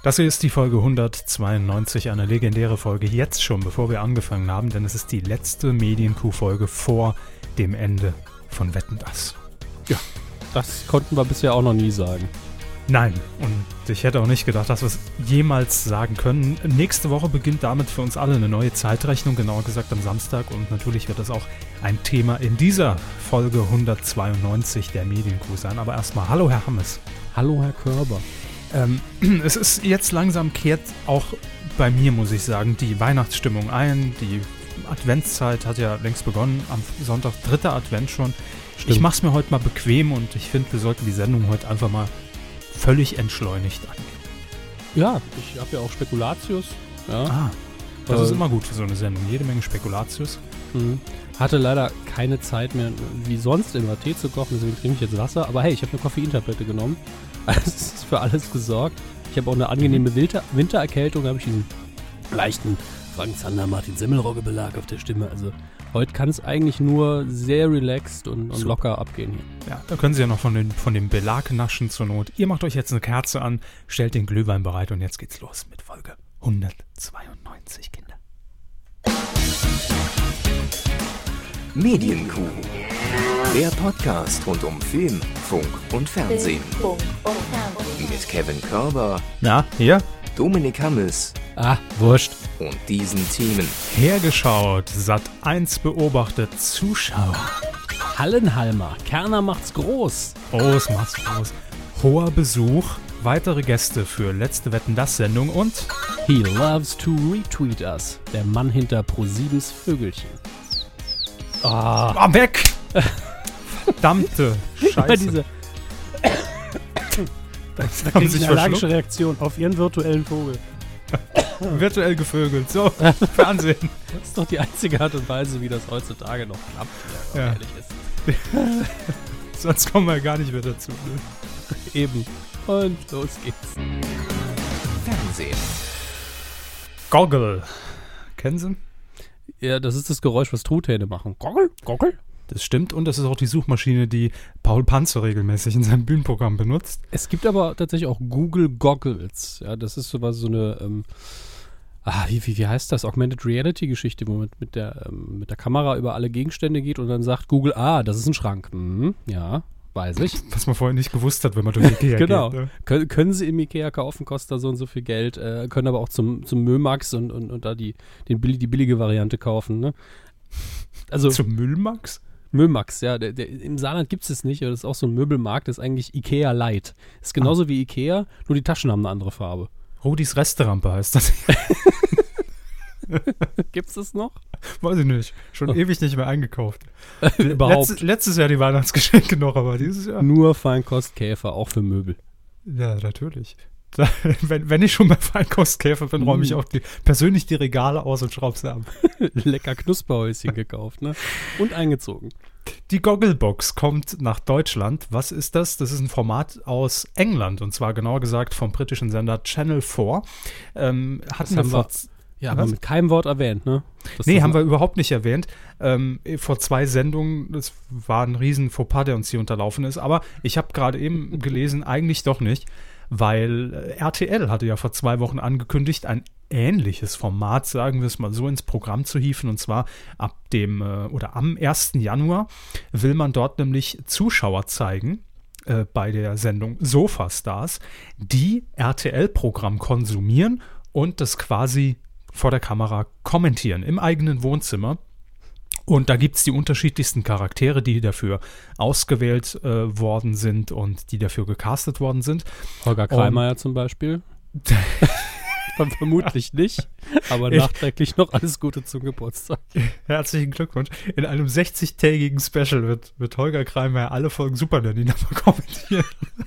Das hier ist die Folge 192, eine legendäre Folge, jetzt schon, bevor wir angefangen haben, denn es ist die letzte Medienkuh-Folge vor dem Ende von Wetten, dass. Ja, das konnten wir bisher auch noch nie sagen. Nein, und ich hätte auch nicht gedacht, dass wir es jemals sagen können. Nächste Woche beginnt damit für uns alle eine neue Zeitrechnung, genauer gesagt am Samstag, und natürlich wird das auch ein Thema in dieser Folge 192 der Medienkuh sein. Aber erstmal, hallo Herr Hammes. Hallo Herr Körber. Es ist jetzt langsam, kehrt auch bei mir, muss ich sagen, die Weihnachtsstimmung ein. Die Adventszeit hat ja längst begonnen, am Sonntag 3. Advent schon. Stimmt. Ich mache es mir heute mal bequem und ich finde, wir sollten die Sendung heute einfach mal völlig entschleunigt angehen. Ja, ich habe ja auch Spekulatius. Ja. Das ist immer gut für so eine Sendung. Jede Menge Spekulatius. Hatte leider keine Zeit mehr, wie sonst immer Tee zu kochen, deswegen trinke ich jetzt Wasser. Aber hey, ich habe eine Koffeintablette genommen. Also es ist für alles gesorgt. Ich habe auch eine angenehme Wintererkältung, da habe ich diesen leichten Frank Zander, Martin Semmelrogge-Belag auf der Stimme. Also heute kann es eigentlich nur sehr relaxed und locker abgehen hier. Ja, da können Sie ja noch von dem Belag naschen zur Not. Ihr macht euch jetzt eine Kerze an, stellt den Glühwein bereit und jetzt geht's los mit Folge 192, Kinder. Medienkuh. Der Podcast rund um Film, Funk und Fernsehen. Mit Kevin Körber. Na, hier? Dominik Hammes. Wurscht. Und diesen Themen. Hergeschaut, Sat.1 beobachtet, Zuschauer. Hallenhalmer, Kerner macht's groß. Groß macht's groß. Hoher Besuch, weitere Gäste für letzte Wetten, dass Sendung und He loves to retweet us. Der Mann hinter ProSiebens Vögelchen. Weg! Verdammte Scheiße. Da kriege ich eine allergische Reaktion auf Ihren virtuellen Vogel. Virtuell gevögelt. So, Fernsehen. Das ist doch die einzige Art und Weise, wie das heutzutage noch klappt, wenn man ehrlich ist. Sonst kommen wir gar nicht mehr dazu. Ne? Eben. Und los geht's. Fernsehen. Goggle. Kennen Sie? Ja, das ist das Geräusch, was Truthähne machen. Goggle, Goggle. Das stimmt, und das ist auch die Suchmaschine, die Paul Panzer regelmäßig in seinem Bühnenprogramm benutzt. Es gibt aber tatsächlich auch Google Goggles. Ja, das ist so eine, wie heißt das? Augmented Reality Geschichte, wo man mit der Kamera über alle Gegenstände geht und dann sagt Google, das ist ein Schrank. Ja, weiß ich. Was man vorher nicht gewusst hat, wenn man durch Ikea genau. geht. Ne? Können Sie im Ikea kaufen, kostet da so und so viel Geld, können aber auch zum Mömax und da die billige Variante kaufen. Ne? Also, zum Müllmax? Mömax, ja. Im Saarland gibt es das nicht, aber das ist auch so ein Möbelmarkt, das ist eigentlich Ikea Light. Ist genauso wie Ikea, nur die Taschen haben eine andere Farbe. Rodis Resterampe heißt das. Gibt's das noch? Weiß ich nicht. Schon ewig nicht mehr eingekauft. Überhaupt. Letztes Jahr die Weihnachtsgeschenke noch, aber dieses Jahr. Nur Feinkostkäfer, auch für Möbel. Ja, natürlich. Wenn ich schon bei Feinkostkäfer bin, räume ich auch persönlich die Regale aus und schraube sie ab. Lecker Knusperhäuschen gekauft, ne? Und eingezogen. Die Gogglebox kommt nach Deutschland. Was ist das? Das ist ein Format aus England, und zwar genauer gesagt vom britischen Sender Channel 4. Aber mit keinem Wort erwähnt, ne? Haben wir überhaupt nicht erwähnt. Vor 2 Sendungen, das war ein riesen Fauxpas, der uns hier unterlaufen ist. Aber ich habe gerade eben gelesen, eigentlich doch nicht, weil RTL hatte ja vor 2 Wochen angekündigt, ein ähnliches Format, sagen wir es mal so, ins Programm zu hieven. Und zwar am 1. Januar will man dort nämlich Zuschauer zeigen, bei der Sendung Sofastars, die RTL-Programm konsumieren und das quasi vor der Kamera kommentieren, im eigenen Wohnzimmer. Und da gibt es die unterschiedlichsten Charaktere, die dafür ausgewählt worden sind und die dafür gecastet worden sind. Holger Kreimeier zum Beispiel. Vermutlich nicht, aber nachträglich noch alles Gute zum Geburtstag. Herzlichen Glückwunsch. In einem 60-tägigen Special wird Holger Kreimeier alle Folgen Super Nanny nochmal kommentieren.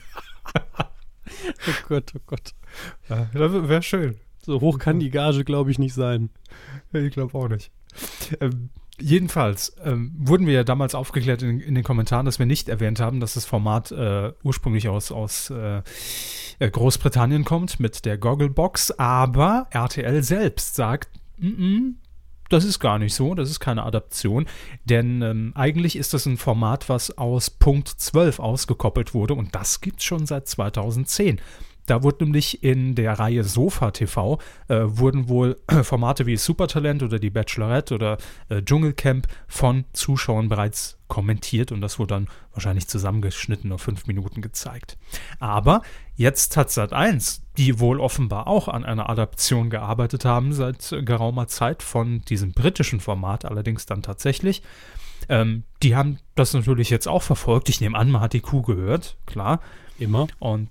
Oh Gott. Ja, das wäre schön. So hoch kann die Gage, glaube ich, nicht sein. Ich glaube auch nicht. Jedenfalls wurden wir ja damals aufgeklärt in den Kommentaren, dass wir nicht erwähnt haben, dass das Format ursprünglich aus Großbritannien kommt mit der Gogglebox, aber RTL selbst sagt, das ist gar nicht so, das ist keine Adaption, denn eigentlich ist das ein Format, was aus Punkt 12 ausgekoppelt wurde, und das gibt es schon seit 2010. Da wurde nämlich in der Reihe Sofa TV wurden wohl Formate wie Supertalent oder die Bachelorette oder Dschungelcamp von Zuschauern bereits kommentiert und das wurde dann wahrscheinlich zusammengeschnitten auf 5 Minuten gezeigt. Aber jetzt hat Sat.1, die wohl offenbar auch an einer Adaption gearbeitet haben seit geraumer Zeit von diesem britischen Format, allerdings dann tatsächlich, die haben das natürlich jetzt auch verfolgt. Ich nehme an, man hat die Kuh gehört, klar. Immer. Und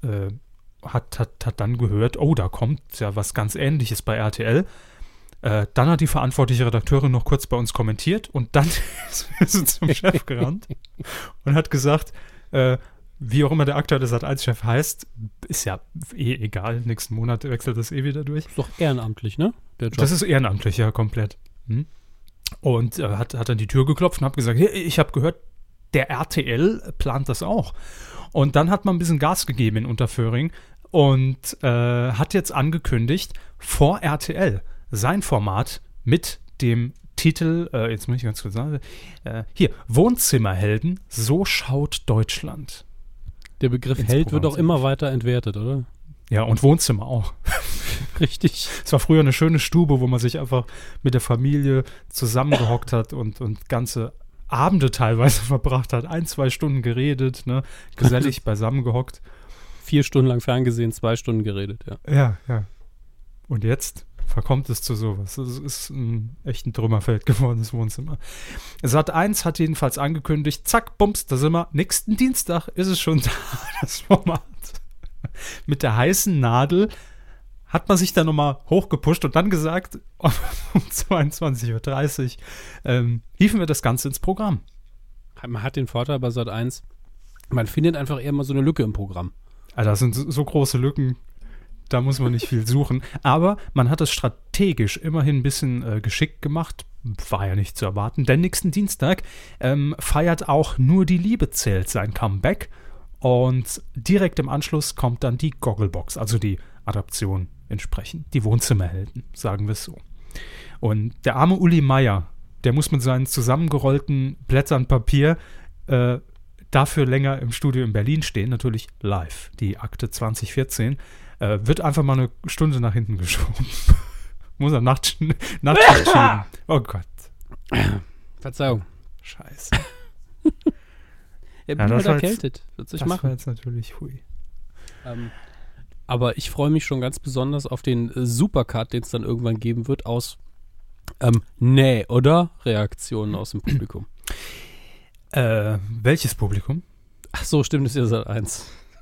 hat dann gehört, oh, da kommt ja was ganz Ähnliches bei RTL. Dann hat die verantwortliche Redakteurin noch kurz bei uns kommentiert und dann ist sie zum Chef gerannt und hat gesagt, wie auch immer der aktuelle Sat.1-Chef heißt, ist ja egal, nächsten Monat wechselt das wieder durch. Ist doch ehrenamtlich, ne? Der Job. Das ist ehrenamtlich, ja, komplett. Und hat an die Tür geklopft und hat gesagt, hey, ich habe gehört, der RTL plant das auch. Und dann hat man ein bisschen Gas gegeben in Unterföhring und hat jetzt angekündigt, vor RTL sein Format mit dem Titel, jetzt muss ich ganz kurz sagen, hier, Wohnzimmerhelden, so schaut Deutschland. Der Begriff Held wird auch immer weiter entwertet, oder? Ja, und Wohnzimmer auch. Richtig. Es war früher eine schöne Stube, wo man sich einfach mit der Familie zusammengehockt hat und ganze Abende teilweise verbracht hat. 1-2 Stunden geredet, ne? Gesellig beisammengehockt. 4 Stunden lang ferngesehen, 2 Stunden geredet, ja. Ja. Und jetzt verkommt es zu sowas. Es ist echt ein Trümmerfeld geworden, das Wohnzimmer. Sat.1 hat jedenfalls angekündigt, zack, bums, da sind wir. Nächsten Dienstag ist es schon da, das Format. Mit der heißen Nadel hat man sich dann nochmal hochgepusht und dann gesagt, um 22.30 Uhr hieven wir das Ganze ins Programm. Man hat den Vorteil bei Sat.1, man findet einfach eher mal so eine Lücke im Programm. Also das sind so große Lücken, da muss man nicht viel suchen. Aber man hat es strategisch immerhin ein bisschen geschickt gemacht. War ja nicht zu erwarten. Denn nächsten Dienstag feiert auch Nur die Liebe zählt sein Comeback. Und direkt im Anschluss kommt dann die Gogglebox, also die Adaption entsprechend. Die Wohnzimmerhelden, sagen wir es so. Und der arme Uli Meier, der muss mit seinen zusammengerollten Blättern Papier dafür länger im Studio in Berlin stehen, natürlich live. Die Akte 2014 wird einfach mal eine Stunde nach hinten geschoben. Muss er Nacht schieben. Oh Gott. Verzeihung. Scheiße. Bin halt erkältet. Wird sich machen. Das war jetzt natürlich hui. Aber ich freue mich schon ganz besonders auf den Supercut, den es dann irgendwann geben wird, aus nee, oder? Reaktionen aus dem Publikum. Welches Publikum? Ach so, stimmt, das ist ja Sat.1.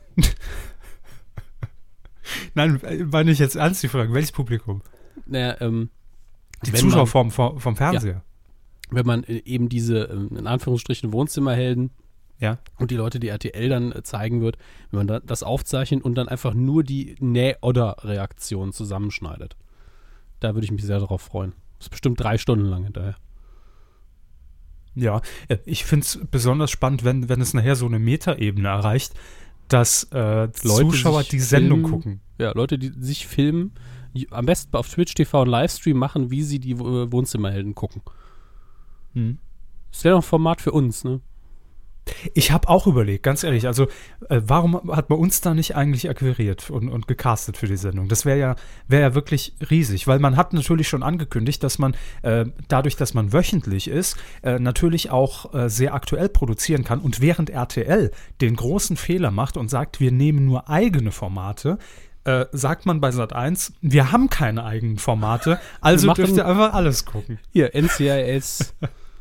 Nein, meine ich jetzt ernst die Frage. Welches Publikum? Naja, die Zuschauer vom Fernseher. Ja, wenn man eben diese, in Anführungsstrichen, Wohnzimmerhelden und die Leute, die RTL dann zeigen wird, wenn man das aufzeichnet und dann einfach nur die Nee-Oder-Reaktion zusammenschneidet. Da würde ich mich sehr darauf freuen. Das ist bestimmt 3 Stunden lang hinterher. Ja, ich finde es besonders spannend, wenn es nachher so eine Metaebene erreicht, dass Zuschauer die Sendung gucken. Ja, Leute, die sich filmen, am besten auf Twitch TV einen Livestream machen, wie sie die Wohnzimmerhelden gucken. Das wäre doch ein Format für uns, ne? Ich habe auch überlegt, ganz ehrlich, also warum hat man uns da nicht eigentlich akquiriert und gecastet für die Sendung? Das wäre ja wirklich riesig, weil man hat natürlich schon angekündigt, dass man dadurch, dass man wöchentlich ist, natürlich auch sehr aktuell produzieren kann und während RTL den großen Fehler macht und sagt, wir nehmen nur eigene Formate, sagt man bei Sat.1, wir haben keine eigenen Formate, also dürft ihr einfach alles gucken. Hier, NCIS,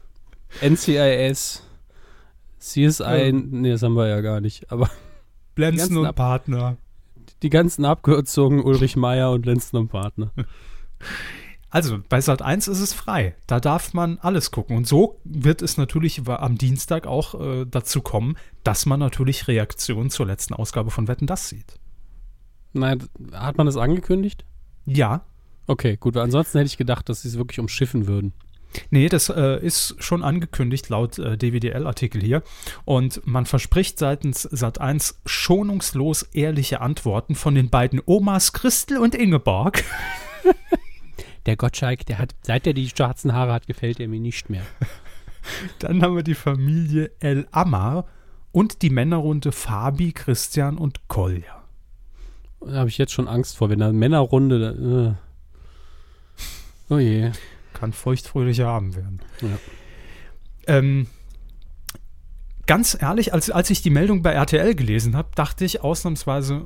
CSI, nee, das haben wir ja gar nicht, aber Lenzen und Partner. Die ganzen Abkürzungen Ulrich Meier und Lenzen und Partner. Also, bei Sat.1 ist es frei. Da darf man alles gucken. Und so wird es natürlich am Dienstag auch dazu kommen, dass man natürlich Reaktionen zur letzten Ausgabe von Wetten, dass sieht. Nein, hat man das angekündigt? Ja. Okay, gut, weil ansonsten hätte ich gedacht, dass sie es wirklich umschiffen würden. Nee, das ist schon angekündigt laut DWDL-Artikel hier. Und man verspricht seitens Sat.1 schonungslos ehrliche Antworten von den beiden Omas Christel und Ingeborg. Der Gottschalk, seit er die schwarzen Haare hat, gefällt er mir nicht mehr. Dann haben wir die Familie El Ammar und die Männerrunde Fabi, Christian und Kolja. Da habe ich jetzt schon Angst vor, wenn da Männerrunde. Oh je. Kann feuchtfröhlicher Abend werden. Ja. Ganz ehrlich, als ich die Meldung bei RTL gelesen habe, dachte ich ausnahmsweise,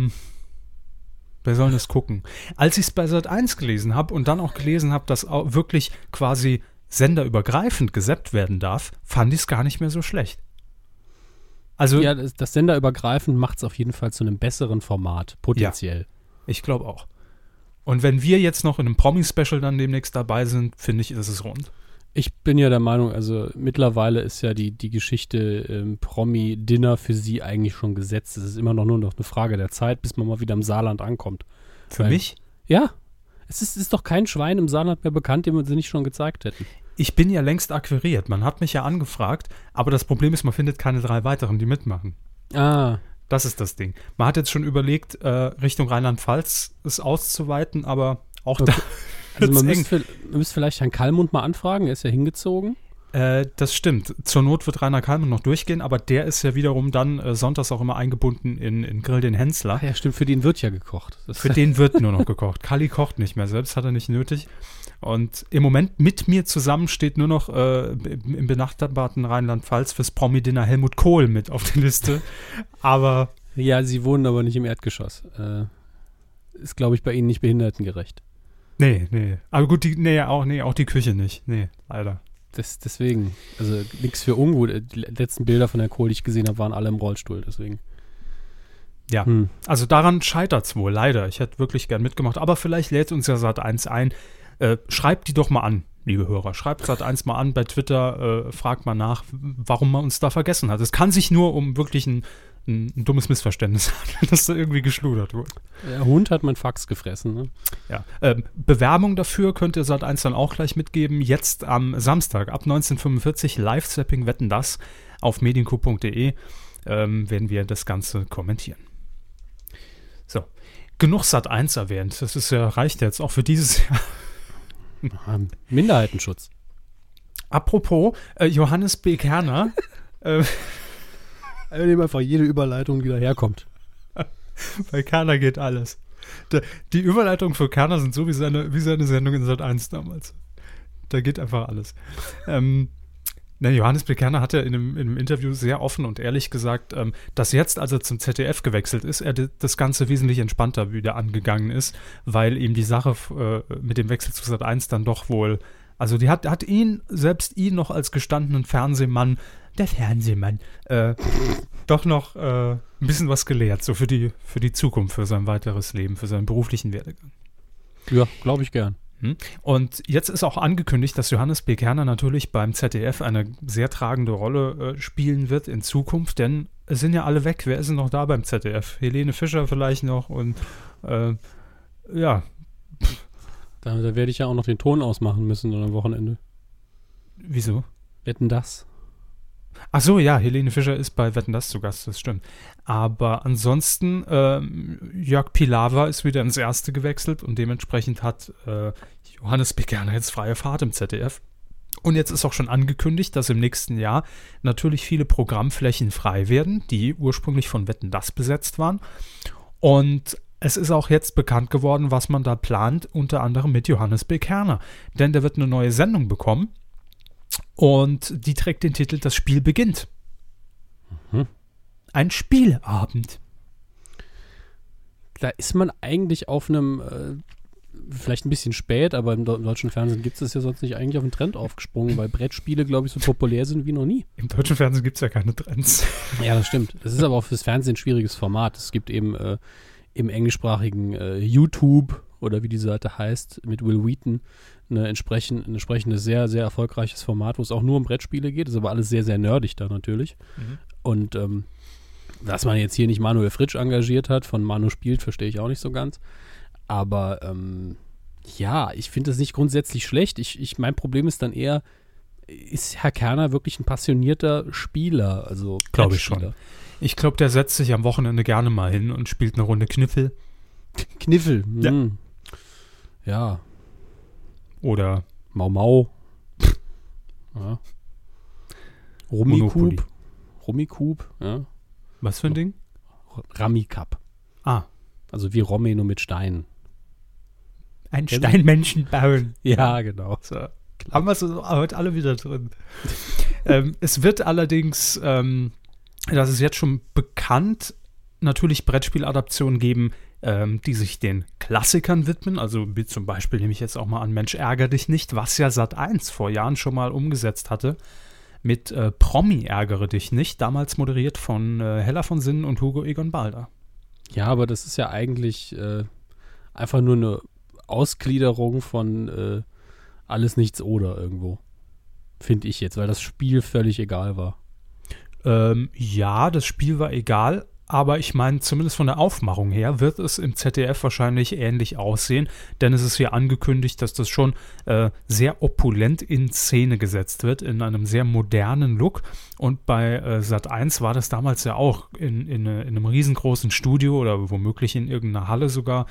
wer soll das gucken? Als ich es bei Sat.1 gelesen habe und dann auch gelesen habe, dass auch wirklich quasi senderübergreifend gesappt werden darf, fand ich es gar nicht mehr so schlecht. Also, ja, das senderübergreifend macht es auf jeden Fall zu einem besseren Format, potenziell. Ja, ich glaube auch. Und wenn wir jetzt noch in einem Promi-Special dann demnächst dabei sind, finde ich, ist es rund. Ich bin ja der Meinung, also mittlerweile ist ja die Geschichte Promi-Dinner für sie eigentlich schon gesetzt. Es ist immer noch nur noch eine Frage der Zeit, bis man mal wieder im Saarland ankommt. Für mich? Ja. Es ist doch kein Schwein im Saarland mehr bekannt, dem wir sie nicht schon gezeigt hätten. Ich bin ja längst akquiriert. Man hat mich ja angefragt, aber das Problem ist, man findet keine 3 weiteren, die mitmachen. Ah. Das ist das Ding. Man hat jetzt schon überlegt, Richtung Rheinland-Pfalz es auszuweiten, aber auch okay. da Also man müsste vielleicht Herrn Kallmund mal anfragen, er ist ja hingezogen. Das stimmt. Zur Not wird Rainer Kallmund noch durchgehen, aber der ist ja wiederum dann sonntags auch immer eingebunden in Grill den Hensler. Ach ja, stimmt, für den wird ja gekocht. Für den wird nur noch gekocht. Kalli kocht nicht mehr selbst, hat er nicht nötig. Und im Moment mit mir zusammen steht nur noch im benachbarten Rheinland-Pfalz fürs Promi-Dinner Helmut Kohl mit auf der Liste. Aber ja, sie wohnen aber nicht im Erdgeschoss. Ist, glaube ich, bei Ihnen nicht behindertengerecht. Nee. Aber gut, auch die Küche nicht. Nee, leider. Deswegen, also nichts für ungut. Die letzten Bilder von Herrn Kohl, die ich gesehen habe, waren alle im Rollstuhl, deswegen. Ja, also daran scheitert es wohl, leider. Ich hätte wirklich gern mitgemacht, aber vielleicht lädt uns ja Sat.1 ein. Schreibt die doch mal an, liebe Hörer. Schreibt Sat.1 mal an bei Twitter, fragt mal nach, warum man uns da vergessen hat. Es kann sich nur um wirklich ein dummes Missverständnis handeln, dass da irgendwie geschludert wurde. Der Hund hat mein Fax gefressen, ne? Ja, Bewerbung dafür könnt ihr Sat.1 dann auch gleich mitgeben. Jetzt am Samstag ab 19:45 Live-Zapping Wetten, das auf mediencoup.de werden wir das Ganze kommentieren. So, genug Sat.1 erwähnt. Das ist ja, reicht jetzt auch für dieses Jahr. Minderheitenschutz. Apropos, Johannes B. Kerner. Wir nehmen einfach jede Überleitung, die daherkommt. Bei Kerner geht alles. Die Überleitungen für Kerner sind so wie seine Sendung in Sat.1 damals. Da geht einfach alles. Johannes B. Kerner hat ja in einem Interview sehr offen und ehrlich gesagt, dass jetzt, als er zum ZDF gewechselt ist, er das Ganze wesentlich entspannter wieder angegangen ist, weil ihm die Sache mit dem Wechsel zu Sat.1 dann doch wohl, also die hat selbst ihn noch als gestandenen Fernsehmann, doch noch ein bisschen was gelehrt, so für die Zukunft, für sein weiteres Leben, für seinen beruflichen Werdegang. Ja, glaube ich gern. Und jetzt ist auch angekündigt, dass Johannes B. Kerner natürlich beim ZDF eine sehr tragende Rolle spielen wird in Zukunft, denn es sind ja alle weg. Wer ist denn noch da beim ZDF? Helene Fischer vielleicht noch und ja. Da werde ich ja auch noch den Ton ausmachen müssen am Wochenende. Wieso? Wetten, das. Ach so, ja, Helene Fischer ist bei Wetten, das zu Gast, das stimmt. Aber ansonsten, Jörg Pilawa ist wieder ins Erste gewechselt und dementsprechend hat Johannes B. Kerner jetzt freie Fahrt im ZDF. Und jetzt ist auch schon angekündigt, dass im nächsten Jahr natürlich viele Programmflächen frei werden, die ursprünglich von Wetten, das besetzt waren. Und es ist auch jetzt bekannt geworden, was man da plant, unter anderem mit Johannes B. Kerner. Denn der wird eine neue Sendung bekommen. Und die trägt den Titel Das Spiel beginnt. Ein Spieleabend. Da ist man eigentlich auf einem, vielleicht ein bisschen spät, aber im deutschen Fernsehen gibt es das ja sonst nicht, eigentlich auf einen Trend aufgesprungen, weil Brettspiele, glaube ich, so populär sind wie noch nie. Im deutschen Fernsehen gibt es ja keine Trends. Ja, das stimmt. Das ist aber auch fürs Fernsehen ein schwieriges Format. Es gibt eben im englischsprachigen YouTube oder wie die Seite heißt, mit Will Wheaton, ein entsprechendes sehr, sehr erfolgreiches Format, wo es auch nur um Brettspiele geht. Ist aber alles sehr, sehr nerdig da natürlich. Und dass man jetzt hier nicht Manuel Fritsch engagiert hat, von Manu spielt, verstehe ich auch nicht so ganz. Aber ja, ich finde das nicht grundsätzlich schlecht. Mein Problem ist dann eher, ist Herr Kerner wirklich ein passionierter Spieler? Also glaube ich schon. Ich glaube, der setzt sich am Wochenende gerne mal hin und spielt eine Runde Kniffel. Kniffel? Ja. Ja. Oder Mau. Ja. Rummikub, ja. Was für ein Ding? Rummikub. Ah, Also wie Romy, nur mit Steinen. Ein Steinmenschen bauen. Ja, genau. So. Haben wir so heute alle wieder drin. Es wird allerdings, das ist jetzt schon bekannt, natürlich Brettspieladaptionen geben, die sich den Klassikern widmen. Also wie zum Beispiel nehme ich jetzt auch mal an Mensch, ärger dich nicht, was ja Sat.1 vor Jahren schon mal umgesetzt hatte. Mit Promi ärgere dich nicht, damals moderiert von Hella von Sinnen und Hugo Egon Balder. Ja, aber das ist ja eigentlich einfach nur eine Ausgliederung von Alles Nichts oder irgendwo. Finde ich jetzt, weil das Spiel völlig egal war. Ja, das Spiel war egal, aber ich meine, zumindest von der Aufmachung her wird es im ZDF wahrscheinlich ähnlich aussehen, denn es ist hier angekündigt, dass das schon sehr opulent in Szene gesetzt wird, in einem sehr modernen Look. Und bei Sat.1 war das damals ja auch in einem riesengroßen Studio oder womöglich in irgendeiner Halle sogar.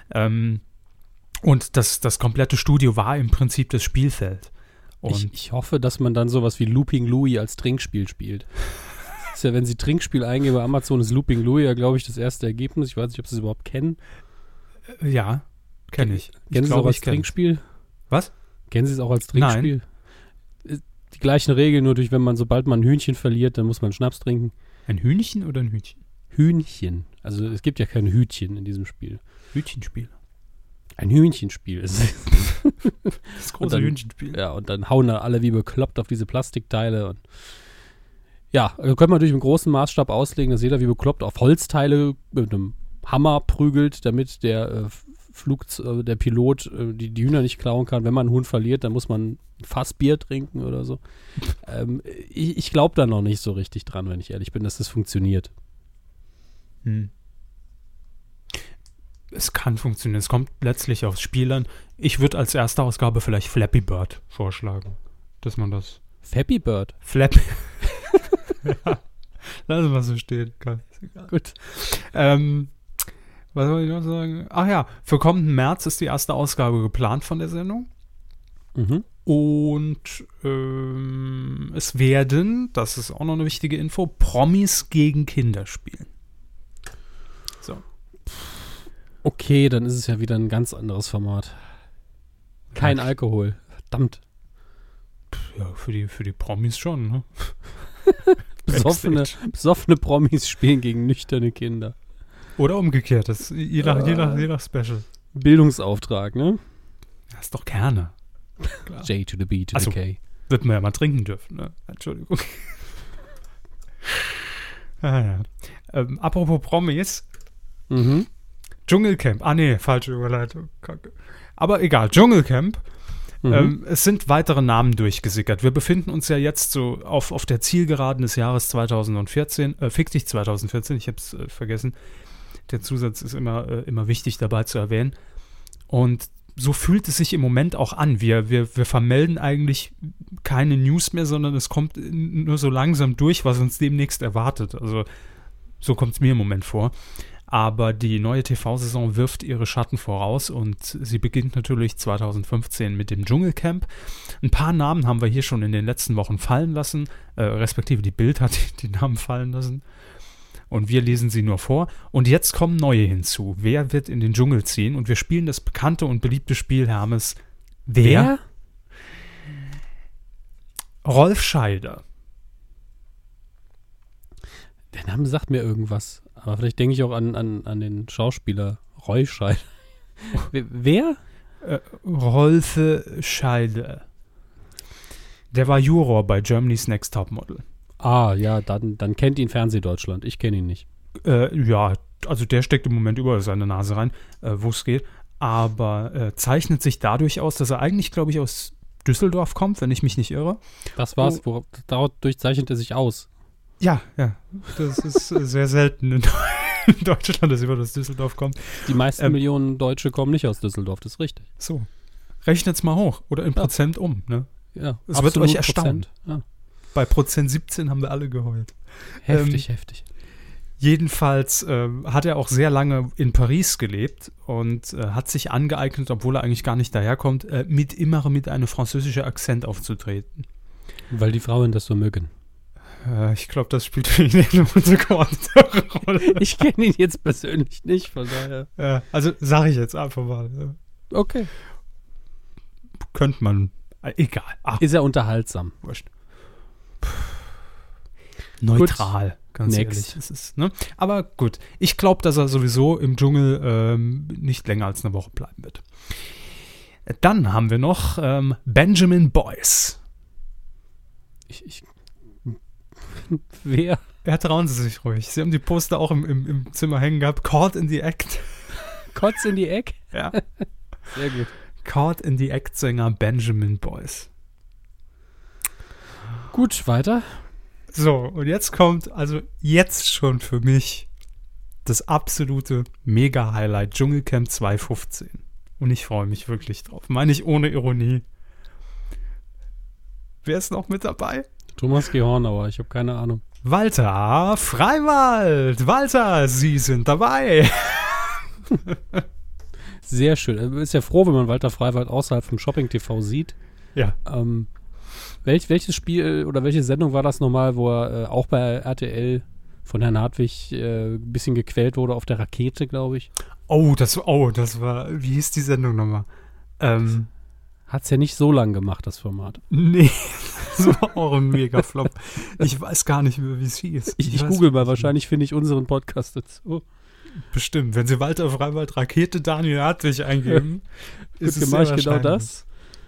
Und das komplette Studio war im Prinzip das Spielfeld. Und Ich hoffe, dass man dann sowas wie Looping Louie als Trinkspiel spielt. Das ist ja, wenn Sie Trinkspiel eingeben bei Amazon, ist Looping Louie ja, glaube ich, das erste Ergebnis. Ich weiß nicht, ob Sie es überhaupt kennen. Ja, kenne ich. Kennen Sie es auch als Trinkspiel? Was? Kennen Sie es auch als Trinkspiel? Nein. Die gleichen Regeln, nur sobald man ein Hühnchen verliert, dann muss man Schnaps trinken. Ein Hühnchen oder ein Hütchen? Hühnchen. Also es gibt ja kein Hütchen in diesem Spiel. Hütchenspiel. Ein Hühnchenspiel ist es. Das große Hühnchenspiel. Ja, und dann hauen da alle wie bekloppt auf diese Plastikteile. Und ja, könnte man natürlich im großen Maßstab auslegen, dass jeder wie bekloppt auf Holzteile mit einem Hammer prügelt, damit der Pilot die Hühner nicht klauen kann. Wenn man einen Huhn verliert, dann muss man ein Fass Bier trinken oder so. Ich glaube da noch nicht so richtig dran, wenn ich ehrlich bin, dass das funktioniert. Es kann funktionieren. Es kommt letztlich aufs Spiel an. Ich würde als erste Ausgabe vielleicht Flappy Bird vorschlagen. Dass man das... Flappy Bird? Flappy... Ja, lassen wir so stehen. Gut. Was soll ich noch sagen? Ach ja, für kommenden März ist die erste Ausgabe geplant von der Sendung. Mhm. Und es werden, das ist auch noch eine wichtige Info, Promis gegen Kinder spielen. So. Okay, dann ist es ja wieder ein ganz anderes Format. Kein Alkohol. Verdammt. Ja, für die Promis schon, ne? Besoffene Promis spielen gegen nüchterne Kinder. Oder umgekehrt, das je nach Special. Bildungsauftrag, ne? Das ist doch gerne. Klar. J to the B to the K. Wird man ja mal trinken dürfen, ne? Entschuldigung. Apropos Promis. Mhm. Dschungelcamp. Ah, nee, falsche Überleitung. Kacke. Aber egal, Dschungelcamp. Es sind weitere Namen durchgesickert. Wir befinden uns ja jetzt so auf der Zielgeraden des Jahres 2014. Fick dich 2014, ich habe es vergessen. Der Zusatz ist immer wichtig dabei zu erwähnen. Und so fühlt es sich im Moment auch an. Wir vermelden eigentlich keine News mehr, sondern es kommt nur so langsam durch, was uns demnächst erwartet. Also so kommt es mir im Moment vor. Aber die neue TV-Saison wirft ihre Schatten voraus und sie beginnt natürlich 2015 mit dem Dschungelcamp. Ein paar Namen haben wir hier schon in den letzten Wochen fallen lassen, respektive die Bild hat die Namen fallen lassen. Und wir lesen sie nur vor. Und jetzt kommen neue hinzu. Wer wird in den Dschungel ziehen? Und wir spielen das bekannte und beliebte Spiel, Hermes. Wer? Rolf Scheider. Der Name sagt mir irgendwas. Aber vielleicht denke ich auch an den Schauspieler Roy Scheider. Wer? Rolfe Scheider. Der war Juror bei Germany's Next Topmodel. Ah, ja, dann kennt ihn Fernsehdeutschland. Ich kenne ihn nicht. Ja, also der steckt im Moment überall seine Nase rein, wo es geht. Aber zeichnet sich dadurch aus, dass er eigentlich, glaube ich, aus Düsseldorf kommt, wenn ich mich nicht irre. Das war's. Dadurch zeichnet er sich aus. Ja. Das ist sehr selten in Deutschland, dass jemand aus Düsseldorf kommt. Die meisten Millionen Deutsche kommen nicht aus Düsseldorf, das ist richtig. So. Rechnet's mal hoch oder in Prozent um, ne? Ja, es wird euch erstaunen. Ja. Bei Prozent 17 haben wir alle geheult. Heftig. Jedenfalls hat er auch sehr lange in Paris gelebt und hat sich angeeignet, obwohl er eigentlich gar nicht daherkommt, mit einem französischen Akzent aufzutreten. Weil die Frauen das so mögen. Ich glaube, das spielt für ihn eine untergeordnete Rolle. Ich kenne ihn jetzt persönlich nicht, von daher. Ja, also sage ich jetzt einfach mal. Okay. Könnte man. Egal. Ist er unterhaltsam? Wurscht. Neutral, ganz Next. ehrlich. Es ist, ne? Aber gut, ich glaube, dass er sowieso im Dschungel nicht länger als eine Woche bleiben wird. Dann haben wir noch Benjamin Boyce. Wer? Ja, trauen Sie sich ruhig. Sie haben die Poster auch im Zimmer hängen gehabt. Caught in the Act. Kotz in die Ecke? Ja. Sehr gut. Caught in the Act Sänger Benjamin Boyce. Gut, weiter. So, und jetzt kommt also jetzt schon für mich das absolute Mega-Highlight Dschungelcamp 2015. Und ich freue mich wirklich drauf. Meine ich ohne Ironie. Wer ist noch mit dabei? Thomas G. Hornauer, ich habe keine Ahnung. Walter Freiwald. Walter, Sie sind dabei. Sehr schön. Man ist ja froh, wenn man Walter Freiwald außerhalb vom Shopping-TV sieht. Ja. Welches Spiel oder welche Sendung war das nochmal, wo er auch bei RTL von Herrn Hartwig ein bisschen gequält wurde auf der Rakete, glaube ich? Das war, wie hieß die Sendung nochmal? Hat es ja nicht so lang gemacht, das Format. Nee, das war auch ein Mega-Flop. Ich weiß gar nicht mehr, wie es hieß. Ich google mal, wahrscheinlich finde ich unseren Podcast dazu. Bestimmt, wenn Sie Walter Freiwald Rakete Daniel Hartwig eingeben, ist es mache sehr ich genau wahrscheinlich. das.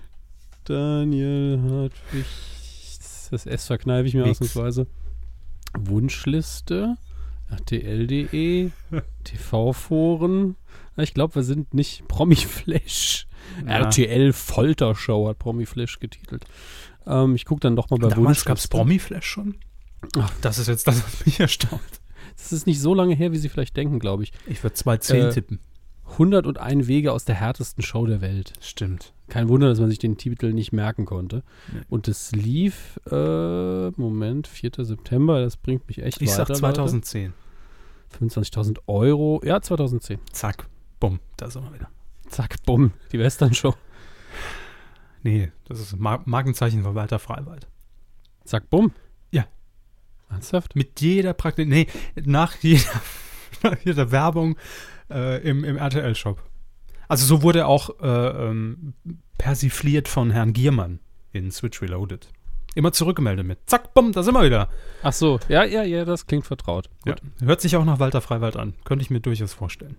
Daniel Hartwig, das S verkneife ich mir Nix. ausnahmsweise. Wunschliste, RTL.de, TV-Foren. Ich glaube, wir sind nicht Promi-Flash. Ja. RTL Foltershow hat Promi-Flash getitelt. Ich gucke dann doch mal bei Damals Wunschliste. gab es Promi-Flash schon? Ach. Das ist jetzt das, was mich erstaunt. Das ist nicht so lange her, wie Sie vielleicht denken, glaube ich. Ich würde 210 tippen. 101 Wege aus der härtesten Show der Welt. Stimmt. Kein Wunder, dass man sich den Titel nicht merken konnte. Nee. Und es lief, 4. September, das bringt mich echt Ich weiter, sag 2010. 25.000 Euro, ja, 2010. Zack, bumm, da sind wir wieder. Zack, bumm, die Western-Show. Nee, das ist Markenzeichen von Walter Freiwald. Zack, bumm. Ja. Ernsthaft? Mit jeder nach jeder Werbung im RTL-Shop. Also so wurde er auch persifliert von Herrn Giermann in Switch Reloaded. Immer zurückgemeldet mit zack, bumm, da sind wir wieder. Ach so, ja, das klingt vertraut. Gut. Ja, hört sich auch nach Walter Freiwald an. Könnte ich mir durchaus vorstellen.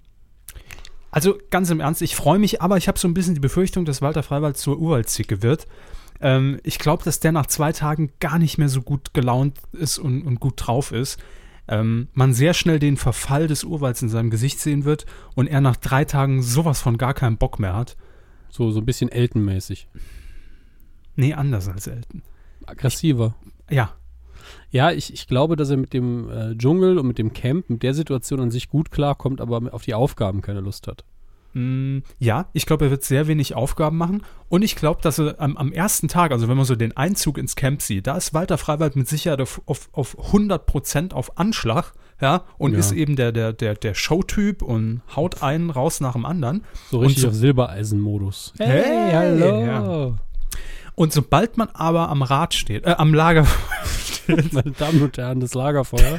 Also ganz im Ernst, ich freue mich, aber ich habe so ein bisschen die Befürchtung, dass Walter Freiwald zur Urwaldzicke wird. Ich glaube, dass der nach 2 Tagen gar nicht mehr so gut gelaunt ist und gut drauf ist. Man sehr schnell den Verfall des Urwalds in seinem Gesicht sehen wird und er nach 3 Tagen sowas von gar keinen Bock mehr hat. So ein bisschen Elton-mäßig. Nee, anders als Elton. Aggressiver. Ja. Ja, ich glaube, dass er mit dem Dschungel und mit dem Camp, mit der Situation an sich gut klarkommt, aber auf die Aufgaben keine Lust hat. Ja, ich glaube, er wird sehr wenig Aufgaben machen und ich glaube, dass er am ersten Tag, also wenn man so den Einzug ins Camp sieht, da ist Walter Freiwald mit Sicherheit auf 100% auf Anschlag, ja, und ist eben der Showtyp und haut einen raus nach dem anderen. So richtig und auf Silbereisen-Modus. Hey, hallo! Ja. Und sobald man aber am Lagerfeuer steht, meine Damen und Herren, das Lagerfeuer,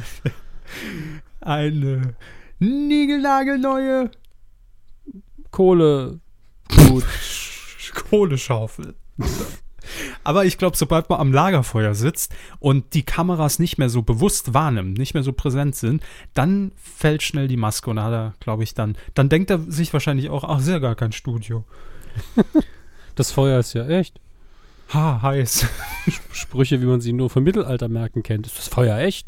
eine niegelnagelneue Kohleschaufel. Aber ich glaube, sobald man am Lagerfeuer sitzt und die Kameras nicht mehr so bewusst wahrnimmt, nicht mehr so präsent sind, dann fällt schnell die Maske und da hat er, glaube ich, dann denkt er sich wahrscheinlich auch, ach, ist ja gar kein Studio. Das Feuer ist ja echt. Heiß. Sprüche, wie man sie nur von Mittelaltermärkten kennt. Ist das Feuer echt?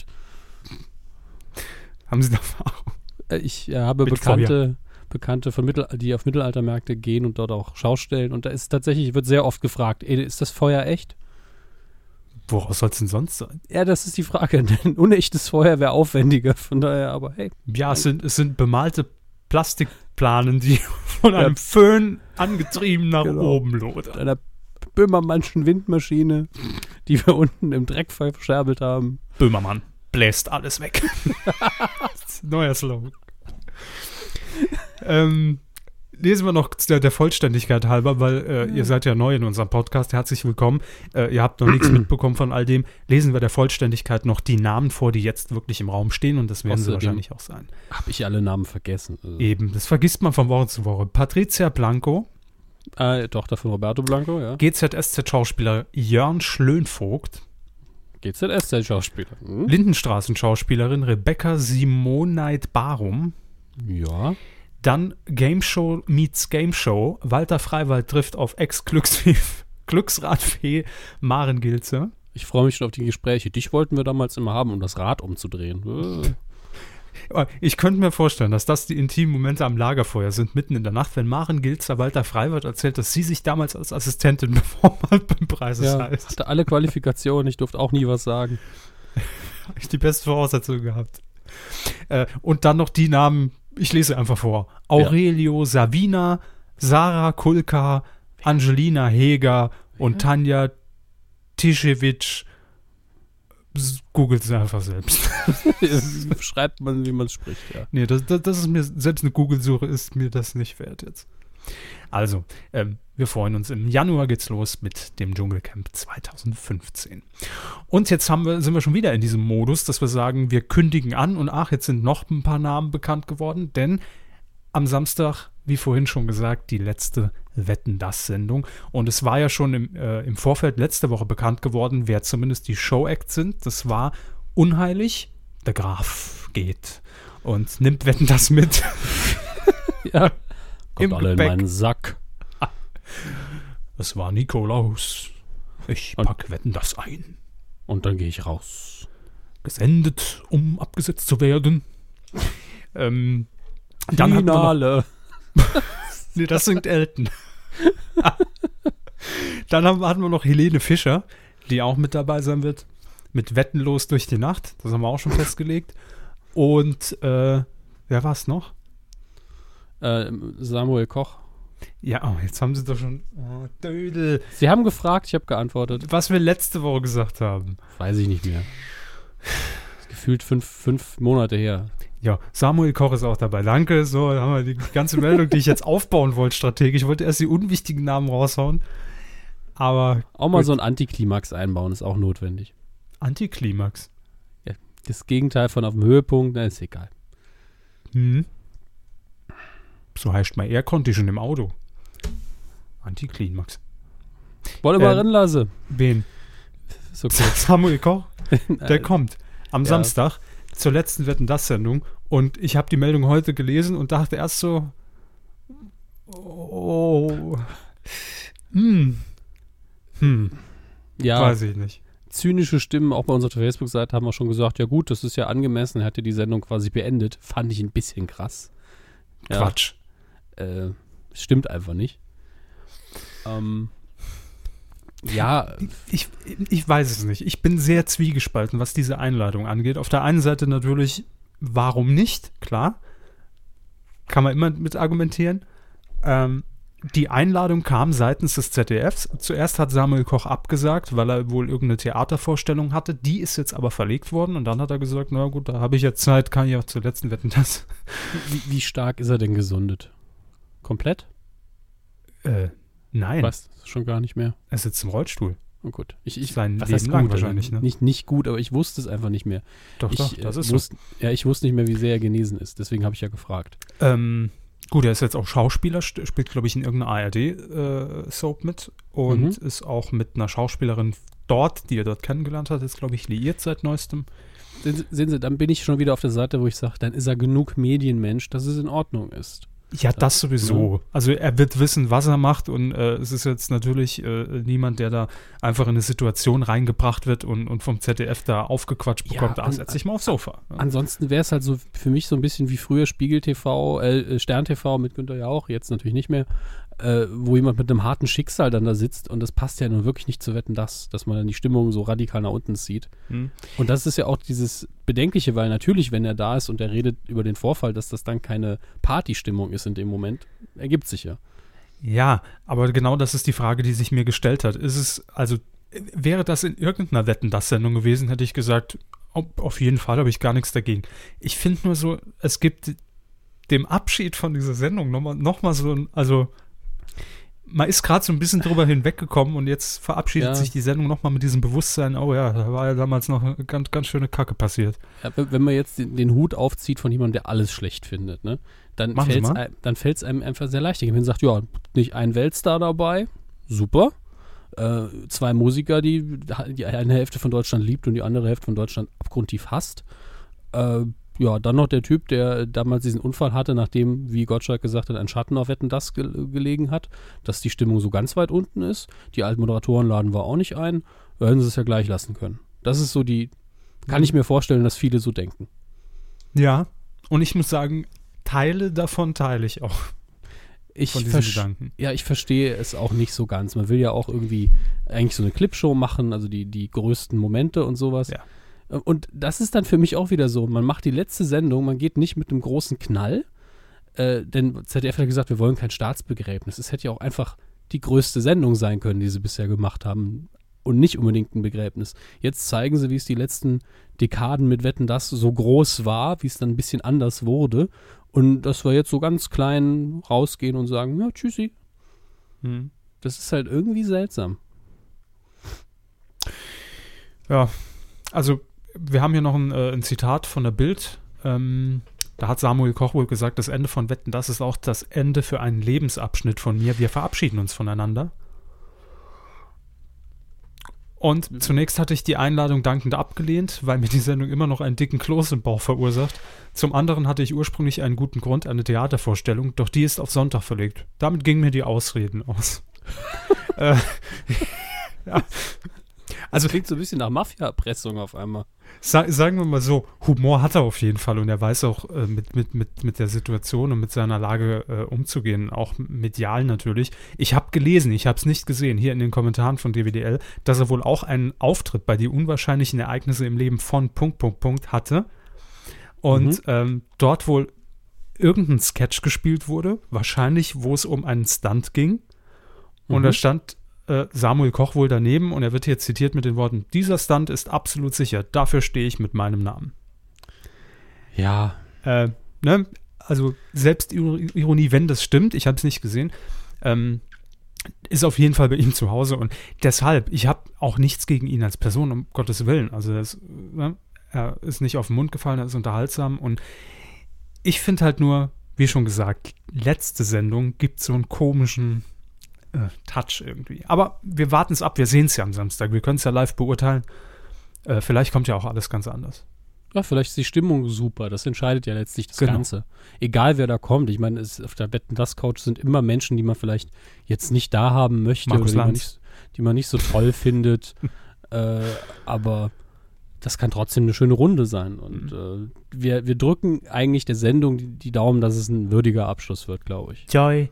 Haben Sie da Erfahrung? Ich habe Bekannte die auf Mittelaltermärkte gehen und dort auch Schaustellen. Und da ist tatsächlich, wird sehr oft gefragt, ist das Feuer echt? Woraus soll es denn sonst sein? Ja, das ist die Frage. Ein unechtes Feuer wäre aufwendiger. Von daher, aber hey. Ja, es sind bemalte Plastikplanen, die von einem Föhn angetrieben nach oben lodern. Mit einer Böhmermannschen Windmaschine, die wir unten im Dreck verscherbelt haben. Böhmermann bläst alles weg. Neuer Slogan. lesen wir noch der Vollständigkeit halber, weil ihr seid ja neu in unserem Podcast. Herzlich willkommen. Ihr habt noch nichts mitbekommen von all dem. Lesen wir der Vollständigkeit noch die Namen vor, die jetzt wirklich im Raum stehen. Und das werden sie wahrscheinlich auch sein. Habe ich alle Namen vergessen. Also. Eben, das vergisst man von Woche zu Woche. Patricia Blanco. Tochter von Roberto Blanco, ja. GZSZ-Schauspieler Jörn Schlönvogt. GZSZ-Schauspieler. Lindenstraßen-Schauspielerin Rebecca Simoneit-Barum. Ja. Dann Game Show meets Game Show. Walter Freiwald trifft auf Ex-Glücksradfee Maren Gilze. Ich freue mich schon auf die Gespräche. Dich wollten wir damals immer haben, um das Rad umzudrehen. Ich könnte mir vorstellen, dass das die intimen Momente am Lagerfeuer sind, mitten in der Nacht, wenn Maren Gilzer Walter Freiwald erzählt, dass sie sich damals als Assistentin beworben hat beim Preis des Heiß. Hatte alle Qualifikationen, ich durfte auch nie was sagen. Habe ich die beste Voraussetzung gehabt. Und dann noch die Namen, ich lese einfach vor. Aurelio Savina, Sarah Kulka, Angelina Heger und Tanja Tischewitsch. Googelt es einfach selbst. Schreibt man, wie man es spricht, ja. Nee, das ist mir, selbst eine Google-Suche ist mir das nicht wert jetzt. Also, wir freuen uns. Im Januar geht's los mit dem Dschungelcamp 2015. Und jetzt sind wir schon wieder in diesem Modus, dass wir sagen, wir kündigen an und jetzt sind noch ein paar Namen bekannt geworden, denn am Samstag, wie vorhin schon gesagt, die letzte Wetten-dass-Sendung. Und es war ja schon im Vorfeld letzte Woche bekannt geworden, wer zumindest die Show-Acts sind. Das war Unheilig. Der Graf geht und nimmt Wetten, dass mit. Ja. Kommt Im alle Gepäck. in meinen Sack. Es war Nikolaus. Ich pack Wetten, das ein. Und dann gehe ich raus. Gesendet, um abgesetzt zu werden. Dann Finale. Nee, das singt Elton. Dann hatten wir noch Helene Fischer, die auch mit dabei sein wird. Mit Wetten los durch die Nacht. Das haben wir auch schon festgelegt. Und wer war es noch? Samuel Koch. Ja, jetzt haben sie doch schon. Oh, Dödel. Sie haben gefragt, ich habe geantwortet. Was wir letzte Woche gesagt haben. Weiß ich nicht mehr. Das ist gefühlt fünf Monate her. Ja, Samuel Koch ist auch dabei. Danke. So, da haben wir die ganze Meldung, die ich jetzt aufbauen wollte, strategisch. Ich wollte erst die unwichtigen Namen raushauen. Aber. Auch mal so ein Antiklimax einbauen, ist auch notwendig. Antiklimax. Ja, das Gegenteil von auf dem Höhepunkt, ist egal. So heißt mein Air-Condition im Auto. Antiklimax. Wollen wir mal ranlassen. Wen? So kurz. Samuel Koch? Der kommt am Samstag zur letzten Wetten-dass-Sendung und ich habe die Meldung heute gelesen und dachte erst so, Ja, weiß ich nicht. zynische Stimmen, auch bei unserer Facebook-Seite, haben wir schon gesagt, ja gut, das ist ja angemessen, er hatte die Sendung quasi beendet. Fand ich ein bisschen krass. Ja, Quatsch. Stimmt einfach nicht. Ja. Ich weiß es nicht. Ich bin sehr zwiegespalten, was diese Einladung angeht. Auf der einen Seite natürlich, warum nicht? Klar. Kann man immer mit argumentieren. Die Einladung kam seitens des ZDFs. Zuerst hat Samuel Koch abgesagt, weil er wohl irgendeine Theatervorstellung hatte. Die ist jetzt aber verlegt worden und dann hat er gesagt, na gut, da habe ich jetzt Zeit, kann ich auch zur letzten Wetten, dass. Wie stark ist er denn gesundet? Komplett? Nein. Was? Schon gar nicht mehr. Er sitzt im Rollstuhl. Oh gut. Sein was Leben heißt lang gut? wahrscheinlich, ne? Nicht gut, aber ich wusste es einfach nicht mehr. Doch, das ist so. Ich wusste nicht mehr, wie sehr er genesen ist. Deswegen habe ich ja gefragt. Gut, er ist jetzt auch Schauspieler, spielt, glaube ich, in irgendeiner ARD-Soap mit und ist auch mit einer Schauspielerin dort, die er dort kennengelernt hat, ist, glaube ich, liiert seit neuestem. Sehen Sie, dann bin ich schon wieder auf der Seite, wo ich sage, dann ist er genug Medienmensch, dass es in Ordnung ist. Ja, das sowieso. Also er wird wissen, was er macht und es ist jetzt natürlich niemand, der da einfach in eine Situation reingebracht wird und vom ZDF da aufgequatscht bekommt, setz dich mal aufs Sofa. Ja. Ansonsten wäre es halt so für mich so ein bisschen wie früher Spiegel TV, Stern TV mit Günther Jauch, jetzt natürlich nicht mehr, wo jemand mit einem harten Schicksal dann da sitzt und das passt ja nun wirklich nicht zu Wetten, dass man dann die Stimmung so radikal nach unten zieht. Und das ist ja auch dieses Bedenkliche, weil natürlich, wenn er da ist und er redet über den Vorfall, dass das dann keine Partystimmung ist in dem Moment, ergibt sich ja. Ja, aber genau das ist die Frage, die sich mir gestellt hat. Wäre das in irgendeiner Wetten-dass-Sendung gewesen, hätte ich gesagt, auf jeden Fall habe ich gar nichts dagegen. Ich finde nur so, es gibt dem Abschied von dieser Sendung noch mal so also man ist gerade so ein bisschen drüber hinweggekommen und jetzt verabschiedet sich die Sendung noch mal mit diesem Bewusstsein, oh ja, da war ja damals noch eine ganz, ganz schöne Kacke passiert. Ja, wenn man jetzt den Hut aufzieht von jemandem, der alles schlecht findet, ne, dann fällt es einem einfach sehr leicht. Wenn man sagt, ja, nicht ein Weltstar dabei, super. 2 Musiker, die eine Hälfte von Deutschland liebt und die andere Hälfte von Deutschland abgrundtief hasst. Ja, dann noch der Typ, der damals diesen Unfall hatte, nachdem, wie Gottschalk gesagt hat, ein Schatten auf Wetten, das gelegen hat, dass die Stimmung so ganz weit unten ist. Die alten Moderatoren laden wir auch nicht ein. Da hätten sie es ja gleich lassen können. Das ist so kann ich mir vorstellen, dass viele so denken. Ja, und ich muss sagen, Teile davon teile ich auch. Von diesen Gedanken. Ja, ich verstehe es auch nicht so ganz. Man will ja auch irgendwie eigentlich so eine Clipshow machen, also die größten Momente und sowas. Ja. Und das ist dann für mich auch wieder so, man macht die letzte Sendung, man geht nicht mit einem großen Knall, denn ZDF hat gesagt, wir wollen kein Staatsbegräbnis. Es hätte ja auch einfach die größte Sendung sein können, die sie bisher gemacht haben und nicht unbedingt ein Begräbnis. Jetzt zeigen sie, wie es die letzten Dekaden mit Wetten, das so groß war, wie es dann ein bisschen anders wurde und dass wir jetzt so ganz klein rausgehen und sagen, ja, tschüssi. Das ist halt irgendwie seltsam. Ja, also wir haben hier noch ein Zitat von der Bild. Da hat Samuel Koch wohl gesagt, das Ende von Wetten, das ist auch das Ende für einen Lebensabschnitt von mir. Wir verabschieden uns voneinander. Und zunächst hatte ich die Einladung dankend abgelehnt, weil mir die Sendung immer noch einen dicken Kloß im Bauch verursacht. Zum anderen hatte ich ursprünglich einen guten Grund, eine Theatervorstellung, doch die ist auf Sonntag verlegt. Damit gingen mir die Ausreden aus. Ja. Also klingt so ein bisschen nach Mafia-Erpressung auf einmal. Sagen wir mal so, Humor hat er auf jeden Fall und er weiß auch mit der Situation und mit seiner Lage umzugehen, auch medial natürlich. Ich habe gelesen, ich habe es nicht gesehen, hier in den Kommentaren von DWDL, dass er wohl auch einen Auftritt bei die unwahrscheinlichen Ereignisse im Leben von ... hatte und dort wohl irgendein Sketch gespielt wurde, wahrscheinlich, wo es um einen Stunt ging und da stand Samuel Koch wohl daneben und er wird hier zitiert mit den Worten, dieser Stunt ist absolut sicher, dafür stehe ich mit meinem Namen. Ja. Ne? Also Selbstironie, wenn das stimmt, ich habe es nicht gesehen, ist auf jeden Fall bei ihm zu Hause und deshalb, ich habe auch nichts gegen ihn als Person, um Gottes Willen, also er ist nicht auf den Mund gefallen, er ist unterhaltsam und ich finde halt nur, wie schon gesagt, letzte Sendung gibt so einen komischen Touch irgendwie. Aber wir warten es ab, wir sehen es ja am Samstag, wir können es ja live beurteilen. Vielleicht kommt ja auch alles ganz anders. Ja, vielleicht ist die Stimmung super, das entscheidet ja letztlich das Ganze. Egal wer da kommt, ich meine, auf der Wetten, das Couch sind immer Menschen, die man vielleicht jetzt nicht da haben möchte Markus oder die man nicht so toll findet, aber das kann trotzdem eine schöne Runde sein und wir drücken eigentlich der Sendung die Daumen, dass es ein würdiger Abschluss wird, glaube ich. Joy.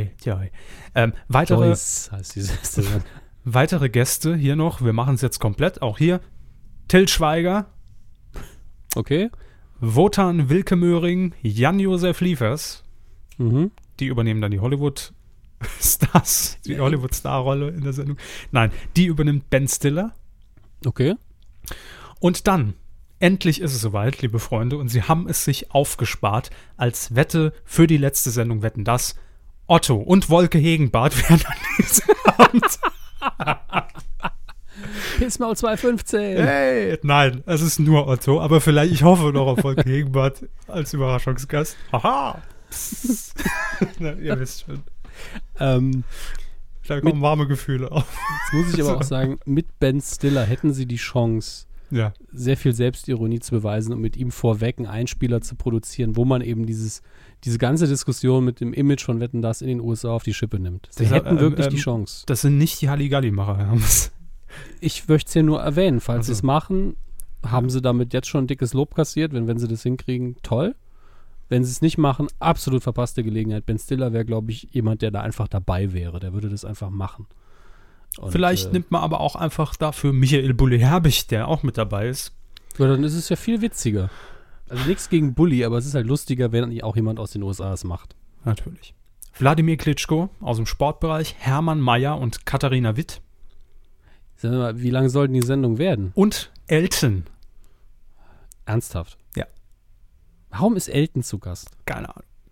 Joyce heißt diese Sendung. Weitere Gäste hier noch, wir machen es jetzt komplett, auch hier Till Schweiger, okay, Wotan Wilke Möhring, Jan-Josef Liefers, die übernehmen dann die Hollywood-Stars, die Hollywood-Star-Rolle in der Sendung. Nein, die übernimmt Ben Stiller. Okay. Und dann, endlich ist es soweit, liebe Freunde, und sie haben es sich aufgespart als Wette für die letzte Sendung Wetten, das Otto und Wolke Hegenbarth werden an diesem Abend. Pismaul 215. Hey, nein, es ist nur Otto, aber vielleicht, ich hoffe noch auf Wolke Hegenbarth als Überraschungsgast. Haha. Na, ihr wisst schon. Da kommen warme Gefühle auf. Jetzt muss ich aber auch sagen, mit Ben Stiller hätten sie die Chance, sehr viel Selbstironie zu beweisen und mit ihm vorweg einen Einspieler zu produzieren, wo man eben diese ganze Diskussion mit dem Image von Wetten, das in den USA auf die Schippe nimmt. Sie hätten wirklich die Chance. Das sind nicht die Halligalli-Macher, Herr Hammes. Ich möchte es ja nur erwähnen. Falls sie es machen, haben sie damit jetzt schon ein dickes Lob kassiert. Wenn sie das hinkriegen, toll. Wenn sie es nicht machen, absolut verpasste Gelegenheit. Ben Stiller wäre, glaube ich, jemand, der da einfach dabei wäre. Der würde das einfach machen. Und, vielleicht nimmt man aber auch einfach dafür Michael Bulli-Herbig, der auch mit dabei ist. Ja, dann ist es ja viel witziger. Also nichts gegen Bulli, aber es ist halt lustiger, wenn auch jemand aus den USA es macht. Natürlich. Wladimir Klitschko aus dem Sportbereich, Hermann Mayer und Katharina Witt. Sagen wir mal, wie lange soll denn die Sendung werden? Und Elton. Ernsthaft? Ja. Warum ist Elton zu Gast? Keine Ahnung.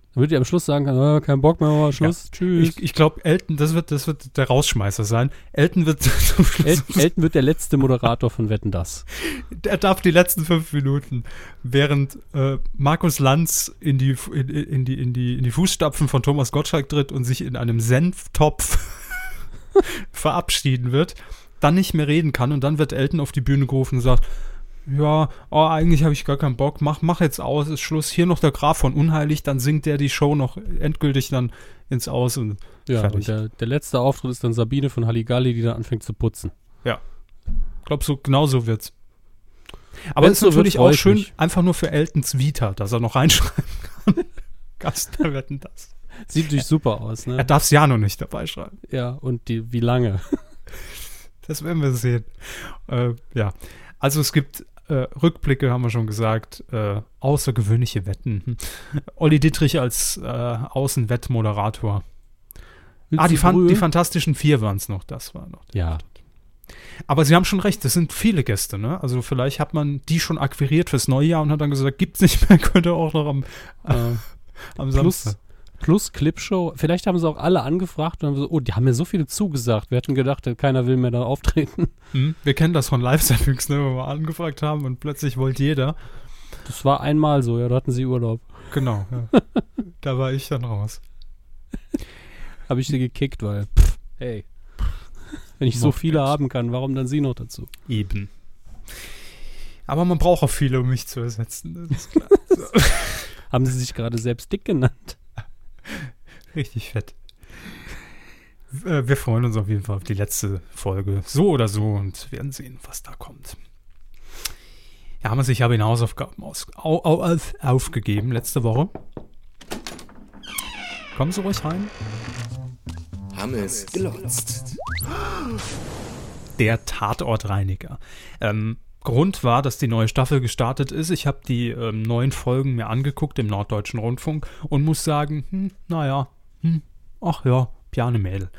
Damit ihr am Schluss sagen kann, kein Bock mehr, aber Schluss, tschüss. Ich glaube, Elton, das wird der Rausschmeißer sein. Elton wird zum Schluss Elton wird der letzte Moderator von Wetten, dass. Er darf die letzten 5 Minuten, während Markus Lanz in die Fußstapfen von Thomas Gottschalk tritt und sich in einem Senftopf verabschieden wird, dann nicht mehr reden kann und dann wird Elton auf die Bühne gerufen und sagt, ja, eigentlich habe ich gar keinen Bock, mach jetzt aus, ist Schluss. Hier noch der Graf von Unheilig, dann singt der die Show noch endgültig dann ins Aus und fertig. Und der letzte Auftritt ist dann Sabine von Halligalli, die dann anfängt zu putzen. Ja. Ich glaube, genau so wird's. Aber es ist natürlich auch schön, einfach nur für Eltons Vita, dass er noch reinschreiben kann. Gast bei Wetten, dass. Sieht natürlich super aus, ne? Er darf es ja noch nicht dabei schreiben. Ja, und wie lange? Das werden wir sehen. Ja, also es gibt Rückblicke, haben wir schon gesagt, außergewöhnliche Wetten. Olli Dittrich als Außenwettmoderator. Die Fantastischen Vier waren es noch, das war noch. Ja. Aber Sie haben schon recht, das sind viele Gäste, ne? Also vielleicht hat man die schon akquiriert fürs Neujahr und hat dann gesagt, gibt's nicht mehr, könnte auch noch am Samstag. Plus Clipshow. Vielleicht haben sie auch alle angefragt und haben so, die haben mir so viele zugesagt. Wir hatten gedacht, keiner will mehr da auftreten. Wir kennen das von Live-Zappings, ne, wenn wir angefragt haben und plötzlich wollte jeder. Das war einmal so, ja, da hatten sie Urlaub. Genau, ja. Da war ich dann raus. Habe ich sie gekickt, weil, hey, wenn ich so viele haben kann, warum dann sie noch dazu? Eben. Aber man braucht auch viele, um mich zu ersetzen. Das ist klar. So. Haben sie sich gerade selbst dick genannt? Richtig fett. Wir freuen uns auf jeden Fall auf die letzte Folge. So oder so und werden sehen, was da kommt. Ja, ich habe Ihnen Hausaufgaben aufgegeben letzte Woche. Kommen Sie ruhig rein. Hammes glotzt. Der Tatortreiniger. Grund war, dass die neue Staffel gestartet ist. Ich habe die 9 Folgen mir angeguckt im Norddeutschen Rundfunk und muss sagen, ach ja, Bjarne Mädel.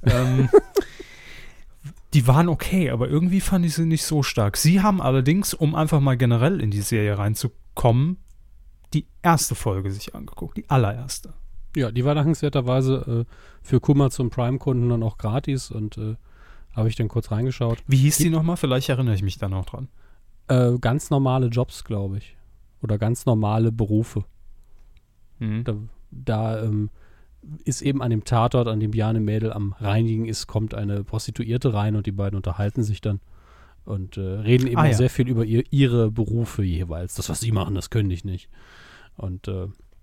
Die waren okay, aber irgendwie fand ich sie nicht so stark. Sie haben allerdings, um einfach mal generell in die Serie reinzukommen, die erste Folge sich angeguckt, die allererste. Ja, die war dankenswerterweise für Kummer zum Prime-Kunden dann auch gratis und habe ich dann kurz reingeschaut. Wie hieß die nochmal? Vielleicht erinnere ich mich da noch dran. Ganz normale Jobs, glaube ich. Oder ganz normale Berufe. Da ist eben an dem Tatort, an dem Bjarne Mädel am Reinigen ist, kommt eine Prostituierte rein und die beiden unterhalten sich dann und reden eben auch sehr viel über ihre Berufe jeweils. Das, was sie machen, das können die nicht. Und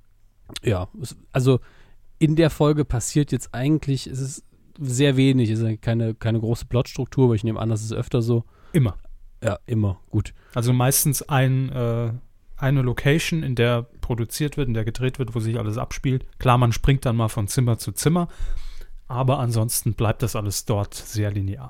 also in der Folge passiert jetzt eigentlich, es ist sehr wenig, es ist keine große Plotstruktur, aber ich nehme an, das ist öfter so. Immer. Ja, immer, gut. Also meistens eine Location, in der produziert wird, in der gedreht wird, wo sich alles abspielt. Klar, man springt dann mal von Zimmer zu Zimmer, aber ansonsten bleibt das alles dort sehr linear.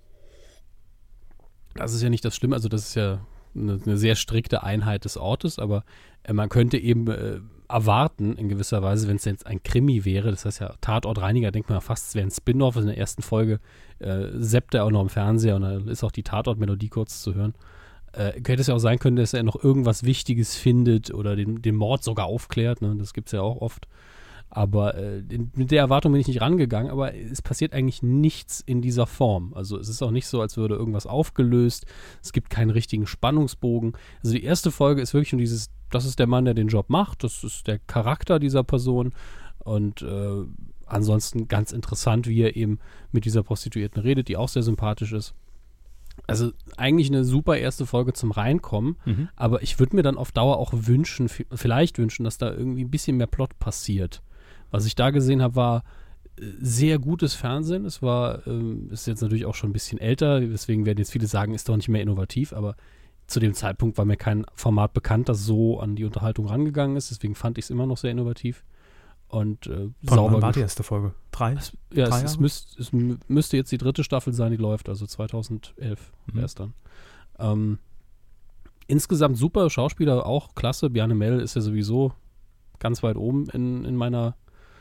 Das ist ja nicht das Schlimme, also das ist ja eine sehr strikte Einheit des Ortes, aber man könnte eben erwarten, in gewisser Weise, wenn es jetzt ein Krimi wäre, das heißt ja Tatortreiniger, denkt man ja fast, es wäre ein Spin-off, in der ersten Folge seppt er auch noch im Fernseher und da ist auch die Tatortmelodie kurz zu hören. Hätte es ja auch sein können, dass er noch irgendwas Wichtiges findet oder den Mord sogar aufklärt, ne? Das gibt es ja auch oft. Aber mit der Erwartung bin ich nicht rangegangen, aber es passiert eigentlich nichts in dieser Form. Also es ist auch nicht so, als würde irgendwas aufgelöst. Es gibt keinen richtigen Spannungsbogen. Also die erste Folge ist wirklich nur das ist der Mann, der den Job macht, das ist der Charakter dieser Person und ansonsten ganz interessant, wie er eben mit dieser Prostituierten redet, die auch sehr sympathisch ist. Also eigentlich eine super erste Folge zum Reinkommen, aber ich würde mir dann auf Dauer auch vielleicht wünschen, dass da irgendwie ein bisschen mehr Plot passiert. Was ich da gesehen habe, war sehr gutes Fernsehen. Es ist jetzt natürlich auch schon ein bisschen älter, deswegen werden jetzt viele sagen, ist doch nicht mehr innovativ, aber zu dem Zeitpunkt war mir kein Format bekannt, das so an die Unterhaltung rangegangen ist, deswegen fand ich es immer noch sehr innovativ. Und sauber. Wann war die erste Folge? 3? Es müsste jetzt die 3. Staffel sein, die läuft, also 2011 wäre es dann. Insgesamt super Schauspieler, auch klasse. Bjarne Mädel ist ja sowieso ganz weit oben in meiner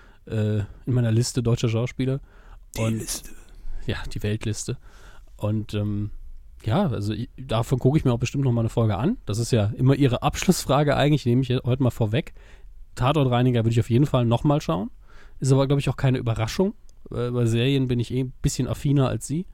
Liste deutscher Schauspieler. Die Liste. Ja, die Weltliste. Und also davon gucke ich mir auch bestimmt noch mal eine Folge an. Das ist ja immer Ihre Abschlussfrage eigentlich, nehme ich heute mal vorweg. Tatortreiniger würde ich auf jeden Fall nochmal schauen. Ist aber, glaube ich, auch keine Überraschung. Bei Serien bin ich ein bisschen affiner als Sie.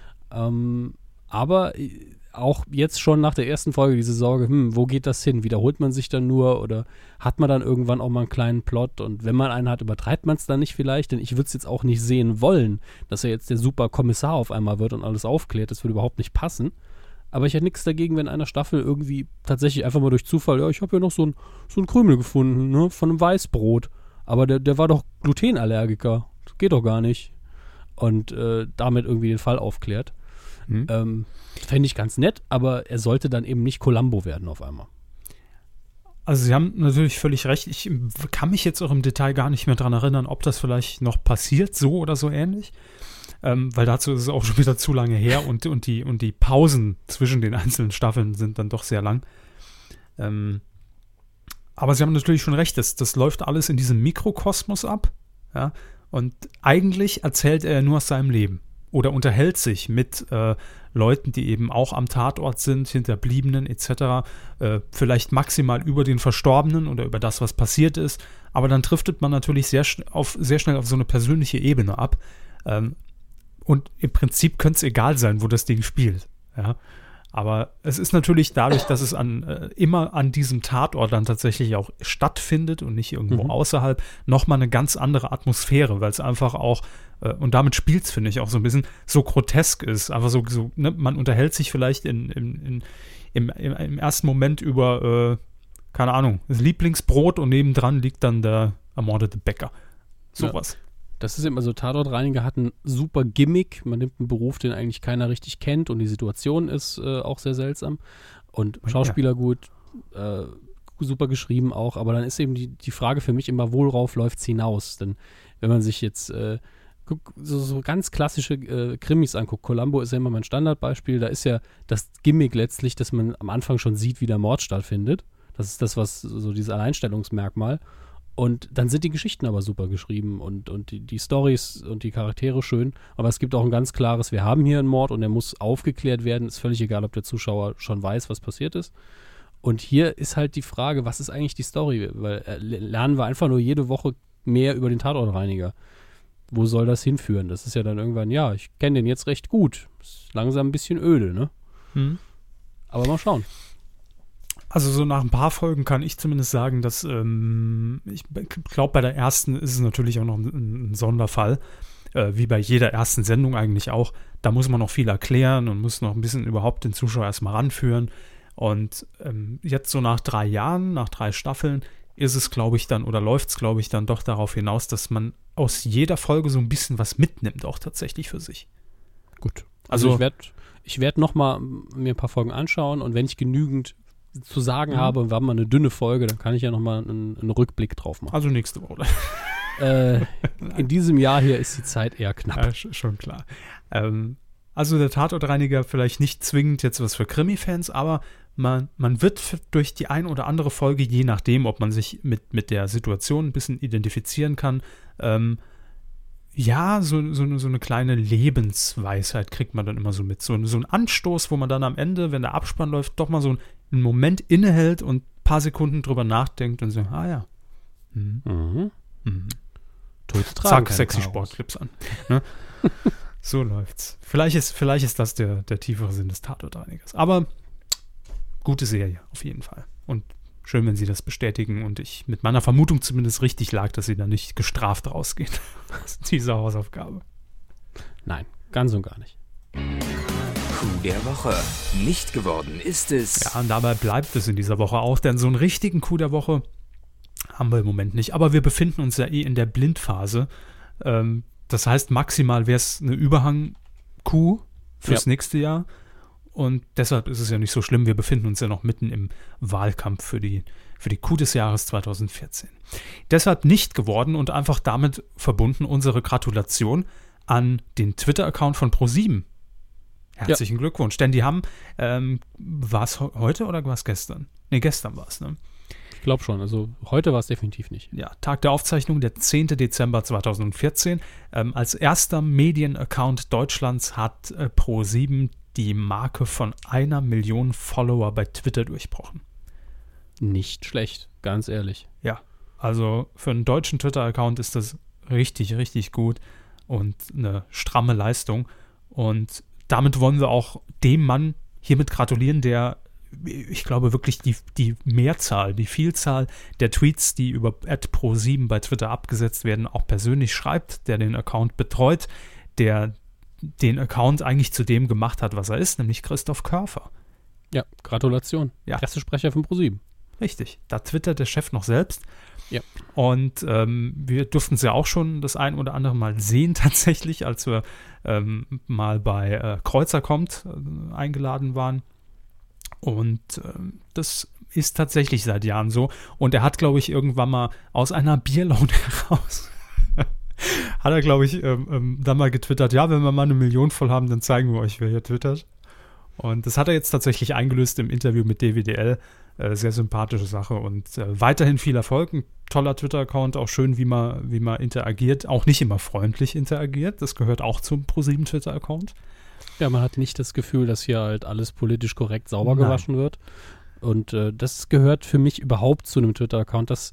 Aber auch jetzt schon nach der ersten Folge diese Sorge, wo geht das hin? Wiederholt man sich dann nur oder hat man dann irgendwann auch mal einen kleinen Plot? Und wenn man einen hat, übertreibt man es dann nicht vielleicht? Denn ich würde es jetzt auch nicht sehen wollen, dass er jetzt der super Kommissar auf einmal wird und alles aufklärt. Das würde überhaupt nicht passen. Aber ich hätte nichts dagegen, wenn einer Staffel irgendwie tatsächlich einfach mal durch Zufall, ja, ich habe ja noch so ein Krümel gefunden, ne, von einem Weißbrot. Aber der war doch Glutenallergiker. Das geht doch gar nicht. Und damit irgendwie den Fall aufklärt. Fände ich ganz nett, aber er sollte dann eben nicht Columbo werden auf einmal. Also Sie haben natürlich völlig recht. Ich kann mich jetzt auch im Detail gar nicht mehr daran erinnern, ob das vielleicht noch passiert, so oder so ähnlich. Weil dazu ist es auch schon wieder zu lange her und die Pausen zwischen den einzelnen Staffeln sind dann doch sehr lang. Aber Sie haben natürlich schon recht, das läuft alles in diesem Mikrokosmos ab. Ja? Und eigentlich erzählt er nur aus seinem Leben oder unterhält sich mit Leuten, die eben auch am Tatort sind, Hinterbliebenen etc., vielleicht maximal über den Verstorbenen oder über das, was passiert ist. Aber dann driftet man natürlich sehr schnell auf so eine persönliche Ebene ab. Und im Prinzip könnte es egal sein, wo das Ding spielt. Ja? Aber es ist natürlich dadurch, dass es immer an diesem Tatort dann tatsächlich auch stattfindet und nicht irgendwo außerhalb, nochmal eine ganz andere Atmosphäre, weil es einfach auch, und damit spielt es, finde ich, auch so ein bisschen so grotesk ist. Einfach so ne? Man unterhält sich vielleicht im ersten Moment über, keine Ahnung, das Lieblingsbrot und nebendran liegt dann der ermordete Bäcker. Sowas. Ja. Das ist immer so, Tatortreiniger hat einen super Gimmick. Man nimmt einen Beruf, den eigentlich keiner richtig kennt und die Situation ist auch sehr seltsam. Und Schauspieler gut, super geschrieben auch. Aber dann ist eben die Frage für mich immer, worauf läuft es hinaus? Denn wenn man sich jetzt so ganz klassische Krimis anguckt, Columbo ist ja immer mein Standardbeispiel, da ist ja das Gimmick letztlich, dass man am Anfang schon sieht, wie der Mord stattfindet. Das ist das, was so dieses Alleinstellungsmerkmal. Und dann sind die Geschichten aber super geschrieben und die Storys und die Charaktere schön. Aber es gibt auch ein ganz klares, wir haben hier einen Mord und der muss aufgeklärt werden. Ist völlig egal, ob der Zuschauer schon weiß, was passiert ist. Und hier ist halt die Frage, was ist eigentlich die Story? Weil lernen wir einfach nur jede Woche mehr über den Tatortreiniger. Wo soll das hinführen? Das ist ja dann irgendwann, ja, ich kenne den jetzt recht gut. Ist langsam ein bisschen öde, ne? Aber mal schauen. Also so nach ein paar Folgen kann ich zumindest sagen, dass ich glaube, bei der ersten ist es natürlich auch noch ein Sonderfall, wie bei jeder ersten Sendung eigentlich auch. Da muss man noch viel erklären und muss noch ein bisschen überhaupt den Zuschauer erstmal ranführen. Und jetzt so nach 3 Jahren, nach 3 Staffeln, ist es, glaube ich, dann, oder läuft es, glaube ich, dann doch darauf hinaus, dass man aus jeder Folge so ein bisschen was mitnimmt, auch tatsächlich für sich. Gut. Also ich werd noch mal mir ein paar Folgen anschauen und wenn ich genügend zu sagen habe und wir haben mal eine dünne Folge, dann kann ich ja nochmal einen Rückblick drauf machen. Also nächste Woche. In diesem Jahr hier ist die Zeit eher knapp. Ja, schon klar. Also der Tatortreiniger vielleicht nicht zwingend jetzt was für Krimi-Fans, aber man wird durch die ein oder andere Folge, je nachdem, ob man sich mit der Situation ein bisschen identifizieren kann, so eine kleine Lebensweisheit kriegt man dann immer so mit. So ein Anstoß, wo man dann am Ende, wenn der Abspann läuft, doch mal so einen Moment innehält und ein paar Sekunden drüber nachdenkt und so, ja. Zack, sexy Sportclips an. Ne? So läuft's. Vielleicht ist das der tiefere Sinn des Tatortreinigers. Aber gute Serie, auf jeden Fall. Und schön, wenn Sie das bestätigen und ich mit meiner Vermutung zumindest richtig lag, dass Sie da nicht gestraft rausgehen aus dieser Hausaufgabe. Nein, ganz und gar nicht. Coup der Woche. Nicht geworden ist es. Ja, und dabei bleibt es in dieser Woche auch, denn so einen richtigen Coup der Woche haben wir im Moment nicht. Aber wir befinden uns ja in der Blindphase. Das heißt, maximal wäre es eine Überhang-Coup fürs nächste Jahr. Und deshalb ist es ja nicht so schlimm. Wir befinden uns ja noch mitten im Wahlkampf für die Coup des Jahres 2014. Deshalb nicht geworden und einfach damit verbunden unsere Gratulation an den Twitter-Account von ProSieben. Herzlichen Glückwunsch. Denn die haben, war es heute oder war es gestern? Ne, gestern war es, ne? Ich glaube schon. Also heute war es definitiv nicht. Ja, Tag der Aufzeichnung, der 10. Dezember 2014. Als erster Medienaccount Deutschlands hat ProSieben die Marke von 1 Million Follower bei Twitter durchbrochen. Nicht schlecht, ganz ehrlich. Ja, Also für einen deutschen Twitter-Account ist das richtig, richtig gut und eine stramme Leistung. Und damit wollen wir auch dem Mann hiermit gratulieren, der, ich glaube, wirklich die Mehrzahl, die Vielzahl der Tweets, die über @pro7 bei Twitter abgesetzt werden, auch persönlich schreibt, der den Account betreut, der den Account eigentlich zu dem gemacht hat, was er ist, nämlich Christoph Körfer. Ja, Gratulation. Ja. Pressesprecher von ProSieben. Richtig, da twittert der Chef noch selbst. Ja. Und wir durften es ja auch schon das ein oder andere Mal sehen tatsächlich, als wir mal bei Kreuzer kommt eingeladen waren. Und das ist tatsächlich seit Jahren so. Und er hat, glaube ich, irgendwann mal aus einer Bierlaune heraus hat er, glaube ich, dann mal getwittert, ja, wenn wir mal 1 Million voll haben, dann zeigen wir euch, wer hier twittert. Und das hat er jetzt tatsächlich eingelöst im Interview mit DWDL. Sehr sympathische Sache und weiterhin viel Erfolg. Ein toller Twitter-Account, auch schön, wie man interagiert. Auch nicht immer freundlich interagiert. Das gehört auch zum ProSieben Twitter-Account. Ja, man hat nicht das Gefühl, dass hier halt alles politisch korrekt sauber gewaschen wird. Und das gehört für mich überhaupt zu einem Twitter-Account, dass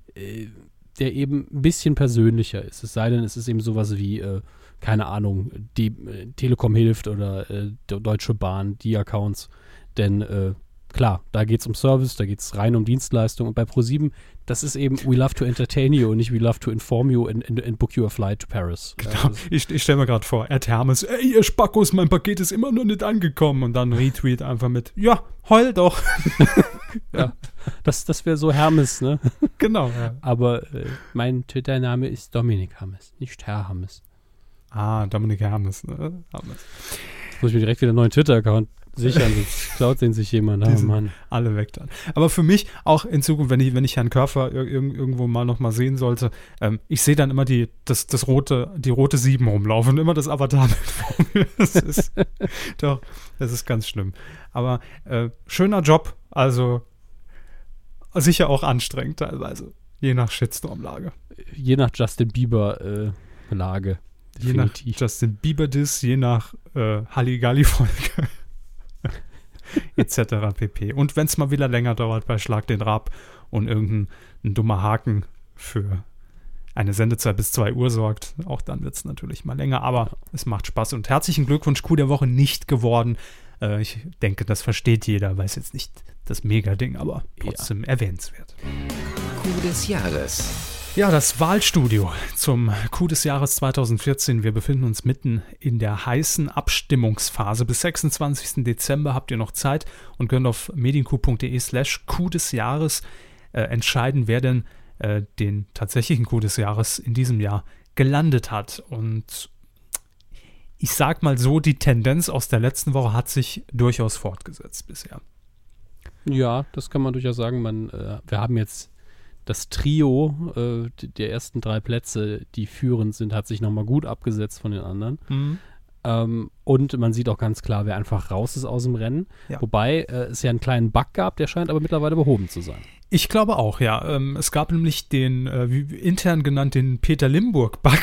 der eben ein bisschen persönlicher ist. Es sei denn, es ist eben sowas wie, keine Ahnung, die Telekom hilft oder Deutsche Bahn, die Accounts. Denn klar, da geht es um Service, da geht es rein um Dienstleistung. Und bei ProSieben, das ist eben we love to entertain you und nicht we love to inform you and book you a flight to Paris. Genau. Ich stelle mir gerade vor, Hermes, ey, ihr Spackos, mein Paket ist immer noch nicht angekommen. Und dann Retweet einfach mit, ja, heul doch. Ja, das wäre so Hermes, ne? Genau. Ja. Aber mein Twitter-Name ist Dominik Hermes, nicht Herr Hermes. Ah, Dominik Hermes, ne? Hermes. Muss ich mir direkt wieder einen neuen Twitter-Account sichern, sonst klaut den sich jemand. Oh, Mann. Alle weg dann. Aber für mich auch in Zukunft, wenn ich Herrn Körfer irgendwo mal sehen sollte, ich sehe dann immer die rote 7 rumlaufen und immer das Avatar-Bild vor mir. Das ist ganz schlimm. Aber schöner Job, also sicher auch anstrengend teilweise, je nach Shitstorm-Lage. Je nach Justin Bieber-Lage. Je nach Justin Bieber-Diss, je nach Halligalli-Folge. etc. pp. Und wenn es mal wieder länger dauert bei Schlag den Raab und irgendein dummer Haken für eine Sendezeit bis 2 Uhr sorgt, auch dann wird es natürlich mal länger, aber es macht Spaß. Und herzlichen Glückwunsch, Coup der Woche nicht geworden. Ich denke, das versteht jeder, weiß jetzt nicht das Mega-Ding, aber trotzdem erwähnenswert. Coup des Jahres. Ja, das Wahlstudio zum Coup des Jahres 2014. Wir befinden uns mitten in der heißen Abstimmungsphase. Bis 26. Dezember habt ihr noch Zeit und könnt auf mediencoup.de/Coup des Jahres entscheiden, wer denn den tatsächlichen Coup des Jahres in diesem Jahr gelandet hat. Und ich sag mal so, die Tendenz aus der letzten Woche hat sich durchaus fortgesetzt bisher. Ja, das kann man durchaus sagen. Wir haben jetzt das Trio der ersten 3 Plätze, die führend sind, hat sich nochmal gut abgesetzt von den anderen. Mhm. Und man sieht auch ganz klar, wer einfach raus ist aus dem Rennen. Ja. Wobei es ja einen kleinen Bug gab, der scheint aber mittlerweile behoben zu sein. Ich glaube auch, ja. Es gab nämlich den, intern genannt, den Peter Limburg-Bug.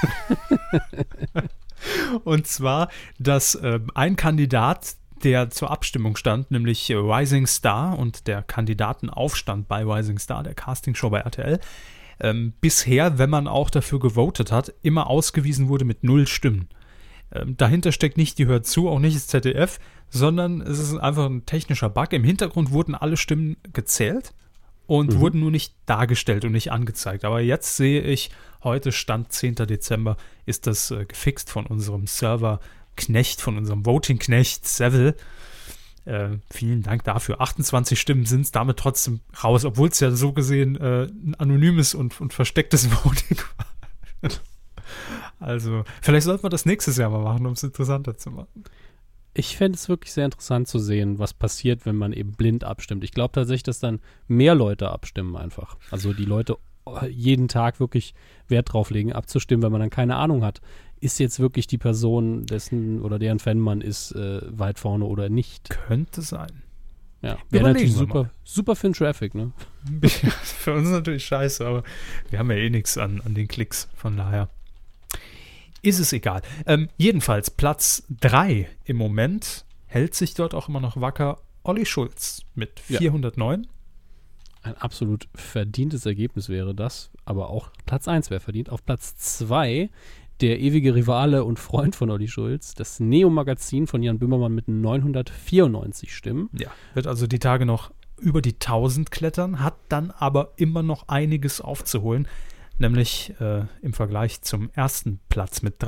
Und zwar, dass ein Kandidat, der zur Abstimmung stand, nämlich Rising Star und der Kandidatenaufstand bei Rising Star, der Castingshow bei RTL, bisher, wenn man auch dafür gewotet hat, immer ausgewiesen wurde mit 0 Stimmen. Dahinter steckt nicht die Hört zu, auch nicht das ZDF, sondern es ist einfach ein technischer Bug. Im Hintergrund wurden alle Stimmen gezählt und wurden nur nicht dargestellt und nicht angezeigt. Aber jetzt sehe ich, heute Stand 10. Dezember, ist das gefixt von unserem Server-Knecht, von unserem Voting-Knecht Seville. Vielen Dank dafür. 28 Stimmen sind es damit trotzdem raus, obwohl es ja so gesehen ein anonymes und verstecktes Voting war. Also, vielleicht sollten wir das nächstes Jahr mal machen, um es interessanter zu machen. Ich fände es wirklich sehr interessant zu sehen, was passiert, wenn man eben blind abstimmt. Ich glaube tatsächlich, dass dann mehr Leute abstimmen einfach. Also die Leute jeden Tag wirklich Wert drauf legen, abzustimmen, wenn man dann keine Ahnung hat. Ist jetzt wirklich die Person, dessen oder deren Fan man ist, weit vorne oder nicht? Könnte sein. Ja, wäre natürlich super für den Traffic, ne? Für uns natürlich scheiße, aber wir haben ja eh nichts an den Klicks, von daher ist es egal. Jedenfalls Platz 3 im Moment hält sich dort auch immer noch wacker Olli Schulz mit 409. ein absolut verdientes Ergebnis wäre das, aber auch Platz 1 wäre verdient. Auf Platz 2 der ewige Rivale und Freund von Olli Schulz, das Neo-Magazin von Jan Böhmermann mit 994 Stimmen. Ja, wird also die Tage noch über die 1000 klettern, hat dann aber immer noch einiges aufzuholen, nämlich im Vergleich zum ersten Platz mit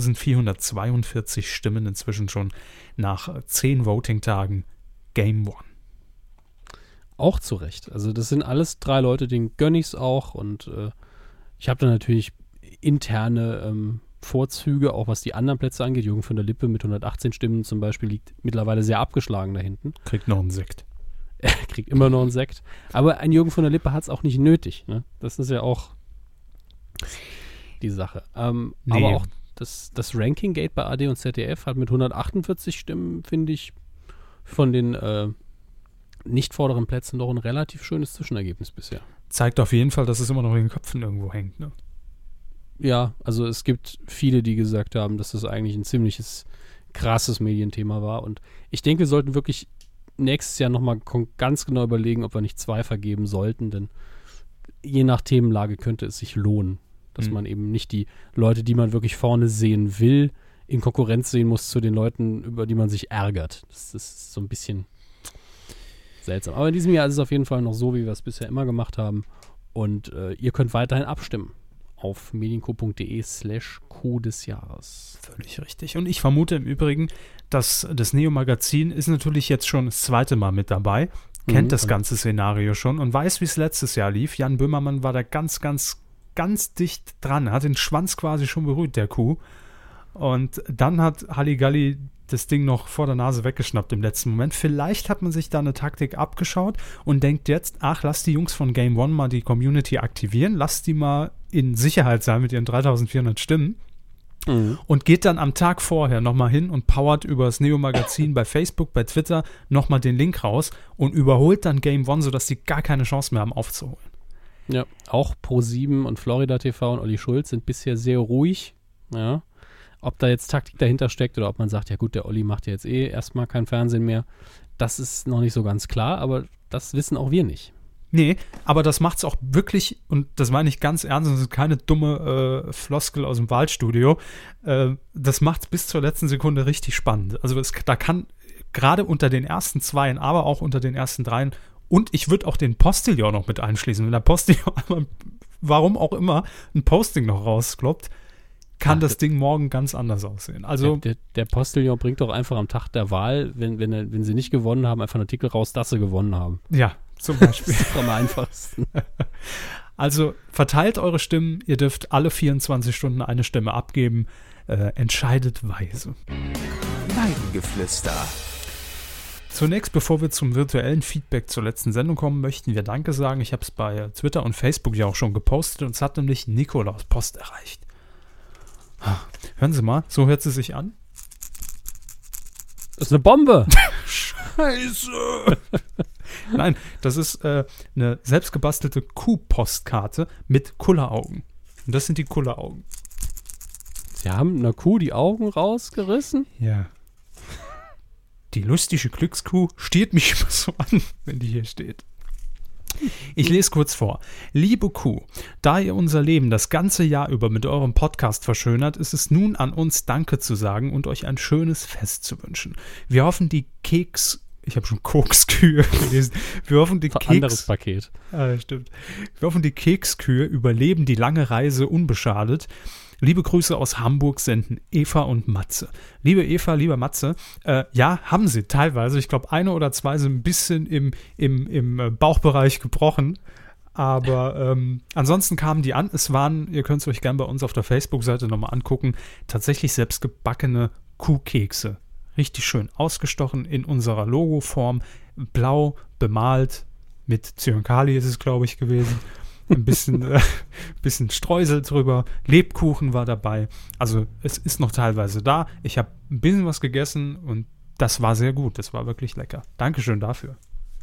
3442 Stimmen inzwischen schon nach 10 Voting-Tagen Game One. Auch zu Recht. Also das sind alles 3 Leute, denen gönne ich es auch und ich habe da natürlich interne Vorzüge, auch was die anderen Plätze angeht. Jürgen von der Lippe mit 118 Stimmen zum Beispiel liegt mittlerweile sehr abgeschlagen da hinten. Kriegt noch einen Sekt. Er kriegt immer noch einen Sekt. Aber ein Jürgen von der Lippe hat es auch nicht nötig. Ne? Das ist ja auch die Sache. Nee. Aber auch das Ranking-Gate bei AD und ZDF hat mit 148 Stimmen, finde ich, von den nicht vorderen Plätzen doch ein relativ schönes Zwischenergebnis bisher. Zeigt auf jeden Fall, dass es immer noch in den Köpfen irgendwo hängt. Ne? Ja, also es gibt viele, die gesagt haben, dass das eigentlich ein ziemliches krasses Medienthema war. Und ich denke, wir sollten wirklich nächstes Jahr nochmal ganz genau überlegen, ob wir nicht 2 vergeben sollten, denn je nach Themenlage könnte es sich lohnen, dass man eben nicht die Leute, die man wirklich vorne sehen will, in Konkurrenz sehen muss zu den Leuten, über die man sich ärgert. Das ist so ein bisschen seltsam. Aber in diesem Jahr ist es auf jeden Fall noch so, wie wir es bisher immer gemacht haben. Und ihr könnt weiterhin abstimmen auf medienco.de/Coup des Jahres. Völlig richtig. Und ich vermute im Übrigen, dass das Neo-Magazin ist natürlich jetzt schon das 2. Mal mit dabei, kennt das ganze Szenario schon und weiß, wie es letztes Jahr lief. Jan Böhmermann war da ganz, ganz, ganz dicht dran, hat den Schwanz quasi schon berührt, der Kuh. Und dann hat Halligalli das Ding noch vor der Nase weggeschnappt im letzten Moment. Vielleicht hat man sich da eine Taktik abgeschaut und denkt jetzt, ach, lass die Jungs von Game One mal die Community aktivieren, lass die mal in Sicherheit sein mit ihren 3400 Stimmen und geht dann am Tag vorher nochmal hin und powert über das Neo-Magazin bei Facebook, bei Twitter nochmal den Link raus und überholt dann Game One, sodass die gar keine Chance mehr haben aufzuholen. Ja, auch Pro7 und Florida TV und Olli Schulz sind bisher sehr ruhig, ja. Ob da jetzt Taktik dahinter steckt oder ob man sagt, ja gut, der Olli macht ja jetzt erstmal kein Fernsehen mehr, das ist noch nicht so ganz klar, aber das wissen auch wir nicht. Nee, aber das macht's auch wirklich, und das meine ich ganz ernst, das ist keine dumme Floskel aus dem Wahlstudio, das macht's bis zur letzten Sekunde richtig spannend. Also da kann gerade unter den ersten 2, aber auch unter den ersten 3, und ich würde auch den Postillon noch mit einschließen, wenn der Postillon, warum auch immer, ein Posting noch rauskloppt, kann das Ding morgen ganz anders aussehen. Also der Postillon bringt doch einfach am Tag der Wahl, wenn sie nicht gewonnen haben, einfach einen Artikel raus, dass sie gewonnen haben. Ja, zum Beispiel. Das ist am einfachsten. Also verteilt eure Stimmen, ihr dürft alle 24 Stunden eine Stimme abgeben. Entscheidet weise. Weidengeflüster. Zunächst, bevor wir zum virtuellen Feedback zur letzten Sendung kommen, möchten wir Danke sagen. Ich habe es bei Twitter und Facebook ja auch schon gepostet. Uns hat nämlich Nikolaus Post erreicht. Hören Sie mal, so hört sie sich an. Das ist eine Bombe. Scheiße. Nein, das ist eine selbstgebastelte Kuh-Postkarte mit Kulleraugen. Und das sind die Kulleraugen. Sie haben einer Kuh die Augen rausgerissen? Ja. Die lustige Glückskuh stiert mich immer so an, wenn die hier steht. Ich lese kurz vor. Liebe Kuh, da ihr unser Leben das ganze Jahr über mit eurem Podcast verschönert, ist es nun an uns Danke zu sagen und euch ein schönes Fest zu wünschen. Wir hoffen, ich habe schon Kokskühe gelesen. Wir hoffen, die anderes Paket. Stimmt. Wir hoffen, die Kekskühe überleben die lange Reise unbeschadet. Liebe Grüße aus Hamburg senden Eva und Matze. Liebe Eva, lieber Matze, ja, haben sie teilweise. Ich glaube, 1 oder 2 sind ein bisschen im Bauchbereich gebrochen. Aber ansonsten kamen die an. Es waren, ihr könnt es euch gerne bei uns auf der Facebook-Seite nochmal angucken, tatsächlich selbstgebackene Kuhkekse. Richtig schön ausgestochen in unserer Logoform. Blau bemalt. Mit Zyankali ist es, glaube ich, gewesen. Ein bisschen Streusel drüber. Lebkuchen war dabei. Also es ist noch teilweise da. Ich habe ein bisschen was gegessen und das war sehr gut. Das war wirklich lecker. Dankeschön dafür.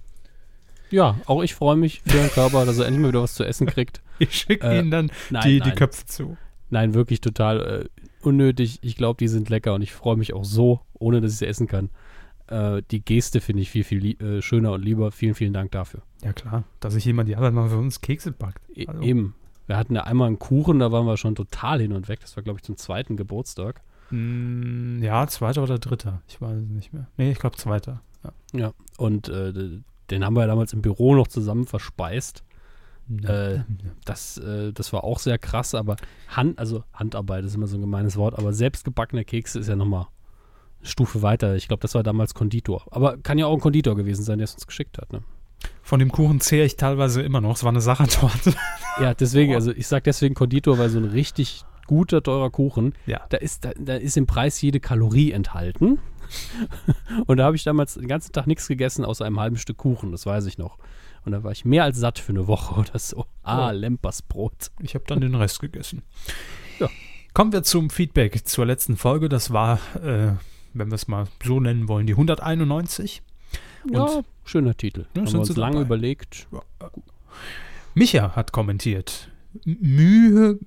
Ja, auch ich freue mich für den Körper, dass er endlich mal wieder was zu essen kriegt. Ich schicke Ihnen dann die Köpfe zu. Nein, wirklich total unnötig. Ich glaube, die sind lecker und ich freue mich auch so, ohne dass ich sie essen kann. die Geste finde ich viel, viel schöner und lieber. Vielen, vielen Dank dafür. Ja klar, dass sich jemand die Arbeit mal für uns Kekse backt. Also. Eben. Wir hatten ja einmal einen Kuchen, da waren wir schon total hin und weg. Das war, glaube ich, zum 2. Geburtstag. Ja, 2. oder 3. Ich weiß es nicht mehr. Nee, ich glaube 2. Ja, und den haben wir ja damals im Büro noch zusammen verspeist. Das war auch sehr krass, aber Handarbeit ist immer so ein gemeines Wort, aber selbstgebackene Kekse ist ja nochmal eine Stufe weiter. Ich glaube, das war damals Konditor. Aber kann ja auch ein Konditor gewesen sein, der es uns geschickt hat, ne? Von dem Kuchen zehre ich teilweise immer noch. Es war eine Sachertorte. Ja, deswegen, also ich sage deswegen Konditor, weil so ein richtig guter, teurer Kuchen, da ist im Preis jede Kalorie enthalten. Und da habe ich damals den ganzen Tag nichts gegessen, außer einem halben Stück Kuchen, das weiß ich noch. Und da war ich mehr als satt für eine Woche oder so. Lempersbrot. Ich habe dann den Rest gegessen. Ja. Kommen wir zum Feedback zur letzten Folge. Das war, wenn wir es mal so nennen wollen, die 191. Ja, schöner Titel. Ja, haben wir uns lange überlegt. Ja. Micha hat kommentiert. Mühe.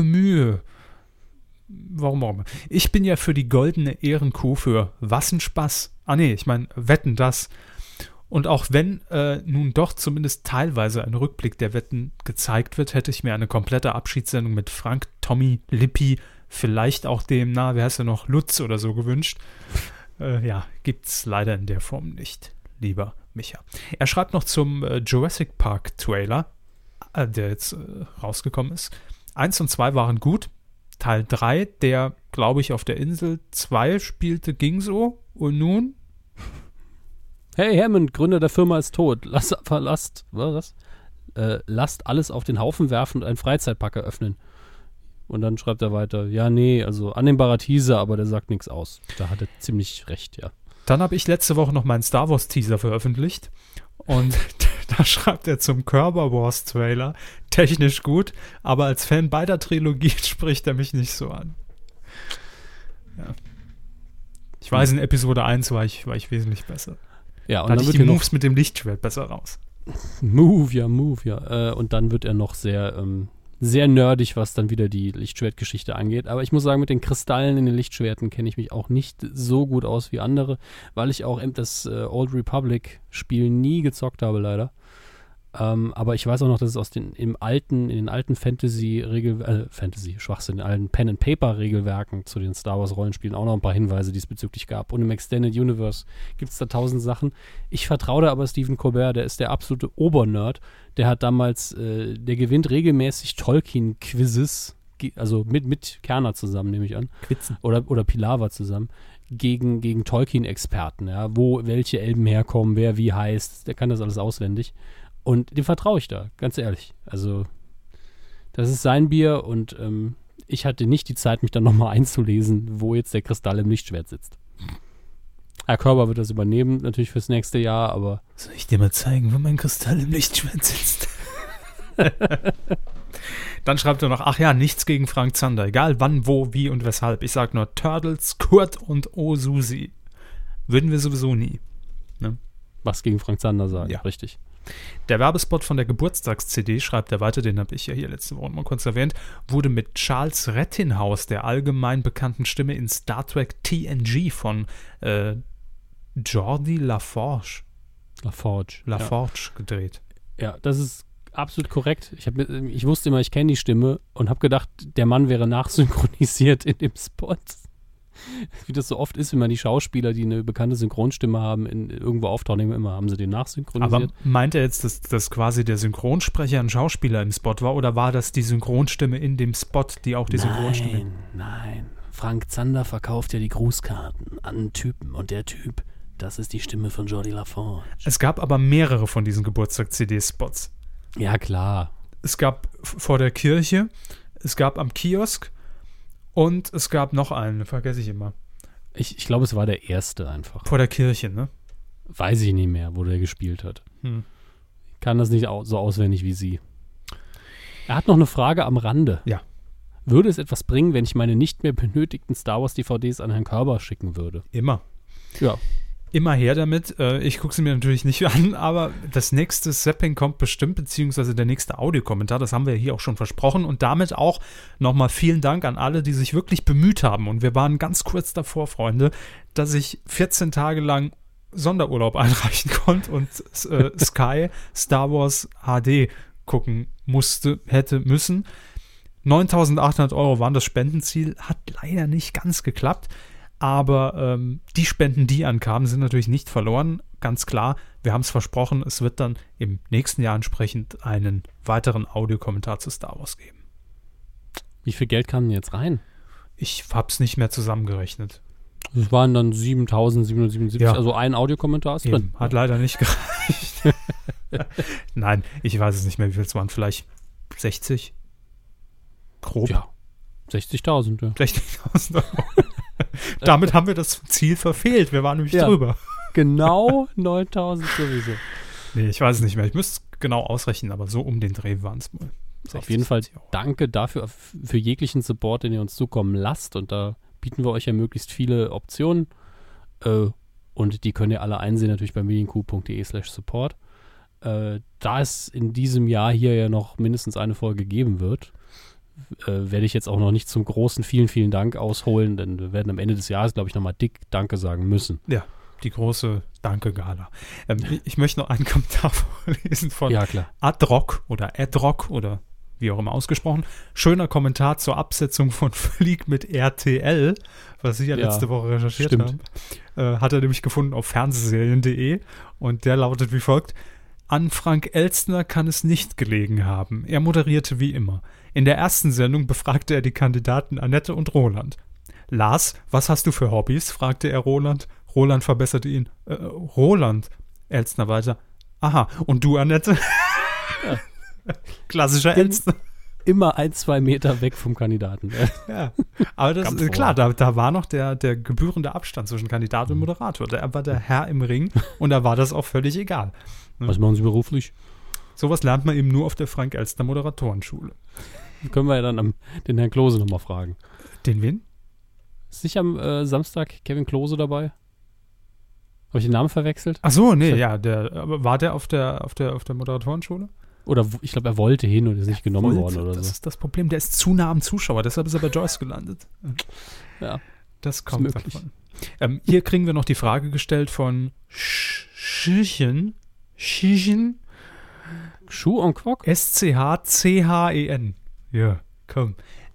Warum auch immer. Ich bin ja für die goldene Ehrenkuh für Wassenspaß. Ich meine, Wetten, das. Und auch wenn nun doch zumindest teilweise ein Rückblick der Wetten gezeigt wird, hätte ich mir eine komplette Abschiedssendung mit Frank, Tommy, Lippi, vielleicht auch dem, wer heißt er noch, Lutz oder so gewünscht. Gibt's leider in der Form nicht, lieber Micha. Er schreibt noch zum Jurassic Park Trailer, der jetzt rausgekommen ist. 1 und 2 waren gut. Teil 3, der, glaube ich, auf der Insel 2 spielte, ging so. Und nun? Hey Hammond, Gründer der Firma ist tot. Lasst alles auf den Haufen werfen und einen Freizeitpark eröffnen. Und dann schreibt er weiter, also annehmbarer Teaser, aber der sagt nichts aus. Da hat er ziemlich recht, ja. Dann habe ich letzte Woche noch meinen Star Wars Teaser veröffentlicht. Und da schreibt er zum Körber Wars Trailer, technisch gut, aber als Fan beider Trilogien spricht er mich nicht so an. Ja. Ich weiß, in Episode 1 war ich wesentlich besser. Ja, und da dann hatte ich wird die Moves mit dem Lichtschwert besser raus. Move, ja. Und dann wird er noch sehr, sehr nerdig, was dann wieder die Lichtschwertgeschichte angeht. Aber ich muss sagen, mit den Kristallen in den Lichtschwerten kenne ich mich auch nicht so gut aus wie andere, weil ich auch das Old Republic-Spiel nie gezockt habe, leider. Aber ich weiß auch noch, dass es in den alten Schwachsinn, in alten Pen-and-Paper-Regelwerken zu den Star Wars-Rollenspielen auch noch ein paar Hinweise diesbezüglich gab. Und im Extended Universe gibt es da 1000 Sachen. Ich vertraue da aber Stephen Colbert, der ist der absolute Obernerd. Der hat damals, der gewinnt regelmäßig Tolkien-Quizzes, also mit Kerner zusammen, nehme ich an. Quizen. Oder Pilawa zusammen. Gegen Tolkien-Experten, ja, wo welche Elben herkommen, wer wie heißt. Der kann das alles auswendig. Und dem vertraue ich da, ganz ehrlich. Also, das ist sein Bier und ich hatte nicht die Zeit, mich dann nochmal einzulesen, wo jetzt der Kristall im Lichtschwert sitzt. Herr Körber wird das übernehmen, natürlich fürs nächste Jahr, aber... Soll ich dir mal zeigen, wo mein Kristall im Lichtschwert sitzt? Dann schreibt er noch, nichts gegen Frank Zander, egal wann, wo, wie und weshalb. Ich sag nur Turtles, Kurt und Oh Susi. Würden wir sowieso nie. Ne? Was gegen Frank Zander sagen, ja. Richtig. Der Werbespot von der Geburtstags-CD, schreibt er weiter, den habe ich ja hier letzte Woche mal kurz erwähnt, wurde mit Charles Rettinghaus, der allgemein bekannten Stimme in Star Trek TNG von Geordi LaForge gedreht. Ja, das ist absolut korrekt. Ich wusste immer, ich kenne die Stimme und habe gedacht, der Mann wäre nachsynchronisiert in dem Spot. Wie das so oft ist, wenn man die Schauspieler, die eine bekannte Synchronstimme haben, irgendwo auftauchen, haben sie den nachsynchronisiert. Aber meint er jetzt, dass quasi der Synchronsprecher ein Schauspieler im Spot war, oder war das die Synchronstimme in dem Spot, die auch die Synchronstimme? Nein. Frank Zander verkauft ja die Grußkarten an einen Typen und der Typ, das ist die Stimme von Geordi LaForge. Es gab aber mehrere von diesen Geburtstag-CD-Spots. Ja, klar. Es gab vor der Kirche, es gab am Kiosk, und es gab noch einen, vergesse ich immer. Ich glaube, es war der erste einfach. Vor der Kirche, ne? Weiß ich nicht mehr, wo der gespielt hat. Ich kann das nicht so auswendig wie Sie. Er hat noch eine Frage am Rande. Ja. Würde es etwas bringen, wenn ich meine nicht mehr benötigten Star Wars DVDs an Herrn Körber schicken würde? Immer. Ja. Immer her damit. Ich gucke sie mir natürlich nicht an, aber das nächste Zapping kommt bestimmt, beziehungsweise der nächste Audiokommentar, das haben wir hier auch schon versprochen, und damit auch nochmal vielen Dank an alle, die sich wirklich bemüht haben, und wir waren ganz kurz davor, Freunde, dass ich 14 Tage lang Sonderurlaub einreichen konnte und Sky Star Wars HD gucken hätte müssen. 9.800 € waren das Spendenziel, hat leider nicht ganz geklappt, aber die Spenden, die ankamen, sind natürlich nicht verloren. Ganz klar, wir haben es versprochen, es wird dann im nächsten Jahr entsprechend einen weiteren Audiokommentar zu Star Wars geben. Wie viel Geld kam denn jetzt rein? Ich habe es nicht mehr zusammengerechnet. Das waren dann 7.777, Ja. Also ein Audiokommentar ist drin. Hat leider nicht gereicht. Nein, ich weiß es nicht mehr, wie viel es waren. Vielleicht 60? Grob. Ja, 60.000, ja. 60.000 €. Damit haben wir das Ziel verfehlt. Wir waren nämlich Ja. drüber. Genau 9.000 sowieso. Nee, ich weiß es nicht mehr. Ich müsste es genau ausrechnen, aber so um den Dreh waren es wohl. Auf jeden Fall 60 €. danke dafür, für jeglichen Support, den ihr uns zukommen lasst. Und da bieten wir euch ja möglichst viele Optionen. Und die könnt ihr alle einsehen, natürlich bei medienkuh.de/support. Da es in diesem Jahr hier ja noch mindestens eine Folge geben wird, werde ich jetzt auch noch nicht zum großen vielen Dank ausholen, denn wir werden am Ende des Jahres, glaube ich, nochmal dick Danke sagen müssen. Ja, die große Danke-Gala. Ich möchte noch einen Kommentar vorlesen von Ja, klar. Adrock oder wie auch immer ausgesprochen. Schöner Kommentar zur Absetzung von Flieg mit RTL, was Sie ja letzte Woche recherchiert stimmt. haben. Hat er nämlich gefunden auf fernsehserien.de und der lautet wie folgt: An Frank Elstner kann es nicht gelegen haben. Er moderierte wie immer. In der ersten Sendung befragte er die Kandidaten Annette und Roland. Lars, was hast du für Hobbys? Fragte er Roland. Roland verbesserte ihn. Roland. Elstner weiter. Aha, und du, Annette? Ja. Klassischer Elstner. Immer 1-2 Meter weg vom Kandidaten. Ja, aber das ist klar, da war noch der gebührende Abstand zwischen Kandidat und Moderator. Da war der Herr im Ring und da war das auch völlig egal. Was machen Sie beruflich? Sowas lernt man eben nur auf der Frank-Elstner Moderatorenschule. Können wir ja dann den Herrn Klose nochmal fragen. Den wen? Ist nicht am Samstag Kevin Klose dabei? Habe ich den Namen verwechselt? Ach so, nee, ja, war der auf der Moderatorenschule? Oder ich glaube, er wollte hin und ist nicht genommen worden oder Das so. ist das Problem, der ist zu nah am Zuschauer, deshalb ist er bei Joyce gelandet. Ja, Das kommt möglich. davon. Hier kriegen wir noch die Frage gestellt von Schichen. Schuh und Quok? SCHCHEN. Ja, komm.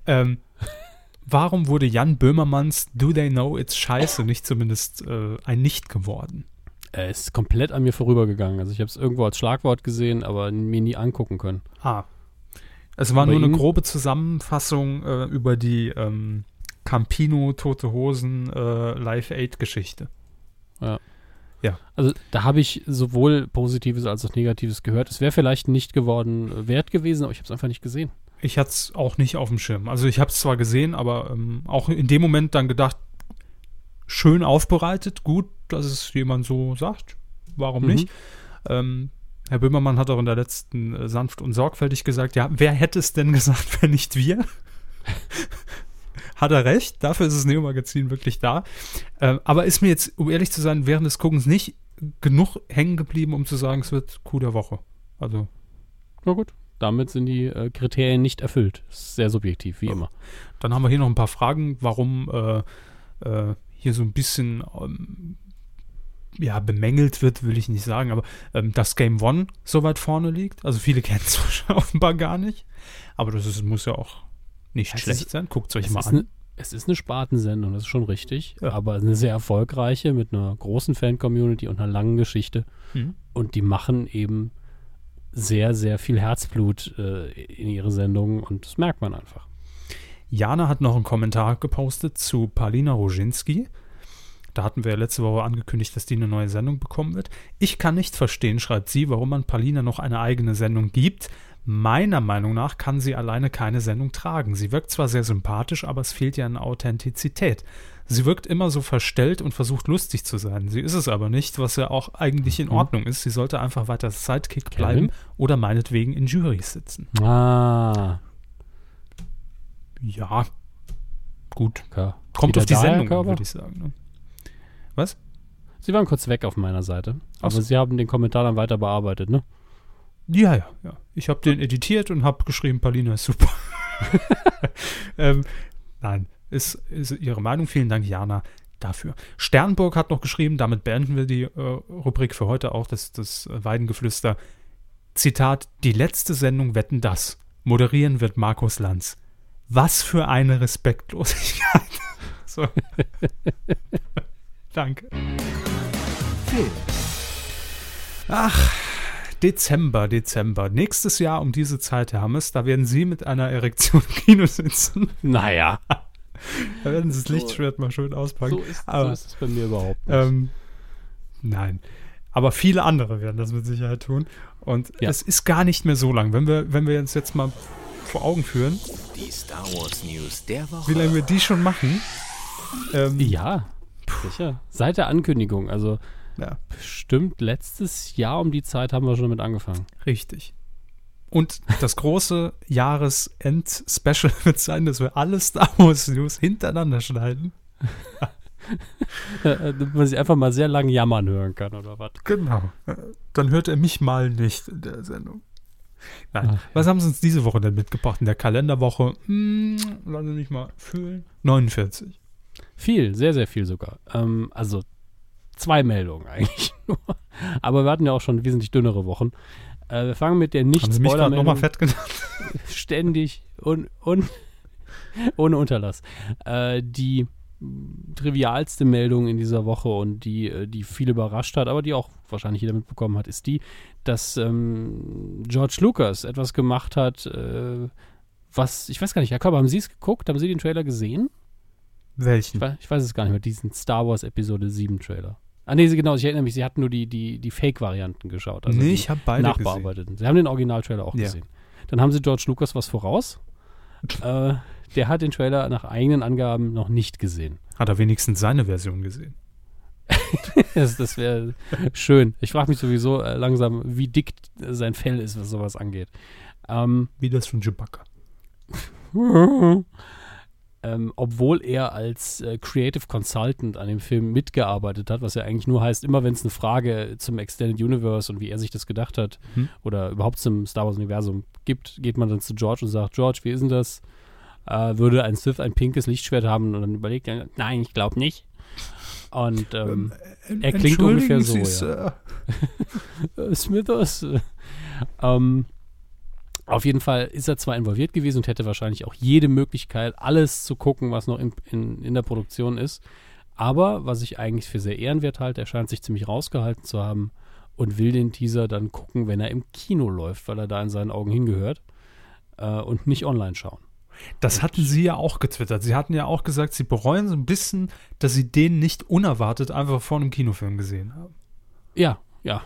Warum wurde Jan Böhmermanns Do They Know It's Scheiße nicht zumindest ein Nicht geworden? Er ist komplett an mir vorübergegangen. Also ich habe es irgendwo als Schlagwort gesehen, aber mir nie angucken können. Es war Bei nur eine Ihnen? grobe Zusammenfassung über die Campino Tote Hosen Live-Aid-Geschichte. Also da habe ich sowohl Positives als auch Negatives gehört. Es wäre vielleicht nicht wert gewesen, aber ich habe es einfach nicht gesehen. Ich hatte es auch nicht auf dem Schirm. Also ich habe es zwar gesehen, aber auch in dem Moment dann gedacht, schön aufbereitet, gut, dass es jemand so sagt. Warum nicht? Herr Böhmermann hat auch in der letzten sanft und sorgfältig gesagt, ja, wer hätte es denn gesagt, wenn nicht wir? Hat er recht, dafür ist das Neo-Magazin wirklich da. Aber ist mir jetzt, um ehrlich zu sein, während des Guckens nicht genug hängen geblieben, um zu sagen, es wird Coup der Woche. Also. Na gut, damit sind die Kriterien nicht erfüllt. Das ist sehr subjektiv, wie immer. Dann haben wir hier noch ein paar Fragen, warum hier so ein bisschen bemängelt wird, will ich nicht sagen, aber dass Game One so weit vorne liegt. Also viele kennen es offenbar gar nicht. Aber muss ja auch nicht schlecht sein. Guckt es euch mal an. Es ist eine Spartensendung, das ist schon richtig. Ja. Aber eine sehr erfolgreiche, mit einer großen Fan-Community und einer langen Geschichte. Und die machen eben sehr, sehr viel Herzblut in ihre Sendungen und das merkt man einfach. Jana hat noch einen Kommentar gepostet zu Paulina Roginski. Da hatten wir ja letzte Woche angekündigt, dass die eine neue Sendung bekommen wird. Ich kann nicht verstehen, schreibt sie, warum man Paulina noch eine eigene Sendung gibt. Meiner Meinung nach kann sie alleine keine Sendung tragen. Sie wirkt zwar sehr sympathisch, aber es fehlt ihr an Authentizität. Sie wirkt immer so verstellt und versucht lustig zu sein. Sie ist es aber nicht, was ja auch eigentlich in Ordnung ist. Sie sollte einfach weiter Sidekick bleiben oder meinetwegen in Jurys sitzen. Ah. Ja, gut. Ja. Kommt Wieder auf die da, Herr Sendung, Körber? würde ich sagen. Ne? Was? Sie waren kurz weg auf meiner Seite. Ach Aber so. Sie haben den Kommentar dann weiter bearbeitet, ne? Ja. Ich habe den editiert und habe geschrieben, Paulina ist super. Nein, ist Ihre Meinung. Vielen Dank, Jana. dafür. Sternburg hat noch geschrieben, damit beenden wir die Rubrik für heute auch, das Weidengeflüster. Zitat, die letzte Sendung Wetten, dass. Moderieren wird Markus Lanz. Was für eine Respektlosigkeit. So. Danke. Film. Ach, Dezember. Nächstes Jahr um diese Zeit, Herr Hammes, da werden Sie mit einer Erektion im Kino sitzen. Naja. Da werden Sie das Lichtschwert mal schön auspacken. So ist es bei mir überhaupt nicht. Nein. Aber viele andere werden das mit Sicherheit tun. Und es ist gar nicht mehr so lang. Wenn wir uns jetzt mal vor Augen führen, Die Star Wars News der Woche. wie lange wir die schon machen. Ja, sicher. Seit der Ankündigung. Also Ja, bestimmt letztes Jahr um die Zeit haben wir schon damit angefangen. richtig. Und das große Jahresend-Special wird sein, dass wir alle Star Wars News hintereinander schneiden. Damit man sich einfach mal sehr lang jammern hören kann, oder was? Genau. Dann hört er mich mal nicht in der Sendung. Nein. Ach, Was haben Sie uns diese Woche denn mitgebracht? In der Kalenderwoche, lassen Sie mich mal fühlen, 49. Viel, sehr, sehr viel sogar. Also 2 Meldungen eigentlich nur. Aber wir hatten ja auch schon wesentlich dünnere Wochen. Wir fangen mit der Haben Sie mich gerade nochmal Nicht-Spoiler-Meldung fett genannt? ständig und ohne Unterlass. Die trivialste Meldung in dieser Woche und die viel überrascht hat, aber die auch wahrscheinlich jeder mitbekommen hat, ist die, dass George Lucas etwas gemacht hat, was, ich weiß gar nicht, Herr Körber, haben Sie es geguckt? Haben Sie den Trailer gesehen? Welchen? Ich weiß es gar nicht mehr, diesen Star Wars Episode 7 Trailer. Ah nee, genau, ich erinnere mich, Sie hatten nur die Fake-Varianten geschaut. Also Nee, die ich habe beide gesehen. nachbearbeiteten. Sie haben den Original-Trailer auch Ja. gesehen. Dann haben Sie George Lucas was voraus. Der hat den Trailer nach eigenen Angaben noch nicht gesehen. Hat er wenigstens seine Version gesehen? Das wäre schön. Ich frage mich sowieso langsam, wie dick sein Fell ist, was sowas angeht. Wie das von Chewbacca. Obwohl er als Creative Consultant an dem Film mitgearbeitet hat, was ja eigentlich nur heißt, immer wenn es eine Frage zum Extended Universe und wie er sich das gedacht hat oder überhaupt zum Star Wars Universum gibt, geht man dann zu George und sagt, George, wie ist denn das? Würde ein Sith ein pinkes Lichtschwert haben? Und dann überlegt er, nein, ich glaube nicht. Und er klingt ungefähr so, ja. Smithers. Auf jeden Fall ist er zwar involviert gewesen und hätte wahrscheinlich auch jede Möglichkeit, alles zu gucken, was noch in der Produktion ist. Aber was ich eigentlich für sehr ehrenwert halte, er scheint sich ziemlich rausgehalten zu haben und will den Teaser dann gucken, wenn er im Kino läuft, weil er da in seinen Augen hingehört und nicht online schauen. Das hatten Sie ja auch getwittert. Sie hatten ja auch gesagt, Sie bereuen so ein bisschen, dass Sie den nicht unerwartet einfach vor einem Kinofilm gesehen haben. Ja.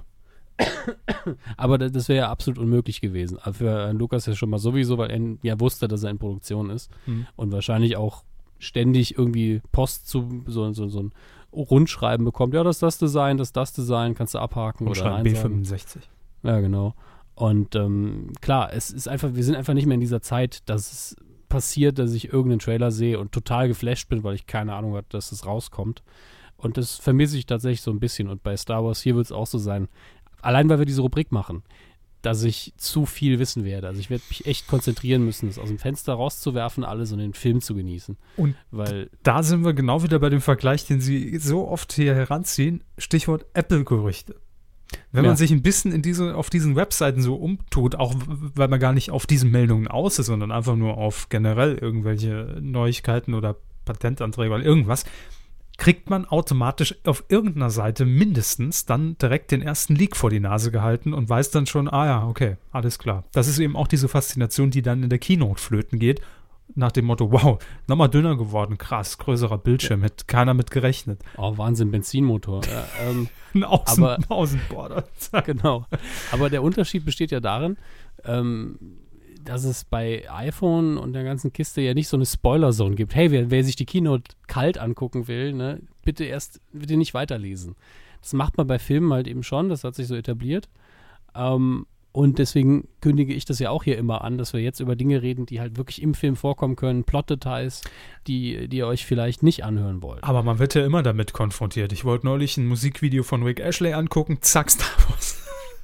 Aber das wäre ja absolut unmöglich gewesen. Aber für Herrn Lucas ja schon mal sowieso, weil er ja wusste, dass er in Produktion ist und wahrscheinlich auch ständig irgendwie Post zu so ein Rundschreiben bekommt. Ja, das ist das Design, kannst du abhaken Und oder schreiben nein sagen. B65. Ja, genau. Und klar, es ist einfach, wir sind einfach nicht mehr in dieser Zeit, dass es passiert, dass ich irgendeinen Trailer sehe und total geflasht bin, weil ich keine Ahnung hatte, dass es rauskommt. Und das vermisse ich tatsächlich so ein bisschen. Und bei Star Wars hier wird es auch so sein. Allein, weil wir diese Rubrik machen, dass ich zu viel wissen werde. Also ich werde mich echt konzentrieren müssen, das aus dem Fenster rauszuwerfen, alles und den Film zu genießen. Und weil da sind wir genau wieder bei dem Vergleich, den Sie so oft hier heranziehen. Stichwort Apple-Gerüchte. Wenn man sich ein bisschen auf diesen Webseiten so umtut, auch weil man gar nicht auf diesen Meldungen aus ist, sondern einfach nur auf generell irgendwelche Neuigkeiten oder Patentanträge oder irgendwas, kriegt man automatisch auf irgendeiner Seite mindestens dann direkt den ersten Leak vor die Nase gehalten und weiß dann schon, okay, alles klar. Das ist eben auch diese Faszination, die dann in der Keynote flöten geht, nach dem Motto, wow, nochmal dünner geworden, krass, größerer Bildschirm, hätte keiner mit gerechnet. Oh, Wahnsinn, Benzinmotor. Ein Außenborder. Genau. Aber der Unterschied besteht ja darin, dass es bei iPhone und der ganzen Kiste ja nicht so eine Spoiler-Zone gibt. Hey, wer sich die Keynote kalt angucken will, ne, bitte nicht weiterlesen. Das macht man bei Filmen halt eben schon, das hat sich so etabliert. Und deswegen kündige ich das ja auch hier immer an, dass wir jetzt über Dinge reden, die halt wirklich im Film vorkommen können, Plot-Details, die ihr euch vielleicht nicht anhören wollt. Aber man wird ja immer damit konfrontiert. Ich wollte neulich ein Musikvideo von Rick Ashley angucken, zack, Star Wars.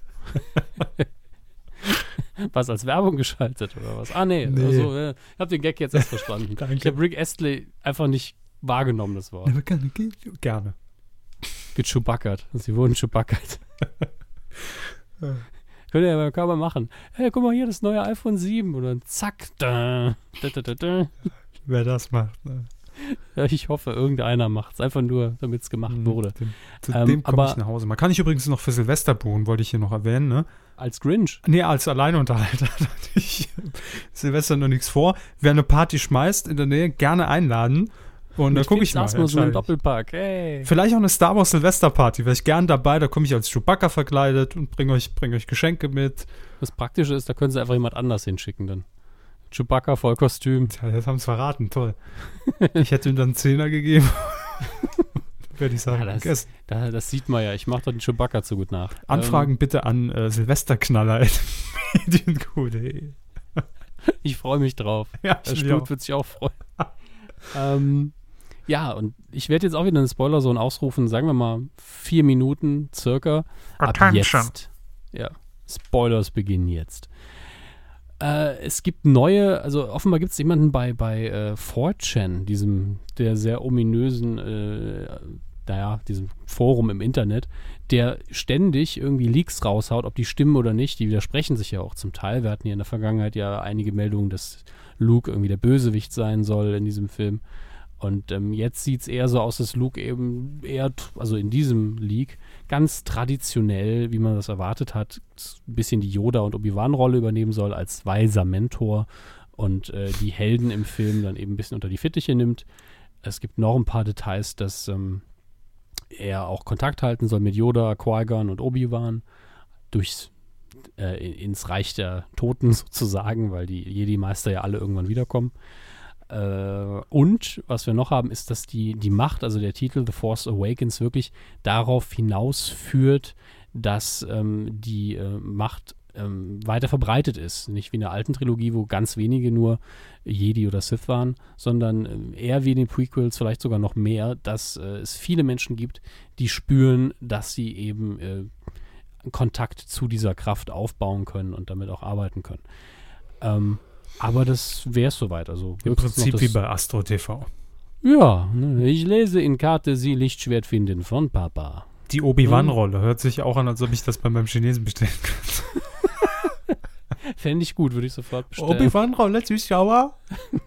Was, als Werbung geschaltet oder was? Ah, nee. Also, ich habe den Gag jetzt erst verstanden. Danke. Ich habe Rick Astley einfach nicht wahrgenommen, das Wort. Gerne. Gechubackert. Sie wurden chubackert. Könnt ihr ja beim Körper machen. Hey, guck mal hier, das neue iPhone 7. Und dann zack. Da. Wer das macht, ne? Ja, ich hoffe, irgendeiner macht es. Einfach nur, damit es gemacht wurde. Zu dem komme ich nach Hause. Man kann ich übrigens noch für Silvester buchen, wollte ich hier noch erwähnen, ne? Als Grinch? Nee, als Alleinunterhalter. Da hatte ich Silvester noch nichts vor. Wer eine Party schmeißt in der Nähe, gerne einladen. Und da gucke ich mal. So ein Doppelpack, hey. Vielleicht auch eine Star Wars Silvesterparty. Wäre ich gern dabei. Da komme ich als Chewbacca verkleidet und bring euch Geschenke mit. Das Praktische ist, da können sie einfach jemand anders hinschicken dann. Chewbacca, Vollkostüm. Ja, das haben sie verraten, toll. Ich hätte ihm dann einen 10er gegeben. Werde ich sagen. Ja, das sieht man ja. Ich mache doch den Chewbacca zu gut nach. Anfragen bitte an silvesterknaller@medienco.de. Ich freue mich drauf. Ja, Der Stut wird sich auch freuen. Ja, und ich werde jetzt auch wieder eine Spoilerzone ausrufen. Sagen wir mal 4 Minuten circa. Attention. Ab jetzt. Ja, Spoilers beginnen jetzt. Es gibt neue, also offenbar gibt es jemanden bei 4chan, der sehr ominösen, diesem Forum im Internet, der ständig irgendwie Leaks raushaut, ob die stimmen oder nicht. Die widersprechen sich ja auch zum Teil. Wir hatten ja in der Vergangenheit ja einige Meldungen, dass Luke irgendwie der Bösewicht sein soll in diesem Film. Und jetzt sieht es eher so aus, dass Luke eben also in diesem Leak, ganz traditionell, wie man das erwartet hat, ein bisschen die Yoda- und Obi-Wan-Rolle übernehmen soll als weiser Mentor und die Helden im Film dann eben ein bisschen unter die Fittiche nimmt. Es gibt noch ein paar Details, dass er auch Kontakt halten soll mit Yoda, Qui-Gon und Obi-Wan ins Reich der Toten sozusagen, weil die Jedi-Meister ja alle irgendwann wiederkommen. Und was wir noch haben, ist, dass die Macht, also der Titel The Force Awakens, wirklich darauf hinausführt, dass die Macht weiter verbreitet ist. Nicht wie in der alten Trilogie, wo ganz wenige nur Jedi oder Sith waren, sondern eher wie in den Prequels, vielleicht sogar noch mehr, dass es viele Menschen gibt, die spüren, dass sie eben Kontakt zu dieser Kraft aufbauen können und damit auch arbeiten können. Aber das wäre es soweit. Also im Prinzip wie bei Astro TV. Ja, ich lese in Karte Sie Lichtschwert finden von Papa. Die Obi-Wan-Rolle hört sich auch an, als ob ich das bei meinem Chinesen bestellen könnte. Fände ich gut, würde ich sofort bestellen. Obi-Wan-Rolle, Zuschauer.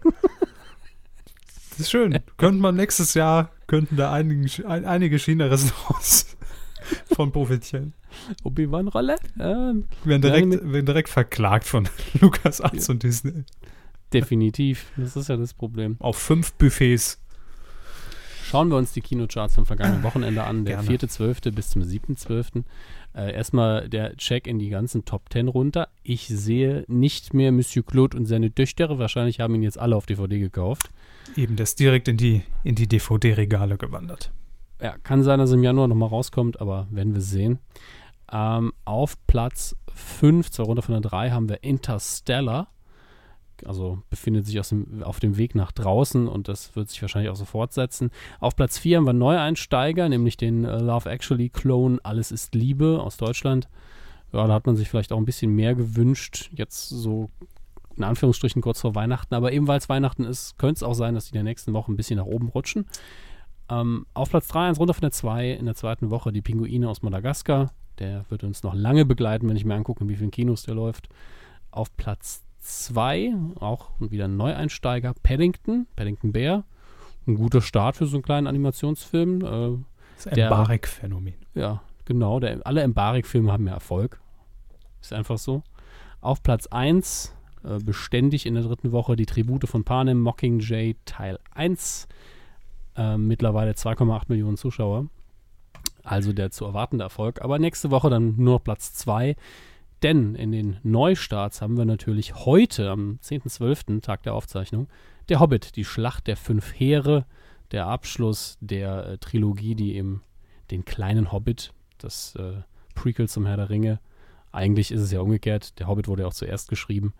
Das ist schön. Könnte man nächstes Jahr, könnten da einige China-Restaurants von profitieren. Obi-Wan-Rolle? Werden direkt verklagt von LucasArts und Disney. Definitiv. Das ist ja das Problem. Auf 5 Buffets. Schauen wir uns die Kinocharts vom vergangenen Wochenende an. Der Gerne. 4.12. bis zum 7.12. Erstmal der Check in die ganzen Top 10 runter. Ich sehe nicht mehr Monsieur Claude und seine Töchter. Wahrscheinlich haben ihn jetzt alle auf DVD gekauft. Eben, der ist direkt in die DVD-Regale gewandert. Ja, kann sein, dass er im Januar nochmal rauskommt, aber werden wir sehen. Auf Platz 5, 2 runter von der 3, haben wir Interstellar. Also befindet sich auf dem Weg nach draußen und das wird sich wahrscheinlich auch so fortsetzen. Auf Platz 4 haben wir Neueinsteiger, nämlich den Love Actually-Clone Alles ist Liebe aus Deutschland. Ja, da hat man sich vielleicht auch ein bisschen mehr gewünscht, jetzt so in Anführungsstrichen kurz vor Weihnachten. Aber eben weil es Weihnachten ist, könnte es auch sein, dass die in der nächsten Woche ein bisschen nach oben rutschen. Auf Platz 3, 1 runter von der 2, in der zweiten Woche die Pinguine aus Madagaskar. Der wird uns noch lange begleiten, wenn ich mir angucke, in wie vielen Kinos der läuft. Auf Platz 2, auch wieder ein Neueinsteiger, Paddington Bear. Ein guter Start für so einen kleinen Animationsfilm. Das ist ein Mbarek-Phänomen. Ja, genau. Alle Mbarek-Filme haben ja Erfolg. Ist einfach so. Auf Platz 1, beständig in der dritten Woche, die Tribute von Panem, Mockingjay Teil 1. Mittlerweile 2,8 Millionen Zuschauer. Also der zu erwartende Erfolg. Aber nächste Woche dann nur noch Platz 2. Denn in den Neustarts haben wir natürlich heute, am 10.12., Tag der Aufzeichnung, der Hobbit, die Schlacht der 5 Heere, der Abschluss der Trilogie, die eben den kleinen Hobbit, das Prequel zum Herr der Ringe, eigentlich ist es ja umgekehrt, der Hobbit wurde ja auch zuerst geschrieben.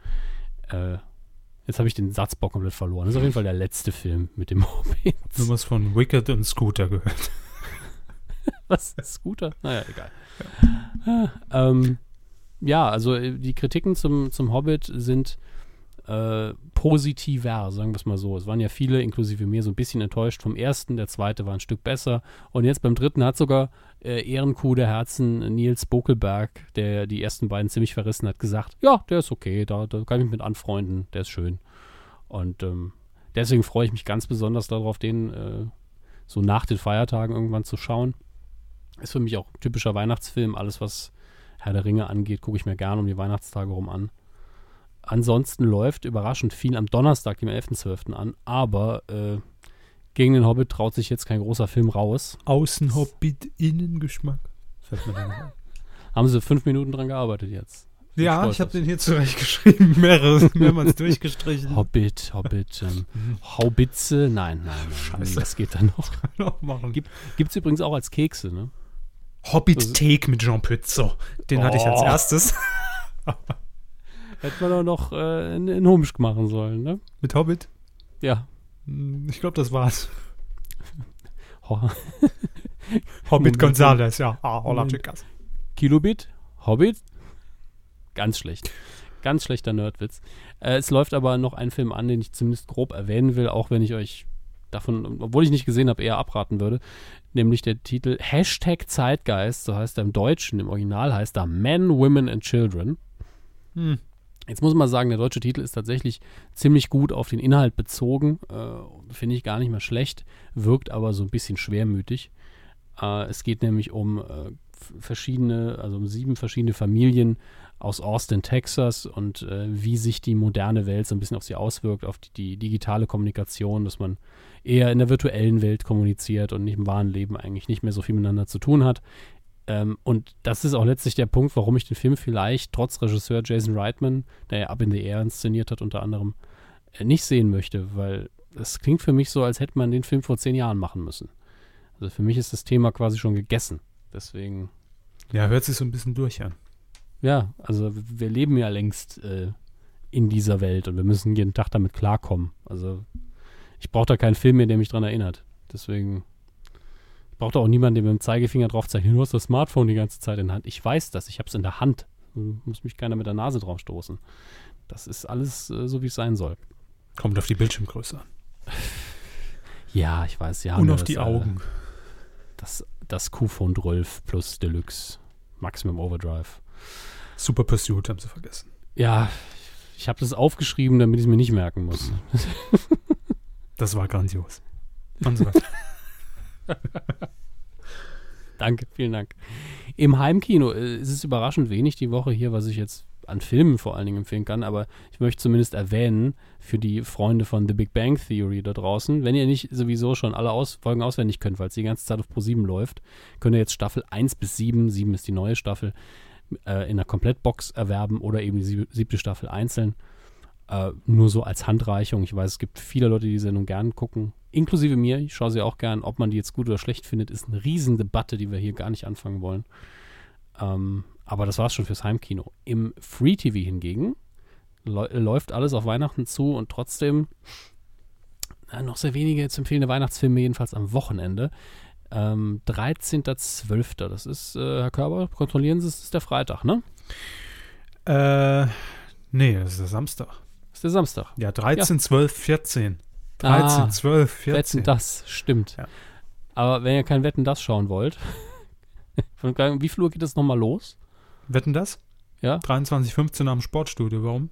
Jetzt habe ich den Satzbau komplett verloren. Das ist auf jeden Fall der letzte Film mit dem Hobbit. Du hast von Wicked und Scooter gehört. Was? Scooter? Naja, egal. Ja. Also die Kritiken zum Hobbit sind positiver, sagen wir es mal so. Es waren ja viele, inklusive mir, so ein bisschen enttäuscht vom ersten. Der zweite war ein Stück besser. Und jetzt beim dritten hat sogar Ehrenkuh der Herzen Nils Bokelberg, der die ersten beiden ziemlich verrissen hat, gesagt, ja, der ist okay, da kann ich mich mit anfreunden, der ist schön. Und deswegen freue ich mich ganz besonders darauf, den so nach den Feiertagen irgendwann zu schauen. Ist für mich auch ein typischer Weihnachtsfilm. Alles, was Herr der Ringe angeht, gucke ich mir gerne um die Weihnachtstage rum an. Ansonsten läuft überraschend viel am Donnerstag, dem 11.12. an, aber gegen den Hobbit traut sich jetzt kein großer Film raus. Außenhobbit, Innengeschmack. Fällt mir dann ein. Haben sie 5 Minuten dran gearbeitet jetzt? Ja, ich habe den hier zurechtgeschrieben, mehrmals durchgestrichen. Hobbit, Haubitze, nein, Scheiße. das geht dann noch. Noch machen. Gibt's übrigens auch als Kekse, ne? Hobbit-Take mit Jean Pützer. Den hatte ich als erstes. Hätte man doch noch in Humschk machen sollen, ne? Mit Hobbit? Ja. Ich glaube, das war's. Hobbit Gonzales, ja. Hola, chicas. Kilobit? Hobbit? Ganz schlecht. Ganz schlechter Nerdwitz. Es läuft aber noch ein Film an, den ich zumindest grob erwähnen will, auch wenn ich euch davon, obwohl ich nicht gesehen habe, eher abraten würde. Nämlich der Titel #Zeitgeist, so heißt er im Deutschen, im Original heißt er Men, Women and Children. Jetzt muss man sagen, der deutsche Titel ist tatsächlich ziemlich gut auf den Inhalt bezogen. Finde ich gar nicht mal schlecht, wirkt aber so ein bisschen schwermütig. Es geht nämlich um um 7 verschiedene Familien aus Austin, Texas und wie sich die moderne Welt so ein bisschen auf sie auswirkt, auf die digitale Kommunikation, dass man eher in der virtuellen Welt kommuniziert und nicht im wahren Leben eigentlich nicht mehr so viel miteinander zu tun hat. Und das ist auch letztlich der Punkt, warum ich den Film vielleicht trotz Regisseur Jason Reitman, der ja Up in the Air inszeniert hat unter anderem, nicht sehen möchte, weil es klingt für mich so, als hätte man den Film vor 10 Jahren machen müssen. Also für mich ist das Thema quasi schon gegessen. Deswegen. Ja, hört sich so ein bisschen durch an. Ja, also wir leben ja längst in dieser Welt und wir müssen jeden Tag damit klarkommen. Also ich brauche da keinen Film mehr, der mich dran erinnert. Deswegen braucht auch niemand, der mit dem Zeigefinger drauf zeigt, du hast das Smartphone die ganze Zeit in der Hand. Ich weiß das, ich habe es in der Hand. Muss mich keiner mit der Nase drauf stoßen. Das ist alles so, wie es sein soll. Kommt auf die Bildschirmgröße an. Ja, ich weiß, ja. Und auf die Augen. Das Q-Phone 12 plus Deluxe Maximum Overdrive. Super Pursuit haben sie vergessen. Ja, ich habe das aufgeschrieben, damit ich es mir nicht merken muss. Das war grandios. Und so weiter. Danke, vielen Dank. Im Heimkino ist es überraschend wenig die Woche hier, was ich jetzt an Filmen vor allen Dingen empfehlen kann, aber ich möchte zumindest erwähnen, für die Freunde von The Big Bang Theory da draußen, wenn ihr nicht sowieso schon alle Folgen auswendig könnt, weil es die ganze Zeit auf Pro7 läuft, könnt ihr jetzt Staffel 1 bis 7, 7 ist die neue Staffel, in der Komplettbox erwerben oder eben die 7. Staffel einzeln. Nur so als Handreichung. Ich weiß, es gibt viele Leute, die die Sendung gern gucken, inklusive mir. Ich schaue sie auch gern. Ob man die jetzt gut oder schlecht findet, ist eine Riesendebatte, die wir hier gar nicht anfangen wollen. Aber das war's schon fürs Heimkino. Im Free TV hingegen läuft alles auf Weihnachten zu und trotzdem noch sehr wenige zu empfehlende Weihnachtsfilme, jedenfalls am Wochenende. 13.12. Das ist, Herr Körber, kontrollieren Sie es, ist der Freitag, ne? Nee, das ist der Samstag. Das ist der Samstag. Ja, 13, 12, 14. 13, 12, 14. Wetten, das stimmt. Ja. Aber wenn ihr kein Wetten, das schauen wollt, wie viel Uhr geht das nochmal los? Wetten, das? Ja. 23:15 am Sportstudio, warum?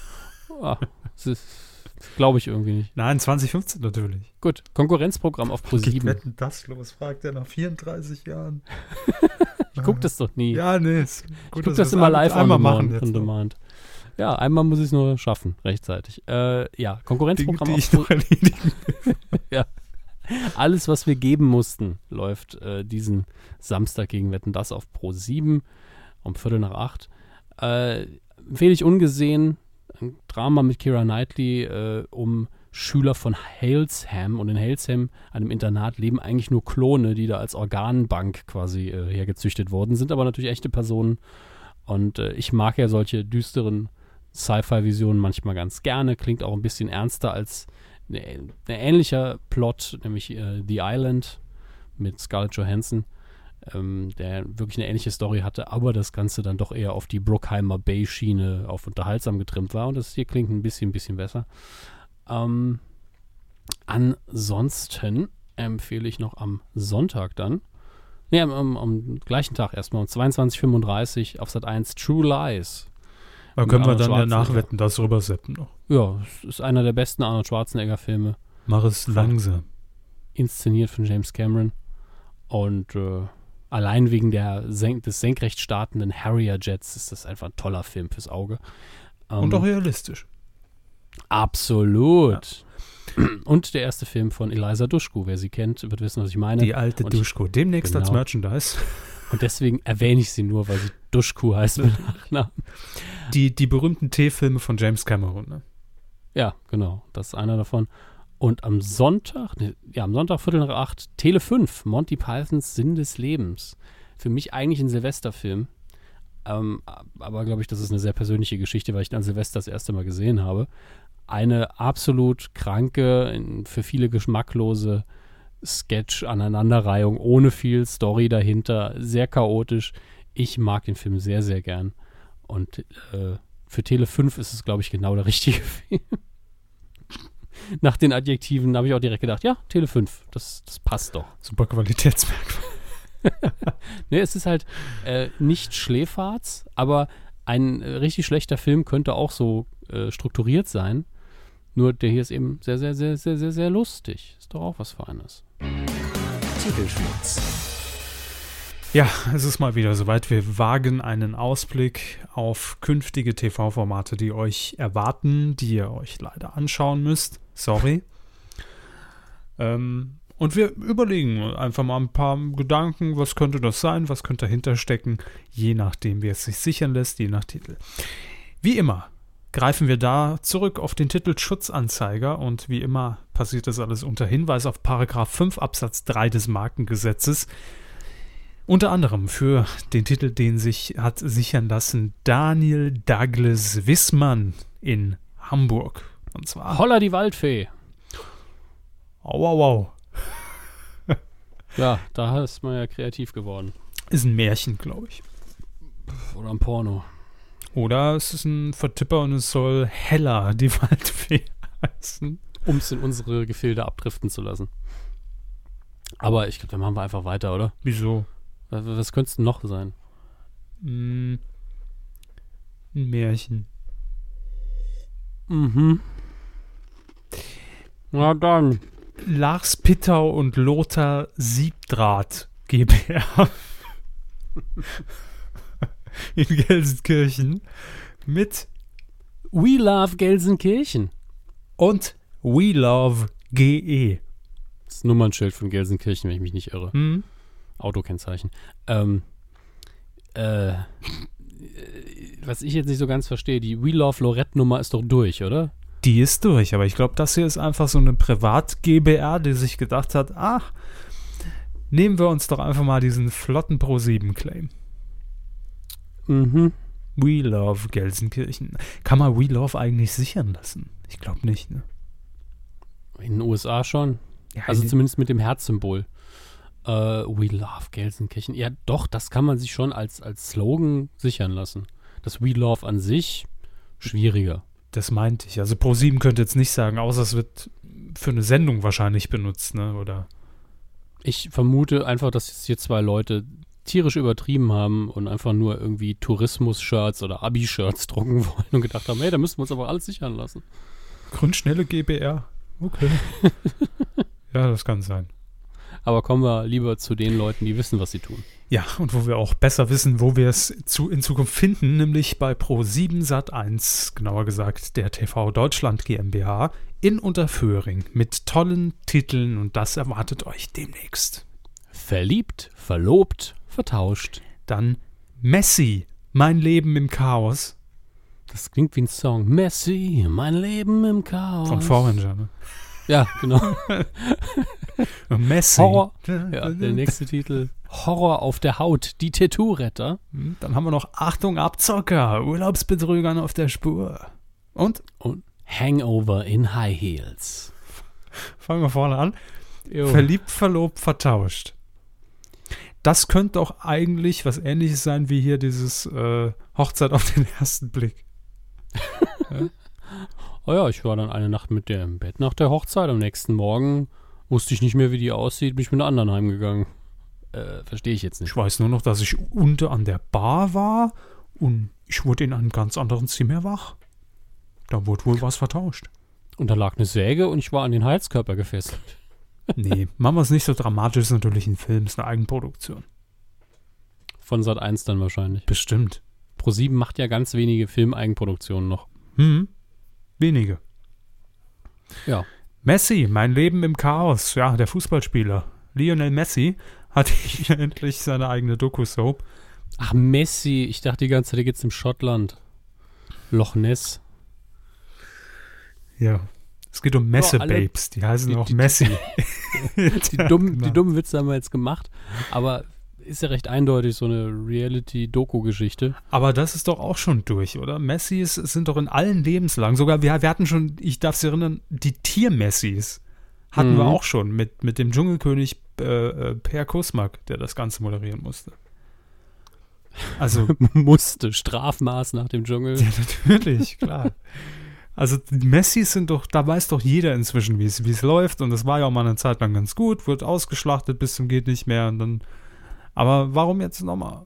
Glaube ich irgendwie nicht. Nein, 20:15 natürlich. Gut, Konkurrenzprogramm auf Pro7. Wetten, das los, fragt er nach 34 Jahren. Ich gucke das doch nie. Ja, nee. Ist gut, ich gucke das immer live einmal on machen demand. Ja, einmal muss ich es nur schaffen, rechtzeitig. Ja, Konkurrenzprogramm die auf ich noch erledigen. Ja. Alles, was wir geben mussten, läuft diesen Samstag gegen Wetten, das auf Pro7 um 7:45. Empfehle ich ungesehen. Ein Drama mit Keira Knightley um Schüler von Halesham. Und in Halesham, einem Internat, leben eigentlich nur Klone, die da als Organbank quasi hergezüchtet wurden, sind aber natürlich echte Personen. Und ich mag ja solche düsteren Sci-Fi-Visionen manchmal ganz gerne. Klingt auch ein bisschen ernster als ein ähnlicher Plot, nämlich The Island mit Scarlett Johansson. der wirklich eine ähnliche Story hatte, aber das Ganze dann doch eher auf die Bruckheimer Bay-Schiene auf unterhaltsam getrimmt war. Und das hier klingt ein bisschen besser. Ansonsten empfehle ich noch am Sonntag dann, am gleichen Tag erstmal um 22:35 auf Sat.1 True Lies. Da können wir dann ja nachwetten, das rüberseppen noch. Ja, es ist einer der besten Arnold Schwarzenegger-Filme. Mach es langsam. Inszeniert von James Cameron. Und allein wegen des senkrecht startenden Harrier-Jets ist das einfach ein toller Film fürs Auge. Und auch realistisch. Absolut. Ja. Und der erste Film von Eliza Dushku. Wer sie kennt, wird wissen, was ich meine. Die alte Dushku. Demnächst als Merchandise. Und deswegen erwähne ich sie nur, weil sie Dushku heißt mit Nachnamen. Die berühmten T-Filme von James Cameron, ne? Ja, genau. Das ist einer davon. Und am Sonntag, 7:45, Tele 5, Monty Pythons Sinn des Lebens. Für mich eigentlich ein Silvesterfilm. Aber glaube ich, das ist eine sehr persönliche Geschichte, weil ich dann Silvester das erste Mal gesehen habe. Eine absolut kranke, für viele geschmacklose Sketch-Aneinanderreihung ohne viel Story dahinter, sehr chaotisch. Ich mag den Film sehr, sehr gern. Und für Tele 5 ist es, glaube ich, genau der richtige Film. Nach den Adjektiven habe ich auch direkt gedacht, ja, Tele 5, das passt doch. Super Qualitätsmerkmal. Ne, es ist halt nicht Schläferz, aber ein richtig schlechter Film könnte auch so strukturiert sein. Nur der hier ist eben sehr, sehr, sehr, sehr, sehr, sehr lustig. Ist doch auch was Feines. Titelschmutz. Ja, es ist mal wieder soweit. Wir wagen einen Ausblick auf künftige TV-Formate, die euch erwarten, die ihr euch leider anschauen müsst. Sorry. Und wir überlegen einfach mal ein paar Gedanken, was könnte das sein, was könnte dahinter stecken, je nachdem, wie es sich sichern lässt, je nach Titel. Wie immer greifen wir da zurück auf den Titelschutzanzeiger und wie immer passiert das alles unter Hinweis auf Paragraph 5 Absatz 3 des Markengesetzes. Unter anderem für den Titel, den sich hat sichern lassen Daniel Douglas Wissmann in Hamburg. Und zwar Holla die Waldfee. Au, au, au. Ja, da ist man ja kreativ geworden. Ist ein Märchen, glaube ich. Oder ein Porno. Oder es ist ein Vertipper und es soll Hella die Waldfee heißen. Um es in unsere Gefilde abdriften zu lassen. Aber ich glaube, dann machen wir einfach weiter, oder? Wieso? Was könnte es denn noch sein? Ein Märchen. Mhm. Na dann. Lars Pittau und Lothar Siebdraht GbR in Gelsenkirchen mit We Love Gelsenkirchen und We Love GE. Das ist Nummernschild von Gelsenkirchen, wenn ich mich nicht irre. Autokennzeichen. Was ich jetzt nicht so ganz verstehe, die We Love Lorette-Nummer ist doch durch, oder? Die ist durch, aber ich glaube, das hier ist einfach so eine Privat-GbR, die sich gedacht hat, ach, nehmen wir uns doch einfach mal diesen flotten Pro7-Claim. Mhm. We Love Gelsenkirchen. Kann man We Love eigentlich sichern lassen? Ich glaube nicht, ne? In den USA schon. Ja, Also zumindest mit dem Herzsymbol. We Love Gelsenkirchen. Ja, doch, das kann man sich schon als Slogan sichern lassen. Das We Love an sich, schwieriger. Das meinte ich. Also Pro7 könnte jetzt nicht sagen, außer es wird für eine Sendung wahrscheinlich benutzt, ne? Oder? Ich vermute einfach, dass jetzt hier zwei Leute tierisch übertrieben haben und einfach nur irgendwie Tourismus-Shirts oder Abi-Shirts drucken wollen und gedacht haben, hey, da müssen wir uns aber alles sichern lassen. Grundschnelle GbR. Okay. Ja, das kann sein. Aber kommen wir lieber zu den Leuten, die wissen, was sie tun. Ja, und wo wir auch besser wissen, wo wir es in Zukunft finden, nämlich bei Pro7 Sat.1, genauer gesagt der TV Deutschland GmbH in Unterföhring mit tollen Titeln und das erwartet euch demnächst. Verliebt, verlobt, vertauscht. Dann Messi, mein Leben im Chaos. Das klingt wie ein Song. Messi, mein Leben im Chaos. Von Foreigner, ne? Ja, genau. Messi. Horror. Ja, der nächste Titel. Horror auf der Haut, die Tattoo-Retter. Dann haben wir noch Achtung Abzocker, Urlaubsbetrügern auf der Spur. Und Hangover in High Heels. Fangen wir vorne an. Jo. Verliebt, verlobt, vertauscht. das könnte auch eigentlich was Ähnliches sein wie hier dieses Hochzeit auf den ersten Blick. Ja. Oh ja, ich war dann eine Nacht mit der im Bett nach der Hochzeit. Am nächsten Morgen wusste ich nicht mehr, wie die aussieht, bin ich mit einer anderen heimgegangen. Verstehe ich jetzt nicht. Ich weiß nur noch, dass ich unten an der Bar war und ich wurde in einem ganz anderen Zimmer wach. Da wurde wohl was vertauscht. Und da lag eine Säge und ich war an den Heizkörper gefesselt. Nee, machen wir es nicht so dramatisch, ist natürlich ein Film, ist eine Eigenproduktion. Von Sat.1 dann wahrscheinlich. Bestimmt. ProSieben macht ja ganz wenige Filmeigenproduktionen noch. Wenige. Ja. Messi, mein Leben im Chaos. Ja, der Fußballspieler. Lionel Messi hat hier endlich seine eigene Doku-Soap. Ach, Messi. Ich dachte die ganze Zeit, der geht's im Schottland. Loch Ness. Ja. Es geht um Messe-Babes. Die heißen auch Messi. Die dummen Witze haben wir jetzt gemacht. Aber ist ja recht eindeutig so eine Reality-Doku-Geschichte. Aber das ist doch auch schon durch, oder? Messis sind doch in allen Lebenslagen. Sogar wir hatten schon, ich darf es erinnern, die Tier-Messis hatten wir auch schon mit dem Dschungelkönig Per Kusmak, der das Ganze moderieren musste. Also Strafmaß nach dem Dschungel. Ja, natürlich, klar. Also die Messis sind doch, da weiß doch jeder inzwischen, wie es läuft. Und das war ja auch mal eine Zeit lang ganz gut, wird ausgeschlachtet bis zum geht nicht mehr. Und dann, aber warum jetzt nochmal?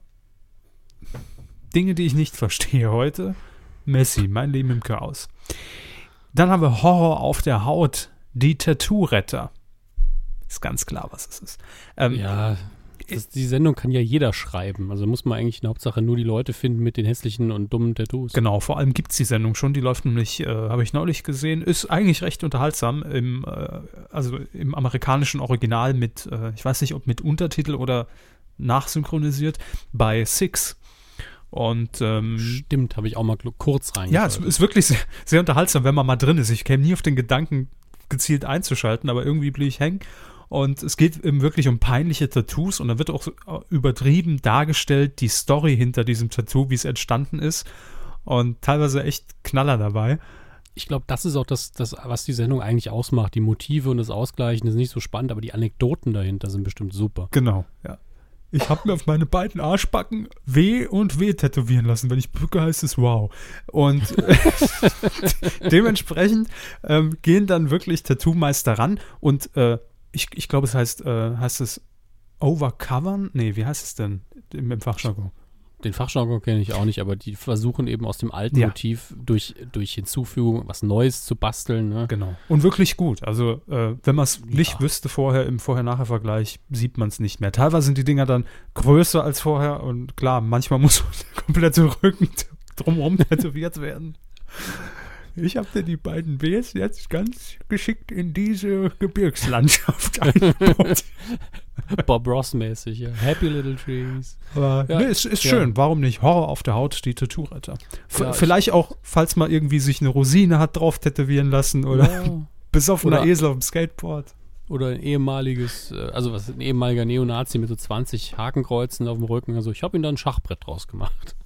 Dinge, die ich nicht verstehe heute. Messi, mein Leben im Chaos. Dann haben wir Horror auf der Haut, die Tattoo-Retter. Ist ganz klar, was es ist. Die Sendung kann ja jeder schreiben. Also muss man eigentlich in der Hauptsache nur die Leute finden mit den hässlichen und dummen Tattoos. Genau, vor allem gibt es die Sendung schon. Die läuft nämlich, habe ich neulich gesehen, ist eigentlich recht unterhaltsam im amerikanischen Original mit, ich weiß nicht, ob mit Untertitel oder nachsynchronisiert, bei Six. Und stimmt, habe ich auch mal kurz reingeschaut. Ja, es ist wirklich sehr, sehr unterhaltsam, wenn man mal drin ist. Ich käme nie auf den Gedanken, gezielt einzuschalten, aber irgendwie blieb ich hängen. Und es geht eben wirklich um peinliche Tattoos und da wird auch so übertrieben dargestellt, die Story hinter diesem Tattoo, wie es entstanden ist. Und teilweise echt Knaller dabei. Ich glaube, das ist auch das, was die Sendung eigentlich ausmacht. Die Motive und das Ausgleichen ist nicht so spannend, aber die Anekdoten dahinter sind bestimmt super. Genau, ja. Ich habe mir auf meine beiden Arschbacken W und W tätowieren lassen. Wenn ich bücke, heißt es wow. Und dementsprechend gehen dann wirklich Tattoo-Meister ran und ich glaube, es heißt es overcovern? Nee, wie heißt es denn im Fachjargon? Den Fachjargon kenne ich auch nicht, aber die versuchen eben aus dem alten Motiv durch Hinzufügung was Neues zu basteln. Ne? Genau. Und wirklich gut. Also, wenn man es nicht wüsste vorher, im Vorher-Nachher-Vergleich, sieht man es nicht mehr. Teilweise sind die Dinger dann größer als vorher und klar, manchmal muss der komplette Rücken drumherum tätowiert werden. Ich habe dir die beiden Bs jetzt ganz geschickt in diese Gebirgslandschaft eingebaut. Bob Ross-mäßig, ja. Happy Little Trees. Aber ja, ist schön. Warum nicht? Horror auf der Haut, die Tattoo-Retter. Vielleicht auch, falls man irgendwie sich eine Rosine hat drauf tätowieren lassen oder besoffener Esel auf dem Skateboard. Oder ein ehemaliges, ein ehemaliger Neonazi mit so 20 Hakenkreuzen auf dem Rücken. Also ich habe ihm da ein Schachbrett draus gemacht.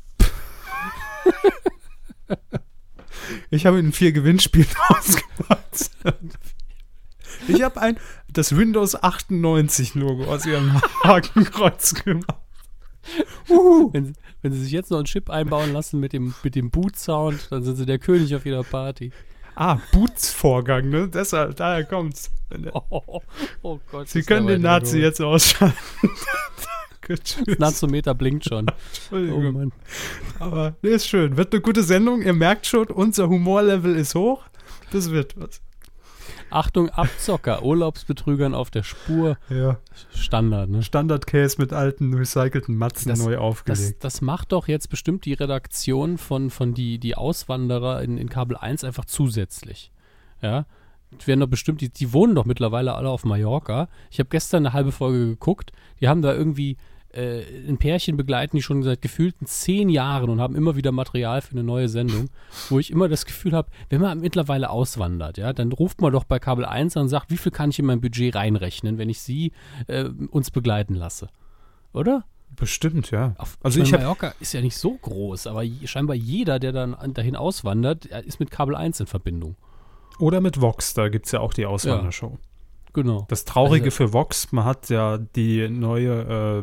Ich habe ein 4 Gewinnspiel draus gemacht. Ich habe das Windows 98 Logo aus ihrem Hakenkreuz gemacht. Wenn sie sich jetzt noch einen Chip einbauen lassen mit dem Boot-Sound, dann sind sie der König auf jeder Party. Bootsvorgang, ne? Deshalb, daher kommt's. Oh Gott. Sie können den Nazi jetzt ausschalten. Das Nazometer blinkt schon. Entschuldigung. Oh Mann. Aber ist schön. Wird eine gute Sendung. Ihr merkt schon, unser Humorlevel ist hoch. Das wird was. Achtung, Abzocker, Urlaubsbetrügern auf der Spur. Ja. Standard, ne? Standard-Case mit alten, recycelten Matzen neu aufgelegt. Das macht doch jetzt bestimmt die Redaktion von die Auswanderer in Kabel 1 einfach zusätzlich. Ja. Die werden doch bestimmt, die wohnen doch mittlerweile alle auf Mallorca. Ich habe gestern eine halbe Folge geguckt. Die haben da irgendwie ein Pärchen begleiten, die schon seit gefühlten 10 Jahren und haben immer wieder Material für eine neue Sendung, wo ich immer das Gefühl habe, wenn man mittlerweile auswandert, ja, dann ruft man doch bei Kabel 1 an und sagt, wie viel kann ich in mein Budget reinrechnen, wenn ich sie uns begleiten lasse. Oder? Bestimmt, ja. Mallorca ist ja nicht so groß, aber scheinbar jeder, der dann dahin auswandert, ist mit Kabel 1 in Verbindung. Oder mit Vox, da gibt es ja auch die Auswandershow. Genau. Das Traurige für Vox, man hat ja die neue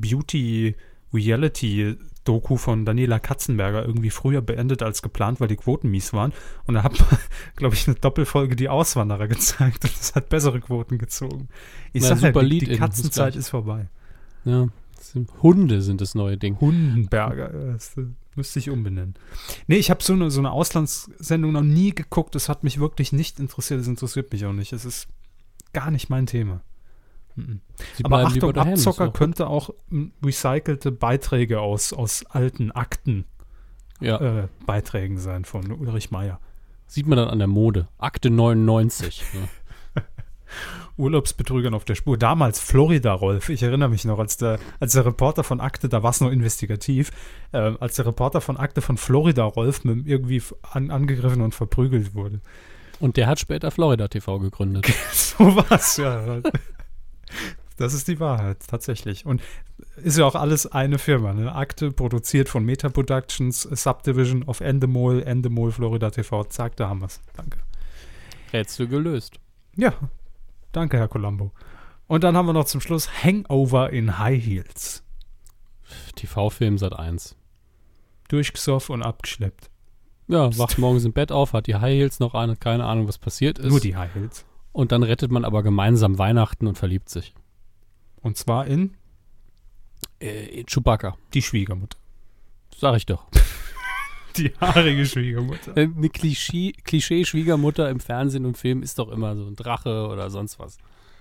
Beauty-Reality-Doku von Daniela Katzenberger irgendwie früher beendet als geplant, weil die Quoten mies waren. Und da hat man, glaube ich, eine Doppelfolge Die Auswanderer gezeigt und das hat bessere Quoten gezogen. Ich sag ja, die Katzenzeit ist vorbei. Ja, Hunde sind das neue Ding. Hundenberger, das müsste ich umbenennen. Nee, ich habe so eine Auslandssendung noch nie geguckt. Das hat mich wirklich nicht interessiert. Das interessiert mich auch nicht. Es ist gar nicht mein Thema. Aber Achtung, Abzocker könnte auch recycelte Beiträge aus alten Akten Beiträgen sein von Ulrich Meier. Sieht man dann an der Mode. Akte 99. Ja. Urlaubsbetrügern auf der Spur. Damals Florida-Rolf. Ich erinnere mich noch, als der Reporter von Akte, da war es noch investigativ, als der Reporter von Akte von Florida-Rolf irgendwie angegriffen und verprügelt wurde. Und der hat später Florida TV gegründet. So was, ja. Das ist die Wahrheit, tatsächlich. Und ist ja auch alles eine Firma, ne? Akte, produziert von Meta Productions, Subdivision of Endemol, Florida TV. Zack, da haben wir es. Danke. Rätsel gelöst. Ja, danke, Herr Columbo. Und dann haben wir noch zum Schluss Hangover in High Heels. TV-Film Sat.1. Durchgesoffen und abgeschleppt. Ja, wacht morgens im Bett auf, hat die High Heels noch an, hat keine Ahnung, was passiert ist. Nur die High Heels. Und dann rettet man aber gemeinsam Weihnachten und verliebt sich. Und zwar in Chewbacca. Die Schwiegermutter. Sag ich doch. Die haarige Schwiegermutter. Eine Klischee-Schwiegermutter im Fernsehen und Film ist doch immer so ein Drache oder sonst was.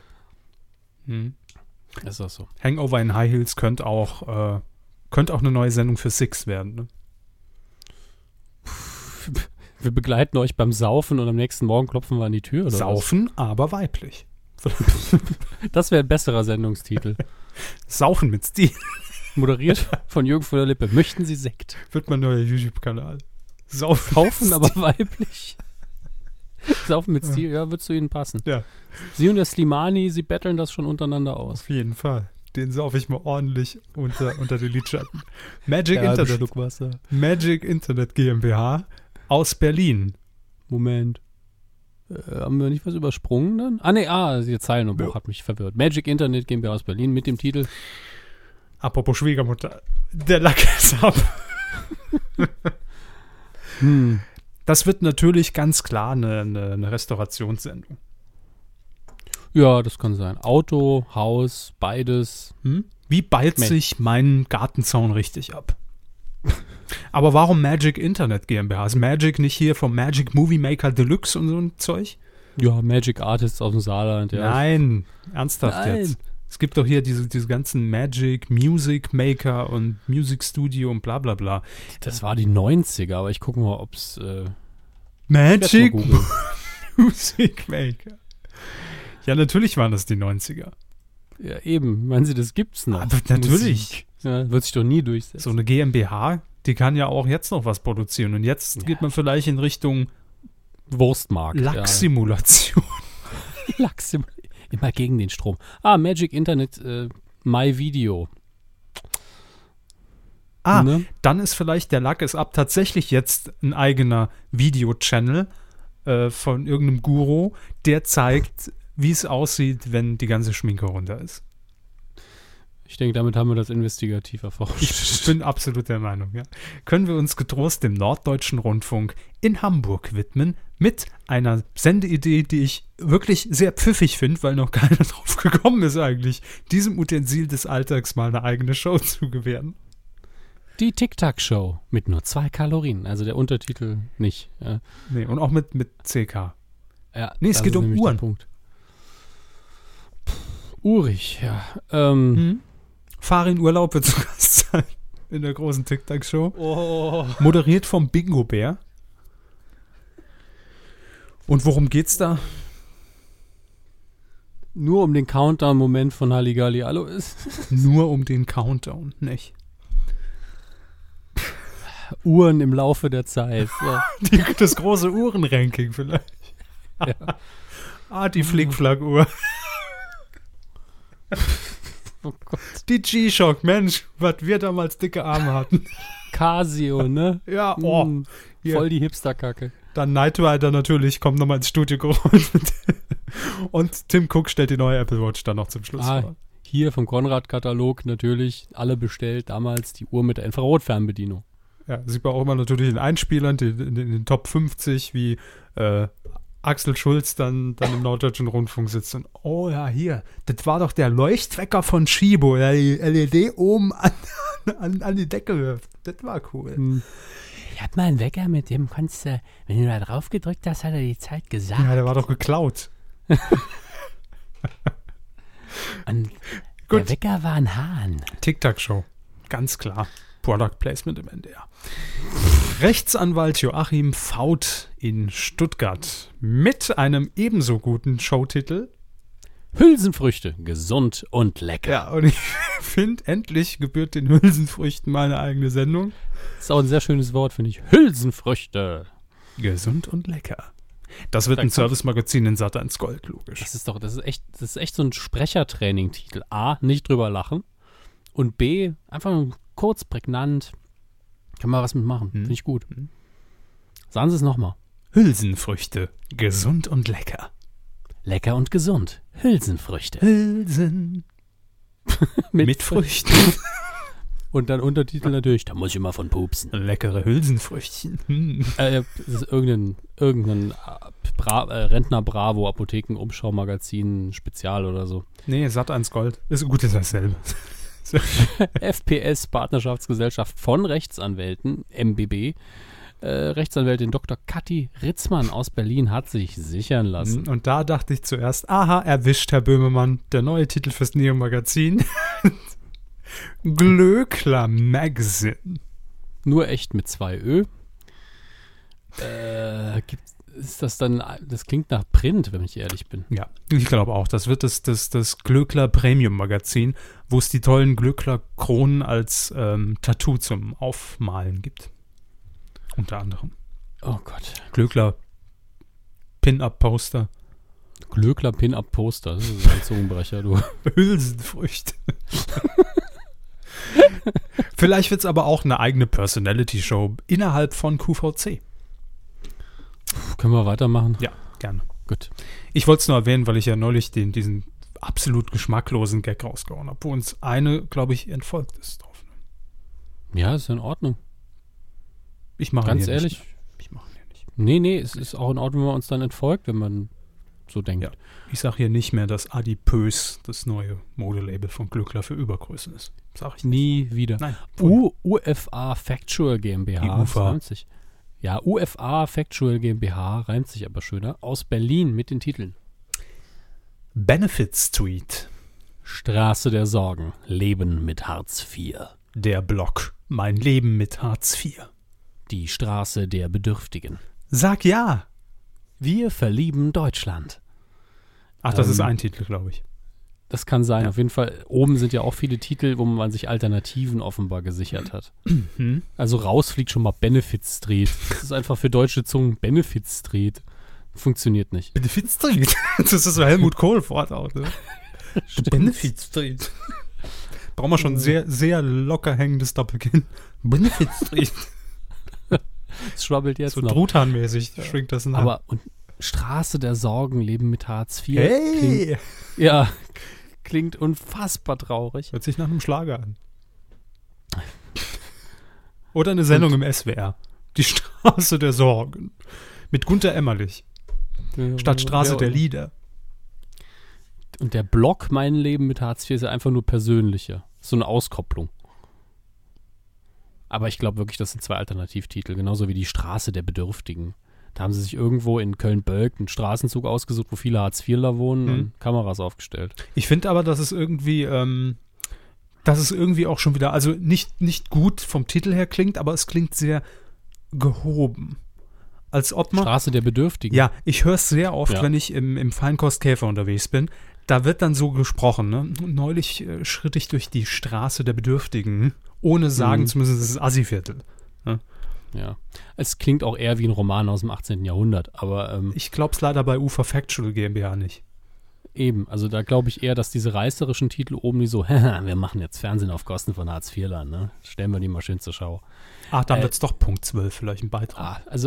Ist doch so. Hangover in High Heels könnte auch eine neue Sendung für Six werden, ne? Wir begleiten euch beim Saufen und am nächsten Morgen klopfen wir an die Tür, oder Saufen, aber weiblich. Das wäre ein besserer Sendungstitel. Saufen mit Stil. Moderiert von Jürgen von der Lippe. Möchten Sie Sekt? Wird mein neuer YouTube-Kanal. Saufen aber weiblich. Saufen mit Stil, ja, wird zu Ihnen passen. Ja. Sie und der Slimani, Sie betteln das schon untereinander aus. Auf jeden Fall. Den saufe ich mal ordentlich unter die Lidschatten. Magic Internet GmbH aus Berlin. Moment. Haben wir nicht was übersprungen dann? Ihr Zeilenumbruch hat mich verwirrt. Magic Internet GmbH aus Berlin mit dem Titel Apropos Schwiegermutter, der Lack ist ab. Das wird natürlich ganz klar eine Restaurationssendung. Ja, das kann sein. Auto, Haus, beides. Wie ballt sich mein Gartenzaun richtig ab? Aber warum Magic Internet GmbH? Ist Magic nicht hier vom Magic Movie Maker Deluxe und so ein Zeug? Ja, Magic Artists aus dem Saarland, ja. Nein, ernsthaft jetzt. Es gibt doch hier diese ganzen Magic Music Maker und Music Studio und bla bla bla. Das war die 90er, aber ich gucke mal, ob es Magic Music Maker. Ja, natürlich waren das die 90er. Ja, eben. Meinen Sie, das gibt's noch? Aber natürlich. Ja, wird sich doch nie durchsetzen. So eine GmbH, die kann ja auch jetzt noch was produzieren. Und jetzt geht man vielleicht in Richtung Wurstmarkt. Lachsimulation. Lachsimulation. Immer gegen den Strom. Magic Internet, My Video. Ne? Dann ist vielleicht der Lack ist ab tatsächlich jetzt ein eigener Video-Channel von irgendeinem Guru, der zeigt, wie es aussieht, wenn die ganze Schminke runter ist. Ich denke, damit haben wir das investigativ erforscht. Ich bin absolut der Meinung, ja. Können wir uns getrost dem Norddeutschen Rundfunk in Hamburg widmen mit einer Sendeidee, die ich wirklich sehr pfiffig finde, weil noch keiner drauf gekommen ist eigentlich, diesem Utensil des Alltags mal eine eigene Show zu gewähren. Die Tic-Tac-Show mit nur 2 Kalorien, also der Untertitel nicht. Ja. Nee, und auch mit CK. Ja, nee, es geht um Uhren. Punkt. Urig, ja. Farin Urlaub wird zu Gast sein in der großen Tic-Tac-Show. Oh. Moderiert vom Bingo Bär. Und worum geht's da? Nur um den Countdown-Moment von Halligalli. Hallo ist. Nur um den Countdown, nicht? Uhren im Laufe der Zeit. Ja. Das große Uhrenranking vielleicht. Ja. Die Flick-Flack-Uhr. Oh Gott. Die G-Shock, Mensch, was wir damals dicke Arme hatten. Casio, ne? Ja, voll die Hipster-Kacke. Dann Night Rider natürlich, kommt nochmal ins Studio geholt Und Tim Cook stellt die neue Apple Watch dann noch zum Schluss vor. Hier vom Konrad-Katalog natürlich alle bestellt, damals die Uhr mit der Infrarotfernbedienung. Ja, sieht man auch immer natürlich in Einspielern, in den Top 50, wie Axel Schulz dann im Norddeutschen Rundfunk sitzt und, oh ja, hier, das war doch der Leuchtwecker von Schibo, der die LED oben an die Decke wirft. Das war cool. Ich hab mal einen Wecker, mit dem konntest du, wenn du da drauf gedrückt hast, hat er die Zeit gesagt. Ja, der war doch geklaut. Und der Wecker war ein Hahn. Tic-Tac-Show, ganz klar. Product Placement im NDR. Rechtsanwalt Joachim Faut in Stuttgart mit einem ebenso guten Showtitel. Hülsenfrüchte, gesund und lecker. Ja, und ich finde, endlich gebührt den Hülsenfrüchten meine eigene Sendung. Das ist auch ein sehr schönes Wort, finde ich. Hülsenfrüchte. Gesund und lecker. Das wird ein Service-Magazin in Sat.1 Gold, logisch. Das ist echt so ein Sprechertraining-Titel. A, nicht drüber lachen. Und B, einfach nur kurz, prägnant. Kann man was mitmachen. Finde ich gut. Sagen Sie es nochmal. Hülsenfrüchte. Gesund und lecker. Lecker und gesund. Hülsenfrüchte. Hülsen. mit Früchten. Und dann Untertitel natürlich, da muss ich immer von pupsen. Leckere Hülsenfrüchtchen. Das ist irgendein Rentner-Bravo-Apotheken-Umschau-Magazin Spezial oder so. Nee, Sat.1 Gold. Ist gut, ist dasselbe. FPS, Partnerschaftsgesellschaft von Rechtsanwälten, MBB. Rechtsanwältin Dr. Kathi Ritzmann aus Berlin hat sich sichern lassen. Und da dachte ich zuerst, aha, erwischt, Herr Böhmermann, der neue Titel fürs Neo-Magazin. Glöckler Magazine. Nur echt mit 2 Ö. Ist das dann, das klingt nach Print, wenn ich ehrlich bin. Ja, ich glaube auch. Das wird das Glöckler Premium Magazin, wo es die tollen Glöckler Kronen als Tattoo zum Aufmalen gibt. Unter anderem. Oh Gott. Glöckler Pin-Up-Poster. Glöckler Pin-Up-Poster. Das ist ein Zungenbrecher, du. Hülsenfrüchte. Vielleicht wird es aber auch eine eigene Personality-Show innerhalb von QVC. Können wir weitermachen? Ja, gerne. Gut. Ich wollte es nur erwähnen, weil ich ja neulich diesen absolut geschmacklosen Gag rausgehauen habe, wo uns eine, glaube ich, entfolgt ist drauf. Ja, ist in Ordnung. Ich mache Ganz ehrlich. Nicht. Ich mache ihn nicht. Nee, es ist auch in Ordnung, wenn man uns dann entfolgt, wenn man so denkt. Ja. Ich sage hier nicht mehr, dass Adipös das neue Modelabel von Glöckler für Übergrößen ist. Sag ich nie wieder. Nein. UFA Factual GmbH. UFA. Ja, UFA Factual GmbH reimt sich aber schöner. Aus Berlin mit den Titeln. Benefit Street. Straße der Sorgen. Leben mit Hartz IV. Der Block. Mein Leben mit Hartz IV. Die Straße der Bedürftigen. Sag ja. Wir verlieben Deutschland. Ach, das ist ein Titel, glaube ich. Das kann sein. Ja. Auf jeden Fall, oben sind ja auch viele Titel, wo man sich Alternativen offenbar gesichert hat. Also raus fliegt schon mal Benefit Street. Das ist einfach für deutsche Zungen Benefit Street. Funktioniert nicht. Benefit Street? Das ist so Helmut Kohl-Wort auch, ne? Benefit Street. Brauchen wir schon sehr, sehr locker hängendes Doppelkinn. Benefit Street. Es schwabbelt jetzt so noch. Truthahn-mäßig schwingt das nach. Aber und Straße der Sorgen, Leben mit Hartz IV. Hey! Klingt unfassbar traurig. Hört sich nach einem Schlager an. Oder eine Sendung im SWR. Die Straße der Sorgen. Mit Gunter Emmerlich. Statt Straße der Lieder. Und der Block Mein Leben mit Hartz IV ist ja einfach nur persönlicher. So eine Auskopplung. Aber ich glaube wirklich, das sind 2 Alternativtitel. Genauso wie die Straße der Bedürftigen. Da haben sie sich irgendwo in Köln-Bölk einen Straßenzug ausgesucht, wo viele Hartz-IVler wohnen und Kameras aufgestellt. Ich finde aber, dass es irgendwie auch schon wieder, also nicht gut vom Titel her klingt, aber es klingt sehr gehoben. Als ob man... Straße der Bedürftigen. Ja, ich höre es sehr oft, wenn ich im Feinkostkäfer unterwegs bin. Da wird dann so gesprochen, ne? Neulich schritt ich durch die Straße der Bedürftigen, ohne sagen zu müssen, es ist Assi-Viertel. Ne? Ja, es klingt auch eher wie ein Roman aus dem 18. Jahrhundert, aber ich glaube es leider bei UFA Factual GmbH nicht. Eben, also da glaube ich eher, dass diese reißerischen Titel oben die so, wir machen jetzt Fernsehen auf Kosten von Hartz-IVlern, ne? Stellen wir die mal schön zur Schau. Ach, dann wird es doch Punkt 12 vielleicht ein Beitrag. Also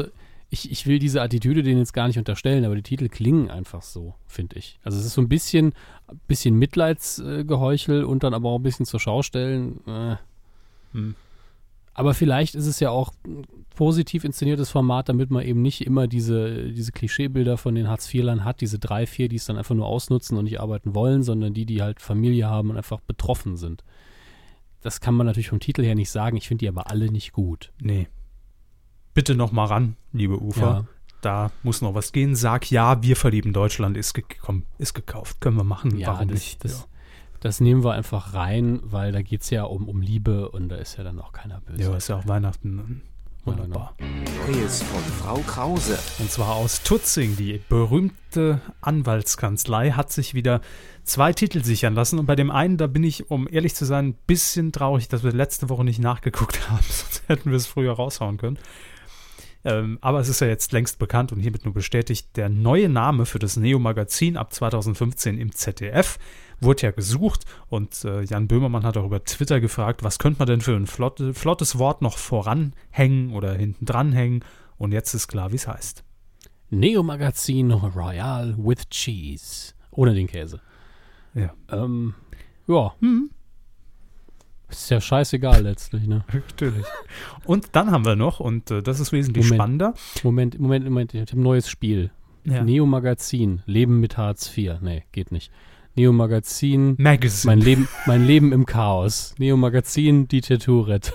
ich will diese Attitüde denen jetzt gar nicht unterstellen, aber die Titel klingen einfach so, finde ich. Also es ist so ein bisschen Mitleidsgeheuchel und dann aber auch ein bisschen zur Schau stellen. Aber vielleicht ist es ja auch ein positiv inszeniertes Format, damit man eben nicht immer diese Klischeebilder von den Hartz-IVlern hat, diese 3, 4, die es dann einfach nur ausnutzen und nicht arbeiten wollen, sondern die halt Familie haben und einfach betroffen sind. Das kann man natürlich vom Titel her nicht sagen, ich finde die aber alle nicht gut. Nee. Bitte noch mal ran, liebe Ufer. Ja. Da muss noch was gehen. Sag ja, wir verlieben Deutschland ist gekauft. Können wir machen. Ja, warum nicht? Das nehmen wir einfach rein, weil da geht es ja um Liebe und da ist ja dann auch keiner böse. Ja, ist ja auch Weihnachten. Wunderbar. Neues von Frau Krause. Und zwar aus Tutzing. Die berühmte Anwaltskanzlei hat sich wieder 2 Titel sichern lassen. Und bei dem einen, da bin ich, um ehrlich zu sein, ein bisschen traurig, dass wir letzte Woche nicht nachgeguckt haben. Sonst hätten wir es früher raushauen können. Aber es ist ja jetzt längst bekannt und hiermit nur bestätigt, der neue Name für das Neo-Magazin ab 2015 im ZDF wurde ja gesucht und Jan Böhmermann hat auch über Twitter gefragt, was könnte man denn für ein flottes Wort noch voranhängen oder hinten dranhängen, und jetzt ist klar, wie es heißt. Neo-Magazin Royal with Cheese. Ohne den Käse. Ja. Ja. Ist ja scheißegal letztlich, ne? Natürlich. Und dann haben wir noch, und das ist wesentlich spannender. Moment, ich habe ein neues Spiel. Ja. Neo-Magazin, Leben mit Hartz IV. Nee, geht nicht. Neo-Magazin, Magazine. mein Leben im Chaos. Neo-Magazin, Dieter Tourette.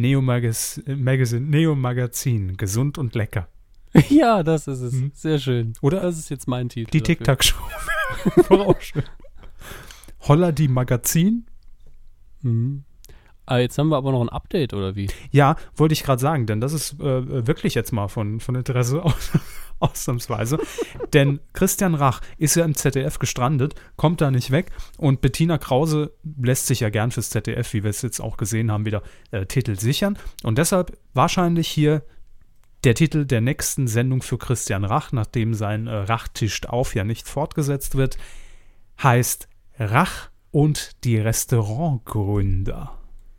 Neo-Magazin, gesund und lecker. Ja, das ist es. Sehr schön. Oder? Das ist jetzt mein Titel. Die Tic-Tac-Show. Auch schön. Holla die Magazin. Jetzt haben wir aber noch ein Update, oder wie? Ja, wollte ich gerade sagen, denn das ist wirklich jetzt mal von Interesse ausnahmsweise. Denn Christian Rach ist ja im ZDF gestrandet, kommt da nicht weg, und Bettina Krause lässt sich ja gern fürs ZDF, wie wir es jetzt auch gesehen haben, wieder Titel sichern. Und deshalb wahrscheinlich hier der Titel der nächsten Sendung für Christian Rach, nachdem sein Rach tischt auf ja nicht fortgesetzt wird, heißt Rach und die Restaurantgründer.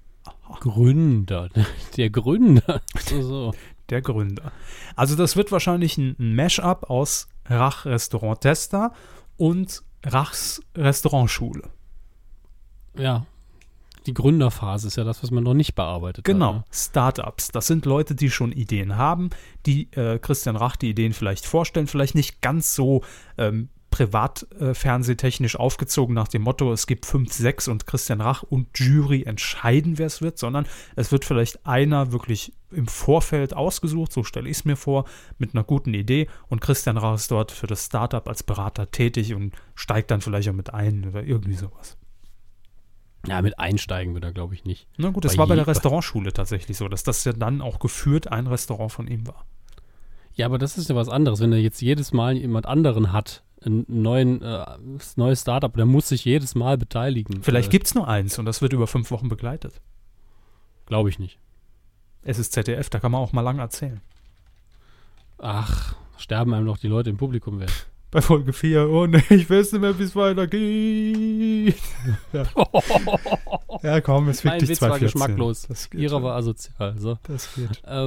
Der Gründer. So. Der Gründer. Also das wird wahrscheinlich ein Mash-up aus Rach Restaurant-Tester und Rachs Restaurantschule. Ja, die Gründerphase ist ja das, was man noch nicht bearbeitet Genau, hat. Genau, Startups. Das sind Leute, die schon Ideen haben, die Christian Rach die Ideen vielleicht vorstellen, vielleicht nicht ganz so privatfernsehtechnisch aufgezogen nach dem Motto, es gibt 5, 6 und Christian Rach und Jury entscheiden, wer es wird, sondern es wird vielleicht einer wirklich im Vorfeld ausgesucht, so stelle ich es mir vor, mit einer guten Idee, und Christian Rach ist dort für das Startup als Berater tätig und steigt dann vielleicht auch mit ein oder irgendwie sowas. Ja, mit einsteigen wird er, glaube ich, nicht. Na gut, das war bei der Restaurantschule tatsächlich so, dass das ja dann auch geführt ein Restaurant von ihm war. Ja, aber das ist ja was anderes, wenn er jetzt jedes Mal jemand anderen hat, ein neues Startup, der muss sich jedes Mal beteiligen. Vielleicht gibt es nur eins und das wird über 5 Wochen begleitet. Glaube ich nicht. Es ist ZDF, da kann man auch mal lang erzählen. Ach, sterben einem doch die Leute im Publikum weg. Bei Folge 4, oh ne, ich weiß nicht mehr, wie es weitergeht. Ja. Ja, komm, es wird mein dich Witz war 2,14. geschmacklos. Ihrer Ihrer war asozial. So. Das geht. Ja.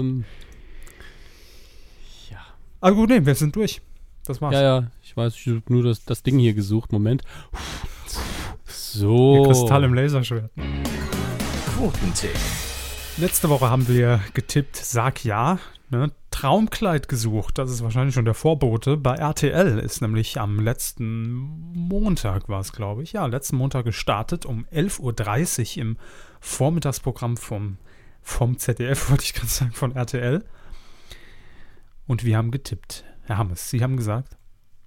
Aber gut, nee, wir sind durch. Das war's. Ja, ich weiß, ich habe nur das Ding hier gesucht. Moment. So. Der Kristall im Laserschwert. Quotentipp. Letzte Woche haben wir getippt, sag ja, ne? Traumkleid gesucht. Das ist wahrscheinlich schon der Vorbote. Bei RTL ist nämlich am letzten Montag, war es glaube ich, letzten Montag gestartet, um 11:30 Uhr im Vormittagsprogramm vom ZDF, wollte ich gerade sagen, von RTL. Und wir haben getippt. Herr Hammes, Sie haben gesagt?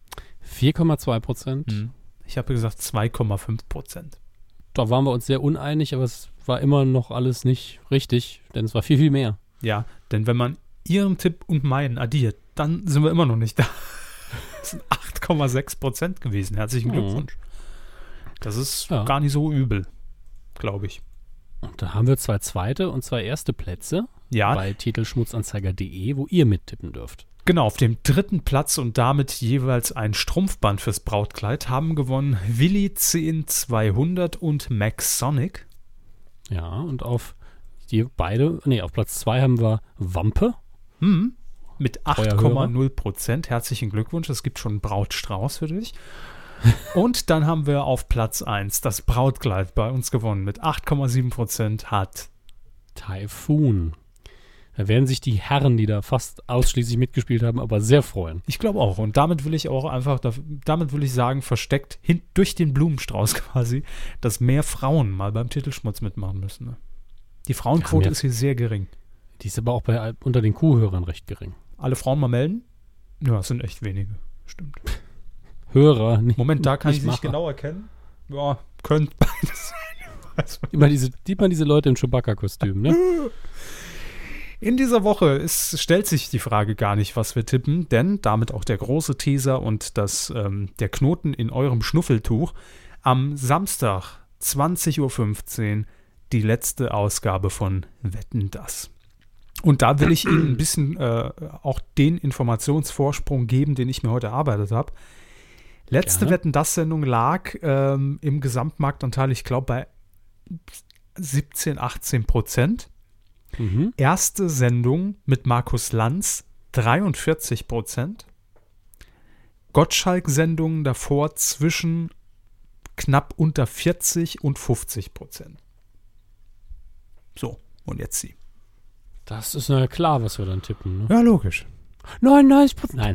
4,2%. Ich habe gesagt 2,5%. Da waren wir uns sehr uneinig, aber es war immer noch alles nicht richtig, denn es war viel, viel mehr. Ja, denn wenn man Ihren Tipp und meinen addiert, dann sind wir immer noch nicht da. Das sind 8,6% gewesen. Herzlichen Glückwunsch. Das ist gar nicht so übel, glaube ich. Und da haben wir 2 zweite und 2 erste Plätze bei titelschmutzanzeiger.de, wo ihr mittippen dürft. Genau, auf dem 3. Platz und damit jeweils ein Strumpfband fürs Brautkleid haben gewonnen Willi 10200 und Max Sonic. Ja, und auf Platz 2 haben wir Wampe. mit 8,0%. Herzlichen Glückwunsch, es gibt schon einen Brautstrauß für dich. Und dann haben wir auf Platz 1 das Brautkleid bei uns gewonnen. Mit 8,7% hat Typhoon. Da werden sich die Herren, die da fast ausschließlich mitgespielt haben, aber sehr freuen. Ich glaube auch. Und damit will ich auch einfach, damit will ich sagen, versteckt durch den Blumenstrauß quasi, dass mehr Frauen mal beim Titelschmutz mitmachen müssen. Ne? Die Frauenquote ist hier sehr gering. Die ist aber auch unter den Kuhhörern recht gering. Alle Frauen mal melden? Ja, es sind echt wenige. Stimmt. Hörer, nicht. Moment, da kann ich nicht nicht genau erkennen. Ja, könnte beides sein. Immer diese Leute im Chewbacca-Kostüm, ne? In dieser Woche stellt sich die Frage gar nicht, was wir tippen, denn damit auch der große Teaser und der Knoten in eurem Schnuffeltuch. Am Samstag, 20.15 Uhr, die letzte Ausgabe von Wetten, dass. Und da will ich Ihnen ein bisschen auch den Informationsvorsprung geben, den ich mir heute erarbeitet habe. Letzte Wetten, dass Sendung lag im Gesamtmarktanteil, ich glaube, bei 17-18%. Mhm. Erste Sendung mit Markus Lanz 43%. Gottschalk-Sendungen davor zwischen knapp unter 40 und 50%. So, und jetzt Sie. Das ist ja klar, was wir dann tippen. Ne? Ja, logisch. 99%. Nein.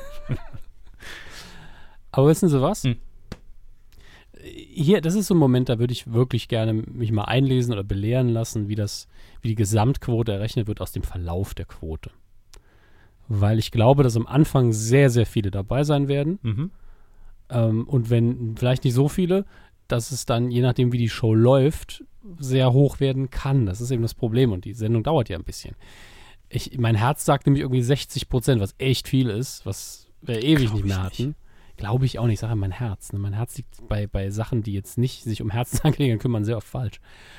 Aber wissen Sie was? Hier, das ist so ein Moment, da würde ich wirklich gerne mich mal einlesen oder belehren lassen, wie die Gesamtquote errechnet wird aus dem Verlauf der Quote. Weil ich glaube, dass am Anfang sehr, sehr viele dabei sein werden. Mhm. Und wenn vielleicht nicht so viele, dass es dann, je nachdem wie die Show läuft, sehr hoch werden kann. Das ist eben das Problem und die Sendung dauert ja ein bisschen. Mein Herz sagt nämlich irgendwie 60%, was echt viel ist, was wir ewig nicht mehr hatten. Glaube ich auch nicht, sage mein Herz. Ne? Mein Herz liegt bei Sachen, die jetzt nicht sich um Herzensangelegenheiten kümmern, sehr oft falsch.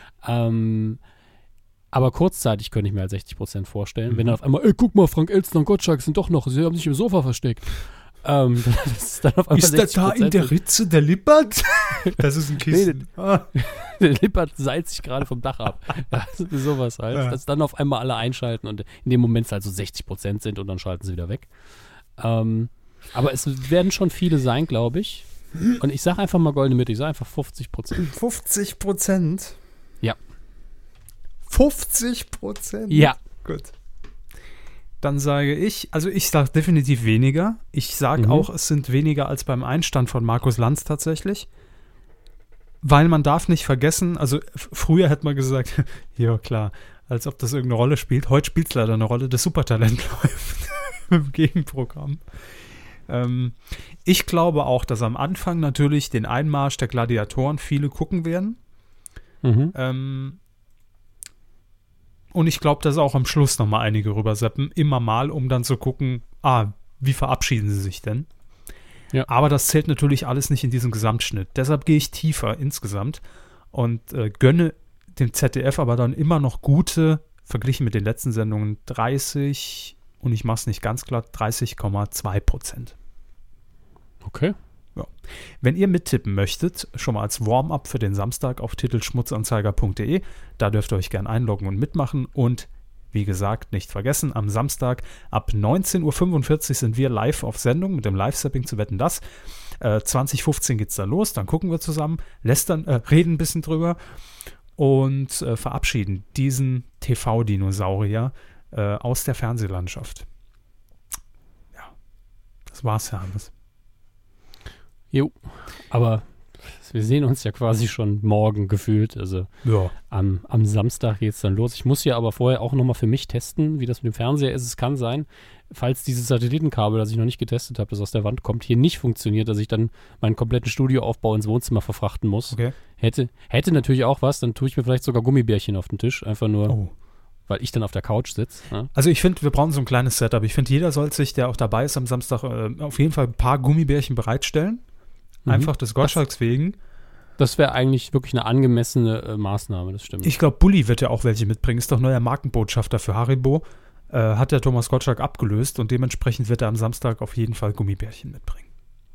Aber kurzzeitig könnte ich mir halt 60% vorstellen. Wenn dann auf einmal, guck mal, Frank Elstner und Gottschalk sind doch noch, sie haben sich im Sofa versteckt. Das ist dann auf einmal ist der da in der Ritze der Lippert? Das ist ein Kissen. Der Lippert seilt sich gerade vom Dach ab. Sowas halt. Ja. Dass dann auf einmal alle einschalten und in dem Moment halt so 60% sind und dann schalten sie wieder weg. Aber es werden schon viele sein, glaube ich. Und ich sage einfach mal goldene Mitte. Ich sage einfach 50%. 50%? Ja. 50%? Ja. Gut. Dann sage ich sage definitiv weniger. Ich sage auch, es sind weniger als beim Einstand von Markus Lanz tatsächlich. Weil man darf nicht vergessen, also früher hätte man gesagt, ja klar, als ob das irgendeine Rolle spielt. Heute spielt es leider eine Rolle, das Supertalent läuft im Gegenprogramm. Ich glaube auch, dass am Anfang natürlich den Einmarsch der Gladiatoren viele gucken werden. Und ich glaube, dass auch am Schluss nochmal einige rüberseppen, immer mal, um dann zu gucken, wie verabschieden sie sich denn? Ja. Aber das zählt natürlich alles nicht in diesem Gesamtschnitt. Deshalb gehe ich tiefer insgesamt und gönne dem ZDF aber dann immer noch gute, verglichen mit den letzten Sendungen, 30, und ich mache es nicht ganz glatt, 30,2%. Okay. Ja. Wenn ihr mittippen möchtet, schon mal als Warm-up für den Samstag auf titelschmutzanzeiger.de, da dürft ihr euch gern einloggen und mitmachen. Und wie gesagt, nicht vergessen, am Samstag ab 19.45 Uhr sind wir live auf Sendung mit dem Live-Sapping zu Wetten, dass. 2015 geht's dann los, dann gucken wir zusammen, reden ein bisschen drüber und verabschieden diesen TV-Dinosaurier aus der Fernsehlandschaft. Ja, das war's, Herr Hammes. Jo, aber wir sehen uns ja quasi schon morgen gefühlt. Also ja. Am Samstag geht es dann los. Ich muss ja aber vorher auch nochmal für mich testen, wie das mit dem Fernseher ist. Es kann sein, falls dieses Satellitenkabel, das ich noch nicht getestet habe, das aus der Wand kommt, hier nicht funktioniert, dass ich dann meinen kompletten Studioaufbau ins Wohnzimmer verfrachten muss. Okay. Hätte natürlich auch was, dann tue ich mir vielleicht sogar Gummibärchen auf den Tisch. Einfach nur, weil ich dann auf der Couch sitze. Ja? Also ich finde, wir brauchen so ein kleines Setup. Ich finde, jeder soll sich, der auch dabei ist am Samstag, auf jeden Fall ein paar Gummibärchen bereitstellen. Einfach des Gottschalks wegen. Das wäre eigentlich wirklich eine angemessene Maßnahme, das stimmt. Ich glaube, Bulli wird ja auch welche mitbringen. Ist doch neuer Markenbotschafter für Haribo. Hat der Thomas Gottschalk abgelöst und dementsprechend wird er am Samstag auf jeden Fall Gummibärchen mitbringen.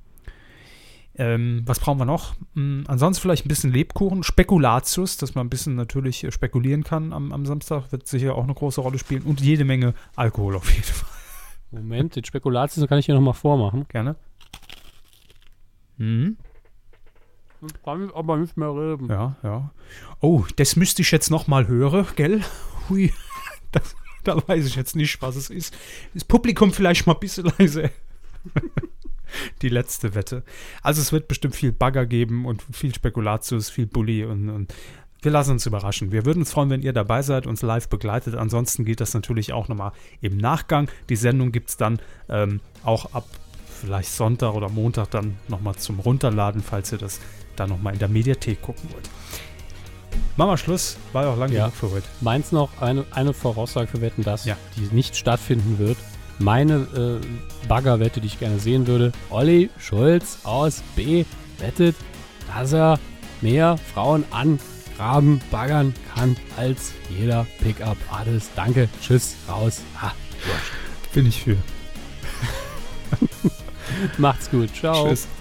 Was brauchen wir noch? Ansonsten vielleicht ein bisschen Lebkuchen. Spekulatius, dass man ein bisschen natürlich spekulieren kann am Samstag, wird sicher auch eine große Rolle spielen. Und jede Menge Alkohol auf jeden Fall. Moment, den Spekulatius kann ich hier nochmal vormachen. Gerne. Mhm. Ich kann ich aber nicht mehr reden. Ja. Oh, das müsste ich jetzt nochmal hören, gell? Hui, da weiß ich jetzt nicht, was es ist. Das Publikum vielleicht mal ein bisschen leise. Die letzte Wette. Also es wird bestimmt viel Bagger geben und viel Spekulatius, viel Bulli und wir lassen uns überraschen. Wir würden uns freuen, wenn ihr dabei seid, uns live begleitet. Ansonsten geht das natürlich auch nochmal im Nachgang. Die Sendung gibt es dann auch ab vielleicht Sonntag oder Montag dann nochmal zum Runterladen, falls ihr das dann nochmal in der Mediathek gucken wollt. Machen wir Schluss. War ja auch lang genug für heute. Meins noch eine Voraussage für Wetten, dass die nicht stattfinden wird. Meine Baggerwette, die ich gerne sehen würde. Olli Schulz aus B wettet, dass er mehr Frauen angraben, baggern kann als jeder Pickup Artist. Danke, tschüss, raus. Bin ich für. Macht's gut, ciao. Tschüss.